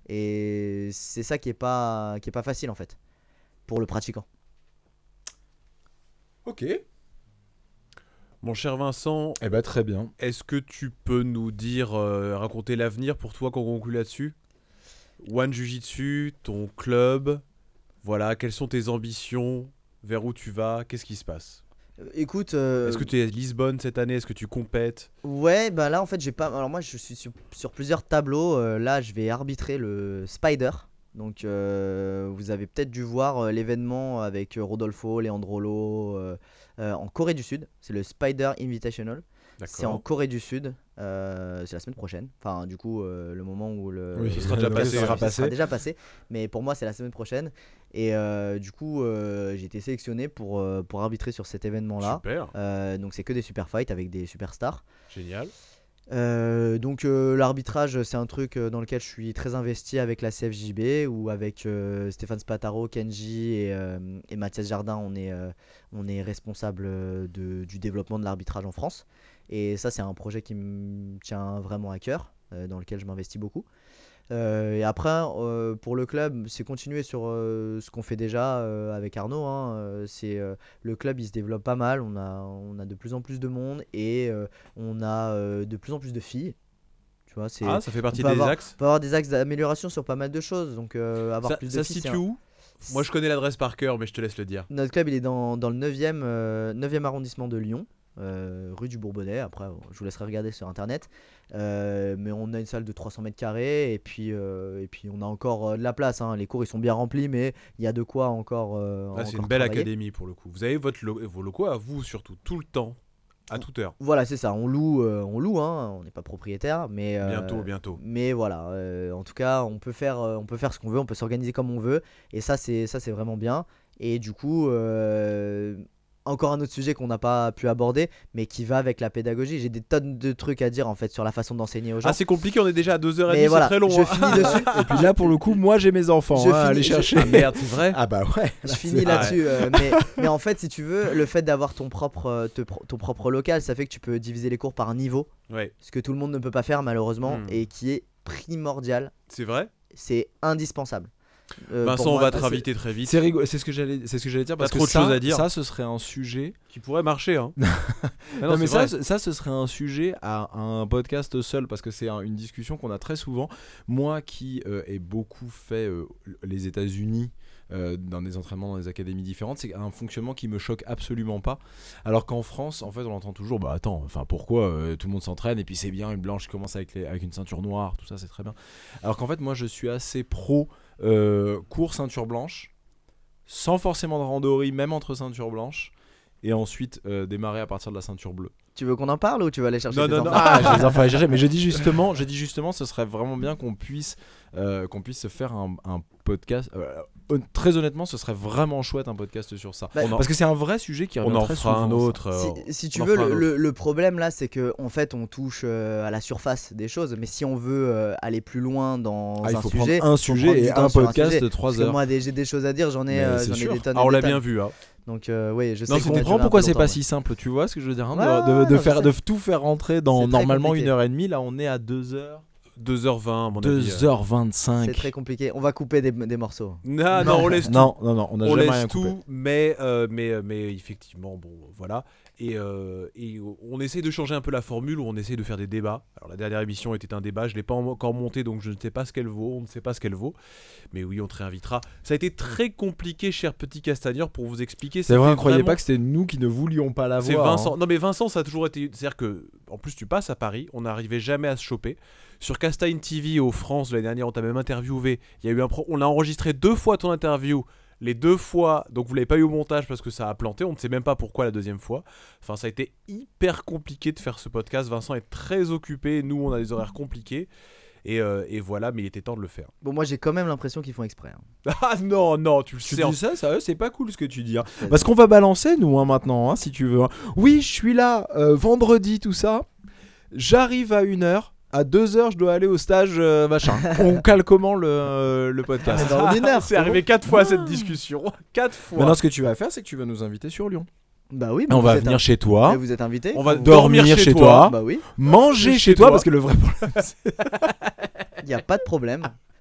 Et c'est ça qui est pas, qui est pas facile en fait pour le pratiquant. Ok. Eh Mon cher Vincent, bah très bien. est-ce que tu peux nous dire, euh, raconter l'avenir pour toi quand on conclut là-dessus? One Jiu-Jitsu, ton club, voilà, quelles sont tes ambitions? Vers où tu vas? Qu'est-ce qui se passe? Euh, Écoute, euh, Est-ce que tu es à Lisbonne cette année? Est-ce que tu compètes? ouais, bah là en fait j'ai pas. Alors moi je suis sur, sur plusieurs tableaux. Euh, là je vais arbitrer le Spider. Donc euh, vous avez peut-être dû voir euh, l'événement avec euh, Rodolfo, Leandrolo euh, euh, en Corée du Sud. C'est le Spider Invitational. C'est en D'accord. Corée du Sud. Euh, c'est la semaine prochaine. Enfin du coup euh, le moment où le Oui, ce sera déjà le- passé, ce sera, hein. ce sera déjà passé. Mais pour moi c'est la semaine prochaine. Et euh, du coup euh, j'ai été sélectionné pour, euh, pour arbitrer sur cet événement-là. Super, Euh, donc c'est que des super fights avec des superstars. génial. Euh, donc euh, l'arbitrage c'est un truc euh, dans lequel je suis très investi avec la C F J B ou avec euh, Stéphane Spataro, Kenji et, euh, et Mathias Jardin. On est, euh, on est responsable euh, de, du développement de l'arbitrage en France. Et ça c'est un projet qui me tient vraiment à cœur, euh, dans lequel je m'investis beaucoup. Euh, et après, euh, pour le club, c'est continuer sur euh, ce qu'on fait déjà euh, avec Arnaud. Hein. Euh, c'est, euh, le club, il se développe pas mal. On a, on a de plus en plus de monde et euh, on a euh, de plus en plus de filles. Tu vois, c'est, Ah, ça fait partie peut des avoir- axes. on peut avoir des axes d'amélioration sur pas mal de choses. Donc, euh, avoir Ça, plus de ça se filles, c'est situe un- où? Moi, je connais l'adresse par cœur, mais je te laisse le dire. Notre club, il est dans, dans le neuvième, euh, neuvième arrondissement de Lyon. Euh, rue du Bourbonnais. Après, je vous laisserai regarder sur internet. Euh, mais on a une salle de trois cents mètres carrés et puis, euh, et puis on a encore euh, de la place. Hein. Les cours ils sont bien remplis, mais il y a de quoi encore. Euh, Ah, c'est encore une belle travailler. académie pour le coup. Vous avez votre lo- vos locaux à vous surtout, tout le temps, à toute heure. Voilà, c'est ça. On loue, euh, on loue. Hein. On n'est pas propriétaire, mais euh, Bientôt, bientôt. Mais voilà. euh, en tout cas, on peut faire, euh, on peut faire ce qu'on veut. On peut s'organiser comme on veut. Et ça, c'est ça, c'est vraiment bien. Et du coup. Euh, Encore un autre sujet qu'on n'a pas pu aborder, mais qui va avec la pédagogie. J'ai des tonnes de trucs à dire en fait sur la façon d'enseigner aux gens. Ah, c'est compliqué, on est déjà à deux heures trente, mais c'est voilà, très long. je hein. finis dessus. Et puis là, pour le coup, moi j'ai mes enfants Je hein, à finis- aller je- chercher. Ah merde, c'est vrai. Ah bah ouais. Je là, finis c'est- là-dessus, euh, mais, mais en fait, si tu veux, le fait d'avoir ton propre, euh, te pro- ton propre local, ça fait que tu peux diviser les cours par niveau, Ouais, ce que tout le monde ne peut pas faire malheureusement, Hmm. et qui est primordial, c'est vrai. c'est indispensable. Euh, pour Vincent, on moi, va te c'est- inviter très vite. C'est rigolo, c'est ce que j'allais, c'est ce que j'allais dire parce T'as que trop de ça, choses à dire. ça, ce serait un sujet. Qui pourrait marcher, hein. Ah Non, mais c'est ça, vrai. ce- ça, ce serait un sujet à un podcast seul parce que c'est un- une discussion qu'on a très souvent. Moi, qui euh, ai beaucoup fait euh, les États-Unis. Euh, dans des entraînements dans des académies différentes, c'est un fonctionnement qui me choque absolument pas. Alors qu'en France, en fait, on entend toujours, bah attends, enfin pourquoi euh, tout le monde s'entraîne et puis c'est bien une blanche qui commence avec, les, avec une ceinture noire, tout ça c'est très bien. Alors qu'en fait, moi, je suis assez pro euh, cours ceinture blanche, sans forcément de randori, même entre ceintures blanches, et ensuite euh, démarrer à partir de la ceinture bleue. Tu veux qu'on en parle ou tu vas aller chercher Non, tes non, enfants non. Ah, j'ai les enfants à gérer, mais je dis justement, je dis justement, ce serait vraiment bien qu'on puisse, euh, qu'on puisse se faire un, un podcast. euh, hon- très honnêtement, ce serait vraiment chouette un podcast sur ça, Bah, On en- parce que c'est un vrai sujet qui On revient en très fera souvent, un ça. autre. euh, Si, si tu on en veux, fera un le, autre. le- le problème là, c'est que en fait, on touche euh, à la surface des choses, mais si on veut euh, aller plus loin dans Ah, il un faut sujet, prendre un faut sujet prendre du et temps un sur podcast sujet. de trois Parce que heures. moi, des- j'ai des choses à dire, j'en ai, Mais euh, c'est j'en ai sûr. des tonnes. Ah, on et l'a des bien tonnes. vu, hein. Donc euh, oui, je sais Non, qu'on c'est- va Je on durer comprends un peu pourquoi c'est longtemps, pas mais- si simple, tu vois ce que je veux dire, hein, Ouais, de, de- de ouais, non, faire, je de sais. tout faire rentrer dans C'est très normalement compliqué. une heure et demie. Là, on est à deux heures, deux heures vingt, à mon avis. euh. deux heures vingt-cinq. C'est très compliqué. On va couper des, des morceaux. Non, non, on laisse tout. Non, non, non, on a On jamais laisse rien tout, coupé. mais, euh, mais, euh, mais effectivement, bon, voilà. Et, euh, et on essaie de changer un peu la formule, où on essaie de faire des débats. Alors la dernière émission était un débat, je ne l'ai pas encore monté, donc je ne sais pas ce qu'elle vaut, on ne sait pas ce qu'elle vaut. Mais oui, on te réinvitera. Ça a été très compliqué, cher petit Castagneur, pour vous expliquer. C'est vrai, C'était ne croyez vraiment- pas que c'était nous qui ne voulions pas la C'est voir. Vincent. hein. Non mais Vincent, ça a toujours été. C'est-à-dire que, en plus, tu passes à Paris, on n'arrivait jamais à se choper. Sur Castaigne T V au France de l'année dernière, on t'a même interviewé. Il y a eu un pro- on a enregistré deux fois ton interview. Les deux fois, donc vous l'avez pas eu au montage parce que ça a planté. On ne sait même pas pourquoi la deuxième fois. Enfin, ça a été hyper compliqué de faire ce podcast. Vincent est très occupé. Nous, on a des horaires compliqués. Et, euh, et voilà, mais il était temps de le faire. Bon, moi j'ai quand même l'impression qu'ils font exprès. hein. Ah non, non, tu le Tu sais. en- dis ça, sérieux, c'est pas cool ce que tu dis. hein. C'est- Parce qu'on va balancer, nous, hein, maintenant, hein, si tu veux. hein. Oui, je suis là, euh, vendredi, tout ça. J'arrive à une heure. À deux heures, je dois aller au stage, euh, machin. On cale comment le, euh, le podcast Dans une heure, C'est arrivé quatre fois cette discussion. Quatre fois. Maintenant, ce que tu vas faire, c'est que tu vas nous inviter sur Lyon. Bah oui, On vous va êtes venir un- chez toi, Mais vous êtes invité. On va dormir dormir chez chez toi. toi. Bah oui, manger Chez chez toi, toi. parce que le vrai problème, il y a pas de problème.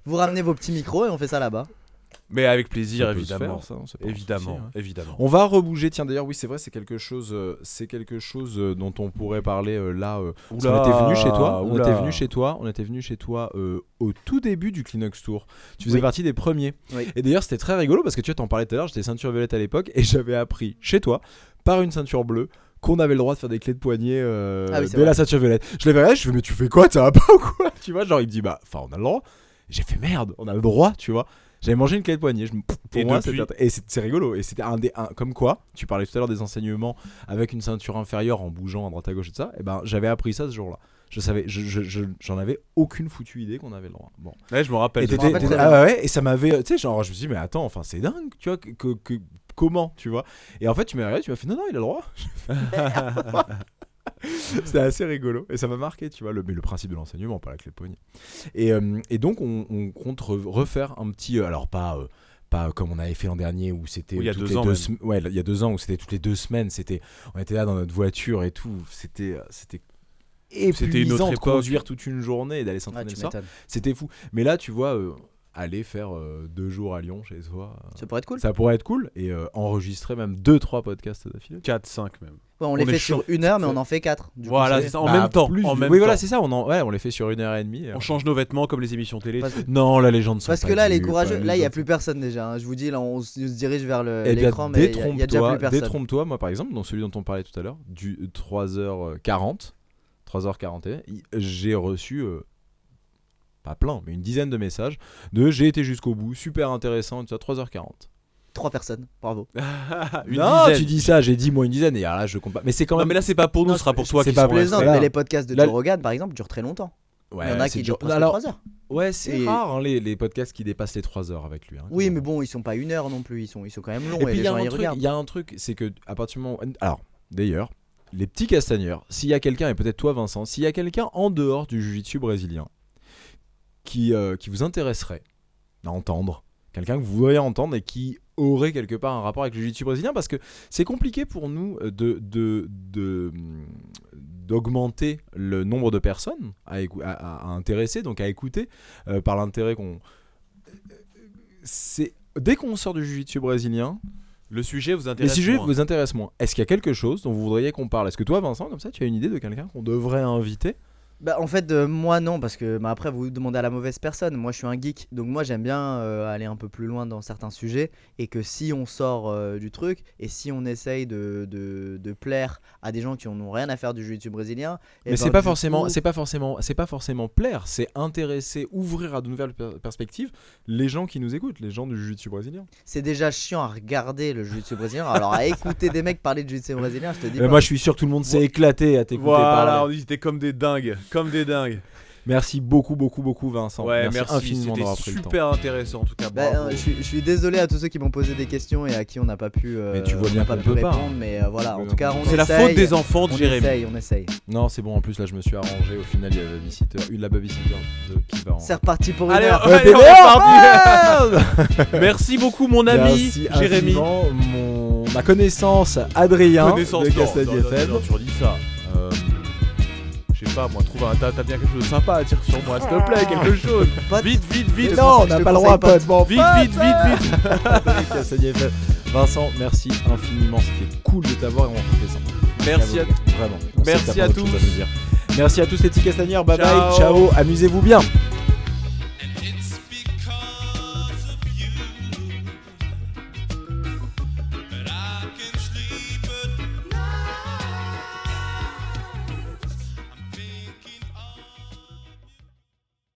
Vous ramenez vos petits micros et on fait ça là-bas. Mais avec plaisir, Ça peut se évidemment. faire, ça, hein, c'est pas un Évidemment, souci, hein. évidemment. On va rebouger, tiens d'ailleurs oui c'est vrai c'est quelque chose euh, c'est quelque chose euh, dont on pourrait parler euh, là euh, parce qu'on Oula, était venu chez toi, on oula. était venu chez toi, on était venu chez toi euh, au tout début du Kleenex Tour. Tu faisais Oui. partie des premiers. Oui. Et d'ailleurs c'était très rigolo parce que tu vois t'en parlais tout à l'heure, j'étais ceinture violette à l'époque et j'avais appris chez toi par une ceinture bleue qu'on avait le droit de faire des clés de poignet euh, Ah oui, c'est de la vrai. ceinture violette. Je l'avais regardé, je fais mais tu fais quoi, ça va pas ou quoi? Tu vois, genre il me dit bah enfin on a le droit. J'ai fait merde, on a le droit, tu vois. J'avais mangé une clé de poignet, je me... pour Et moi depuis... c'était et c'est, c'est rigolo et c'était un des un, comme quoi tu parlais tout à l'heure des enseignements avec une ceinture inférieure en bougeant à droite à gauche et tout ça, et ben j'avais appris ça ce jour-là. Je savais, je, je, je- j'en avais aucune foutue idée qu'on avait le droit. Bon. Ouais, je me rappelle. Et je me t'étais- rappelle t'étais- très ah ouais, et ça m'avait, tu sais, genre je me suis dit mais attends, enfin c'est dingue, tu vois, que, que- que- comment, tu vois. Et en fait tu m'as regardé, tu m'as fait non non il a le droit. C'était assez rigolo et ça m'a marqué, tu vois, le, mais le principe de l'enseignement, pas la clé de poignet. Et, euh, et donc on, on compte re- refaire un petit, euh, alors pas euh, pas comme on avait fait l'an dernier où c'était Oui, il y a toutes deux les ans deux même. sem- ouais il y a deux ans où c'était toutes les deux semaines, c'était on était là dans notre voiture et tout, c'était c'était C'était une autre épuisant de époque. conduire toute une journée et d'aller Ouais, s'entraîner tu le soir. m'étonnes. C'était fou. Mais là tu vois euh, aller faire euh, deux jours à Lyon chez toi, euh, Ça pourrait être cool. ça pourrait être cool et euh, enregistrer même deux trois podcasts d'affilée. quatre cinq même. Ouais, on on les est fait chaud. sur une heure, mais on en fait quatre. Du coup, Voilà, c'est- c'est ça. En Bah, même temps. plus- En même oui temps. voilà c'est ça, on en, ouais, on les fait sur une heure et demie. On change nos vêtements comme les émissions télé. Parce, Non, là les gens ne sont parce pas que là, les dupes, courageux, hein, là, les il y a gens- plus personne déjà. hein. Je vous dis, là, on s- on se dirige vers le- Eh bien, l'écran, mais il y a- il y, a déjà détrompe-toi, plus personne. détrompe-toi, moi par exemple, dans celui dont on parlait tout à l'heure, du trois heures quarante, trois heures quarante et un, il- j'ai reçu, euh, pas plein, mais une dizaine de messages de j'ai été jusqu'au bout, super intéressant, et tout ça, trois heures quarante. Trois personnes, bravo. Une non, dizaine. tu dis ça, j'ai dit moi une dizaine, et alors là je compte pas. Mais c'est quand Non, même. mais là, c'est pas pour nous, Non, ce sera pour c'est- toi c'est qui pas sont pour les Plaisant, restés là. mais les podcasts de Là- Joe Rogan, par exemple, durent très longtemps. Ouais, il y en a c'est qui durent dur. presque Alors, trois heures. ouais, c'est Et- rare hein, les, les podcasts qui dépassent les trois heures avec lui. hein, Oui, quand mais même. bon, ils sont pas une heure non plus. Ils sont, ils sont quand même longs Et et, puis il les y a gens un y truc, regardent. il y a un truc, c'est que à partir du moment, alors d'ailleurs, les petits castagneurs, s'il y a quelqu'un et peut-être toi Vincent, s'il y a quelqu'un en dehors du jiu-jitsu brésilien qui euh, qui vous intéresserait à entendre, quelqu'un que vous voudriez entendre et qui aurait quelque part un rapport avec le jiu-jitsu brésilien, parce que c'est compliqué pour nous de de de d'augmenter le nombre de personnes à, écou- à, à- à intéresser, donc à écouter euh, par l'intérêt qu'on c'est dès qu'on sort du jiu-jitsu brésilien, Le sujet vous les intéresse sujets moins. vous intéressent moins. Est-ce qu'il y a quelque chose dont vous voudriez qu'on parle? Est-ce que toi, Vincent, comme ça, tu as une idée de quelqu'un qu'on devrait inviter? Bah, en fait, euh, moi non, parce que bah, après vous demandez à la mauvaise personne. Moi je suis un geek, donc moi j'aime bien euh, aller un peu plus loin dans certains sujets. Et que si on sort euh, du truc, et si on essaye de, de, de plaire à des gens qui n'ont rien à faire du jiu-jitsu brésilien, eh Mais ben, c'est pas du forcément, coup, c'est pas forcément, c'est pas forcément plaire. C'est intéresser, ouvrir à de nouvelles per- perspectives les gens qui nous écoutent, les gens du jiu-jitsu brésilien. c'est déjà chiant à regarder le jiu-jitsu brésilien. Alors à écouter des mecs parler de jiu-jitsu brésilien, je te dis Mais pas. moi, je suis sûr que tout le monde s'est éclaté à t'écouter Voilà, parler. on était comme des dingues. Comme des dingues. Merci beaucoup, beaucoup, beaucoup, Vincent. Ouais, merci, merci. infiniment d'avoir C'était pris le temps. super intéressant en tout cas. Bah, bravo. euh, je, suis, je suis désolé à tous ceux qui m'ont posé des questions et à qui on n'a pas pu. euh, Mais tu vois on bien n'a pas qu'on pu peut pas, répondre, hein. mais euh, voilà. En Mais tout cas, non. on C'est la essaye, faute des enfants de On Jérémy. essaye, on essaye. Non, c'est bon. En plus, là, je me suis arrangé. Au final, il y a la babysitter, une la babysitter de qui va en. C'est reparti pour une Allez, heure. allez, on est parti. Merci beaucoup mon ami Merci Jérémy. infiniment, mon ma connaissance Adrien Connaissance, de non, Castagni non, non, F M. non, tu redis ça. Euh, je sais pas, moi, trouve un, t'as, t'as bien quelque chose de sympa à dire sur moi, s'il te plaît, quelque chose. Pote. Vite, vite, vite. Mais Non, on je n'a te pas le conseille droit, pas. pote. Bon, Vite, vite, vite, vite. Adrien Castagni F M. Vincent, merci infiniment. C'était cool de t'avoir et on refait ça. Merci à Vraiment. On sait que Merci t'as pas à autre chose tous. nous dire. Merci à tous les petits castagneurs. Bye Ciao. bye. Ciao. Amusez-vous bien.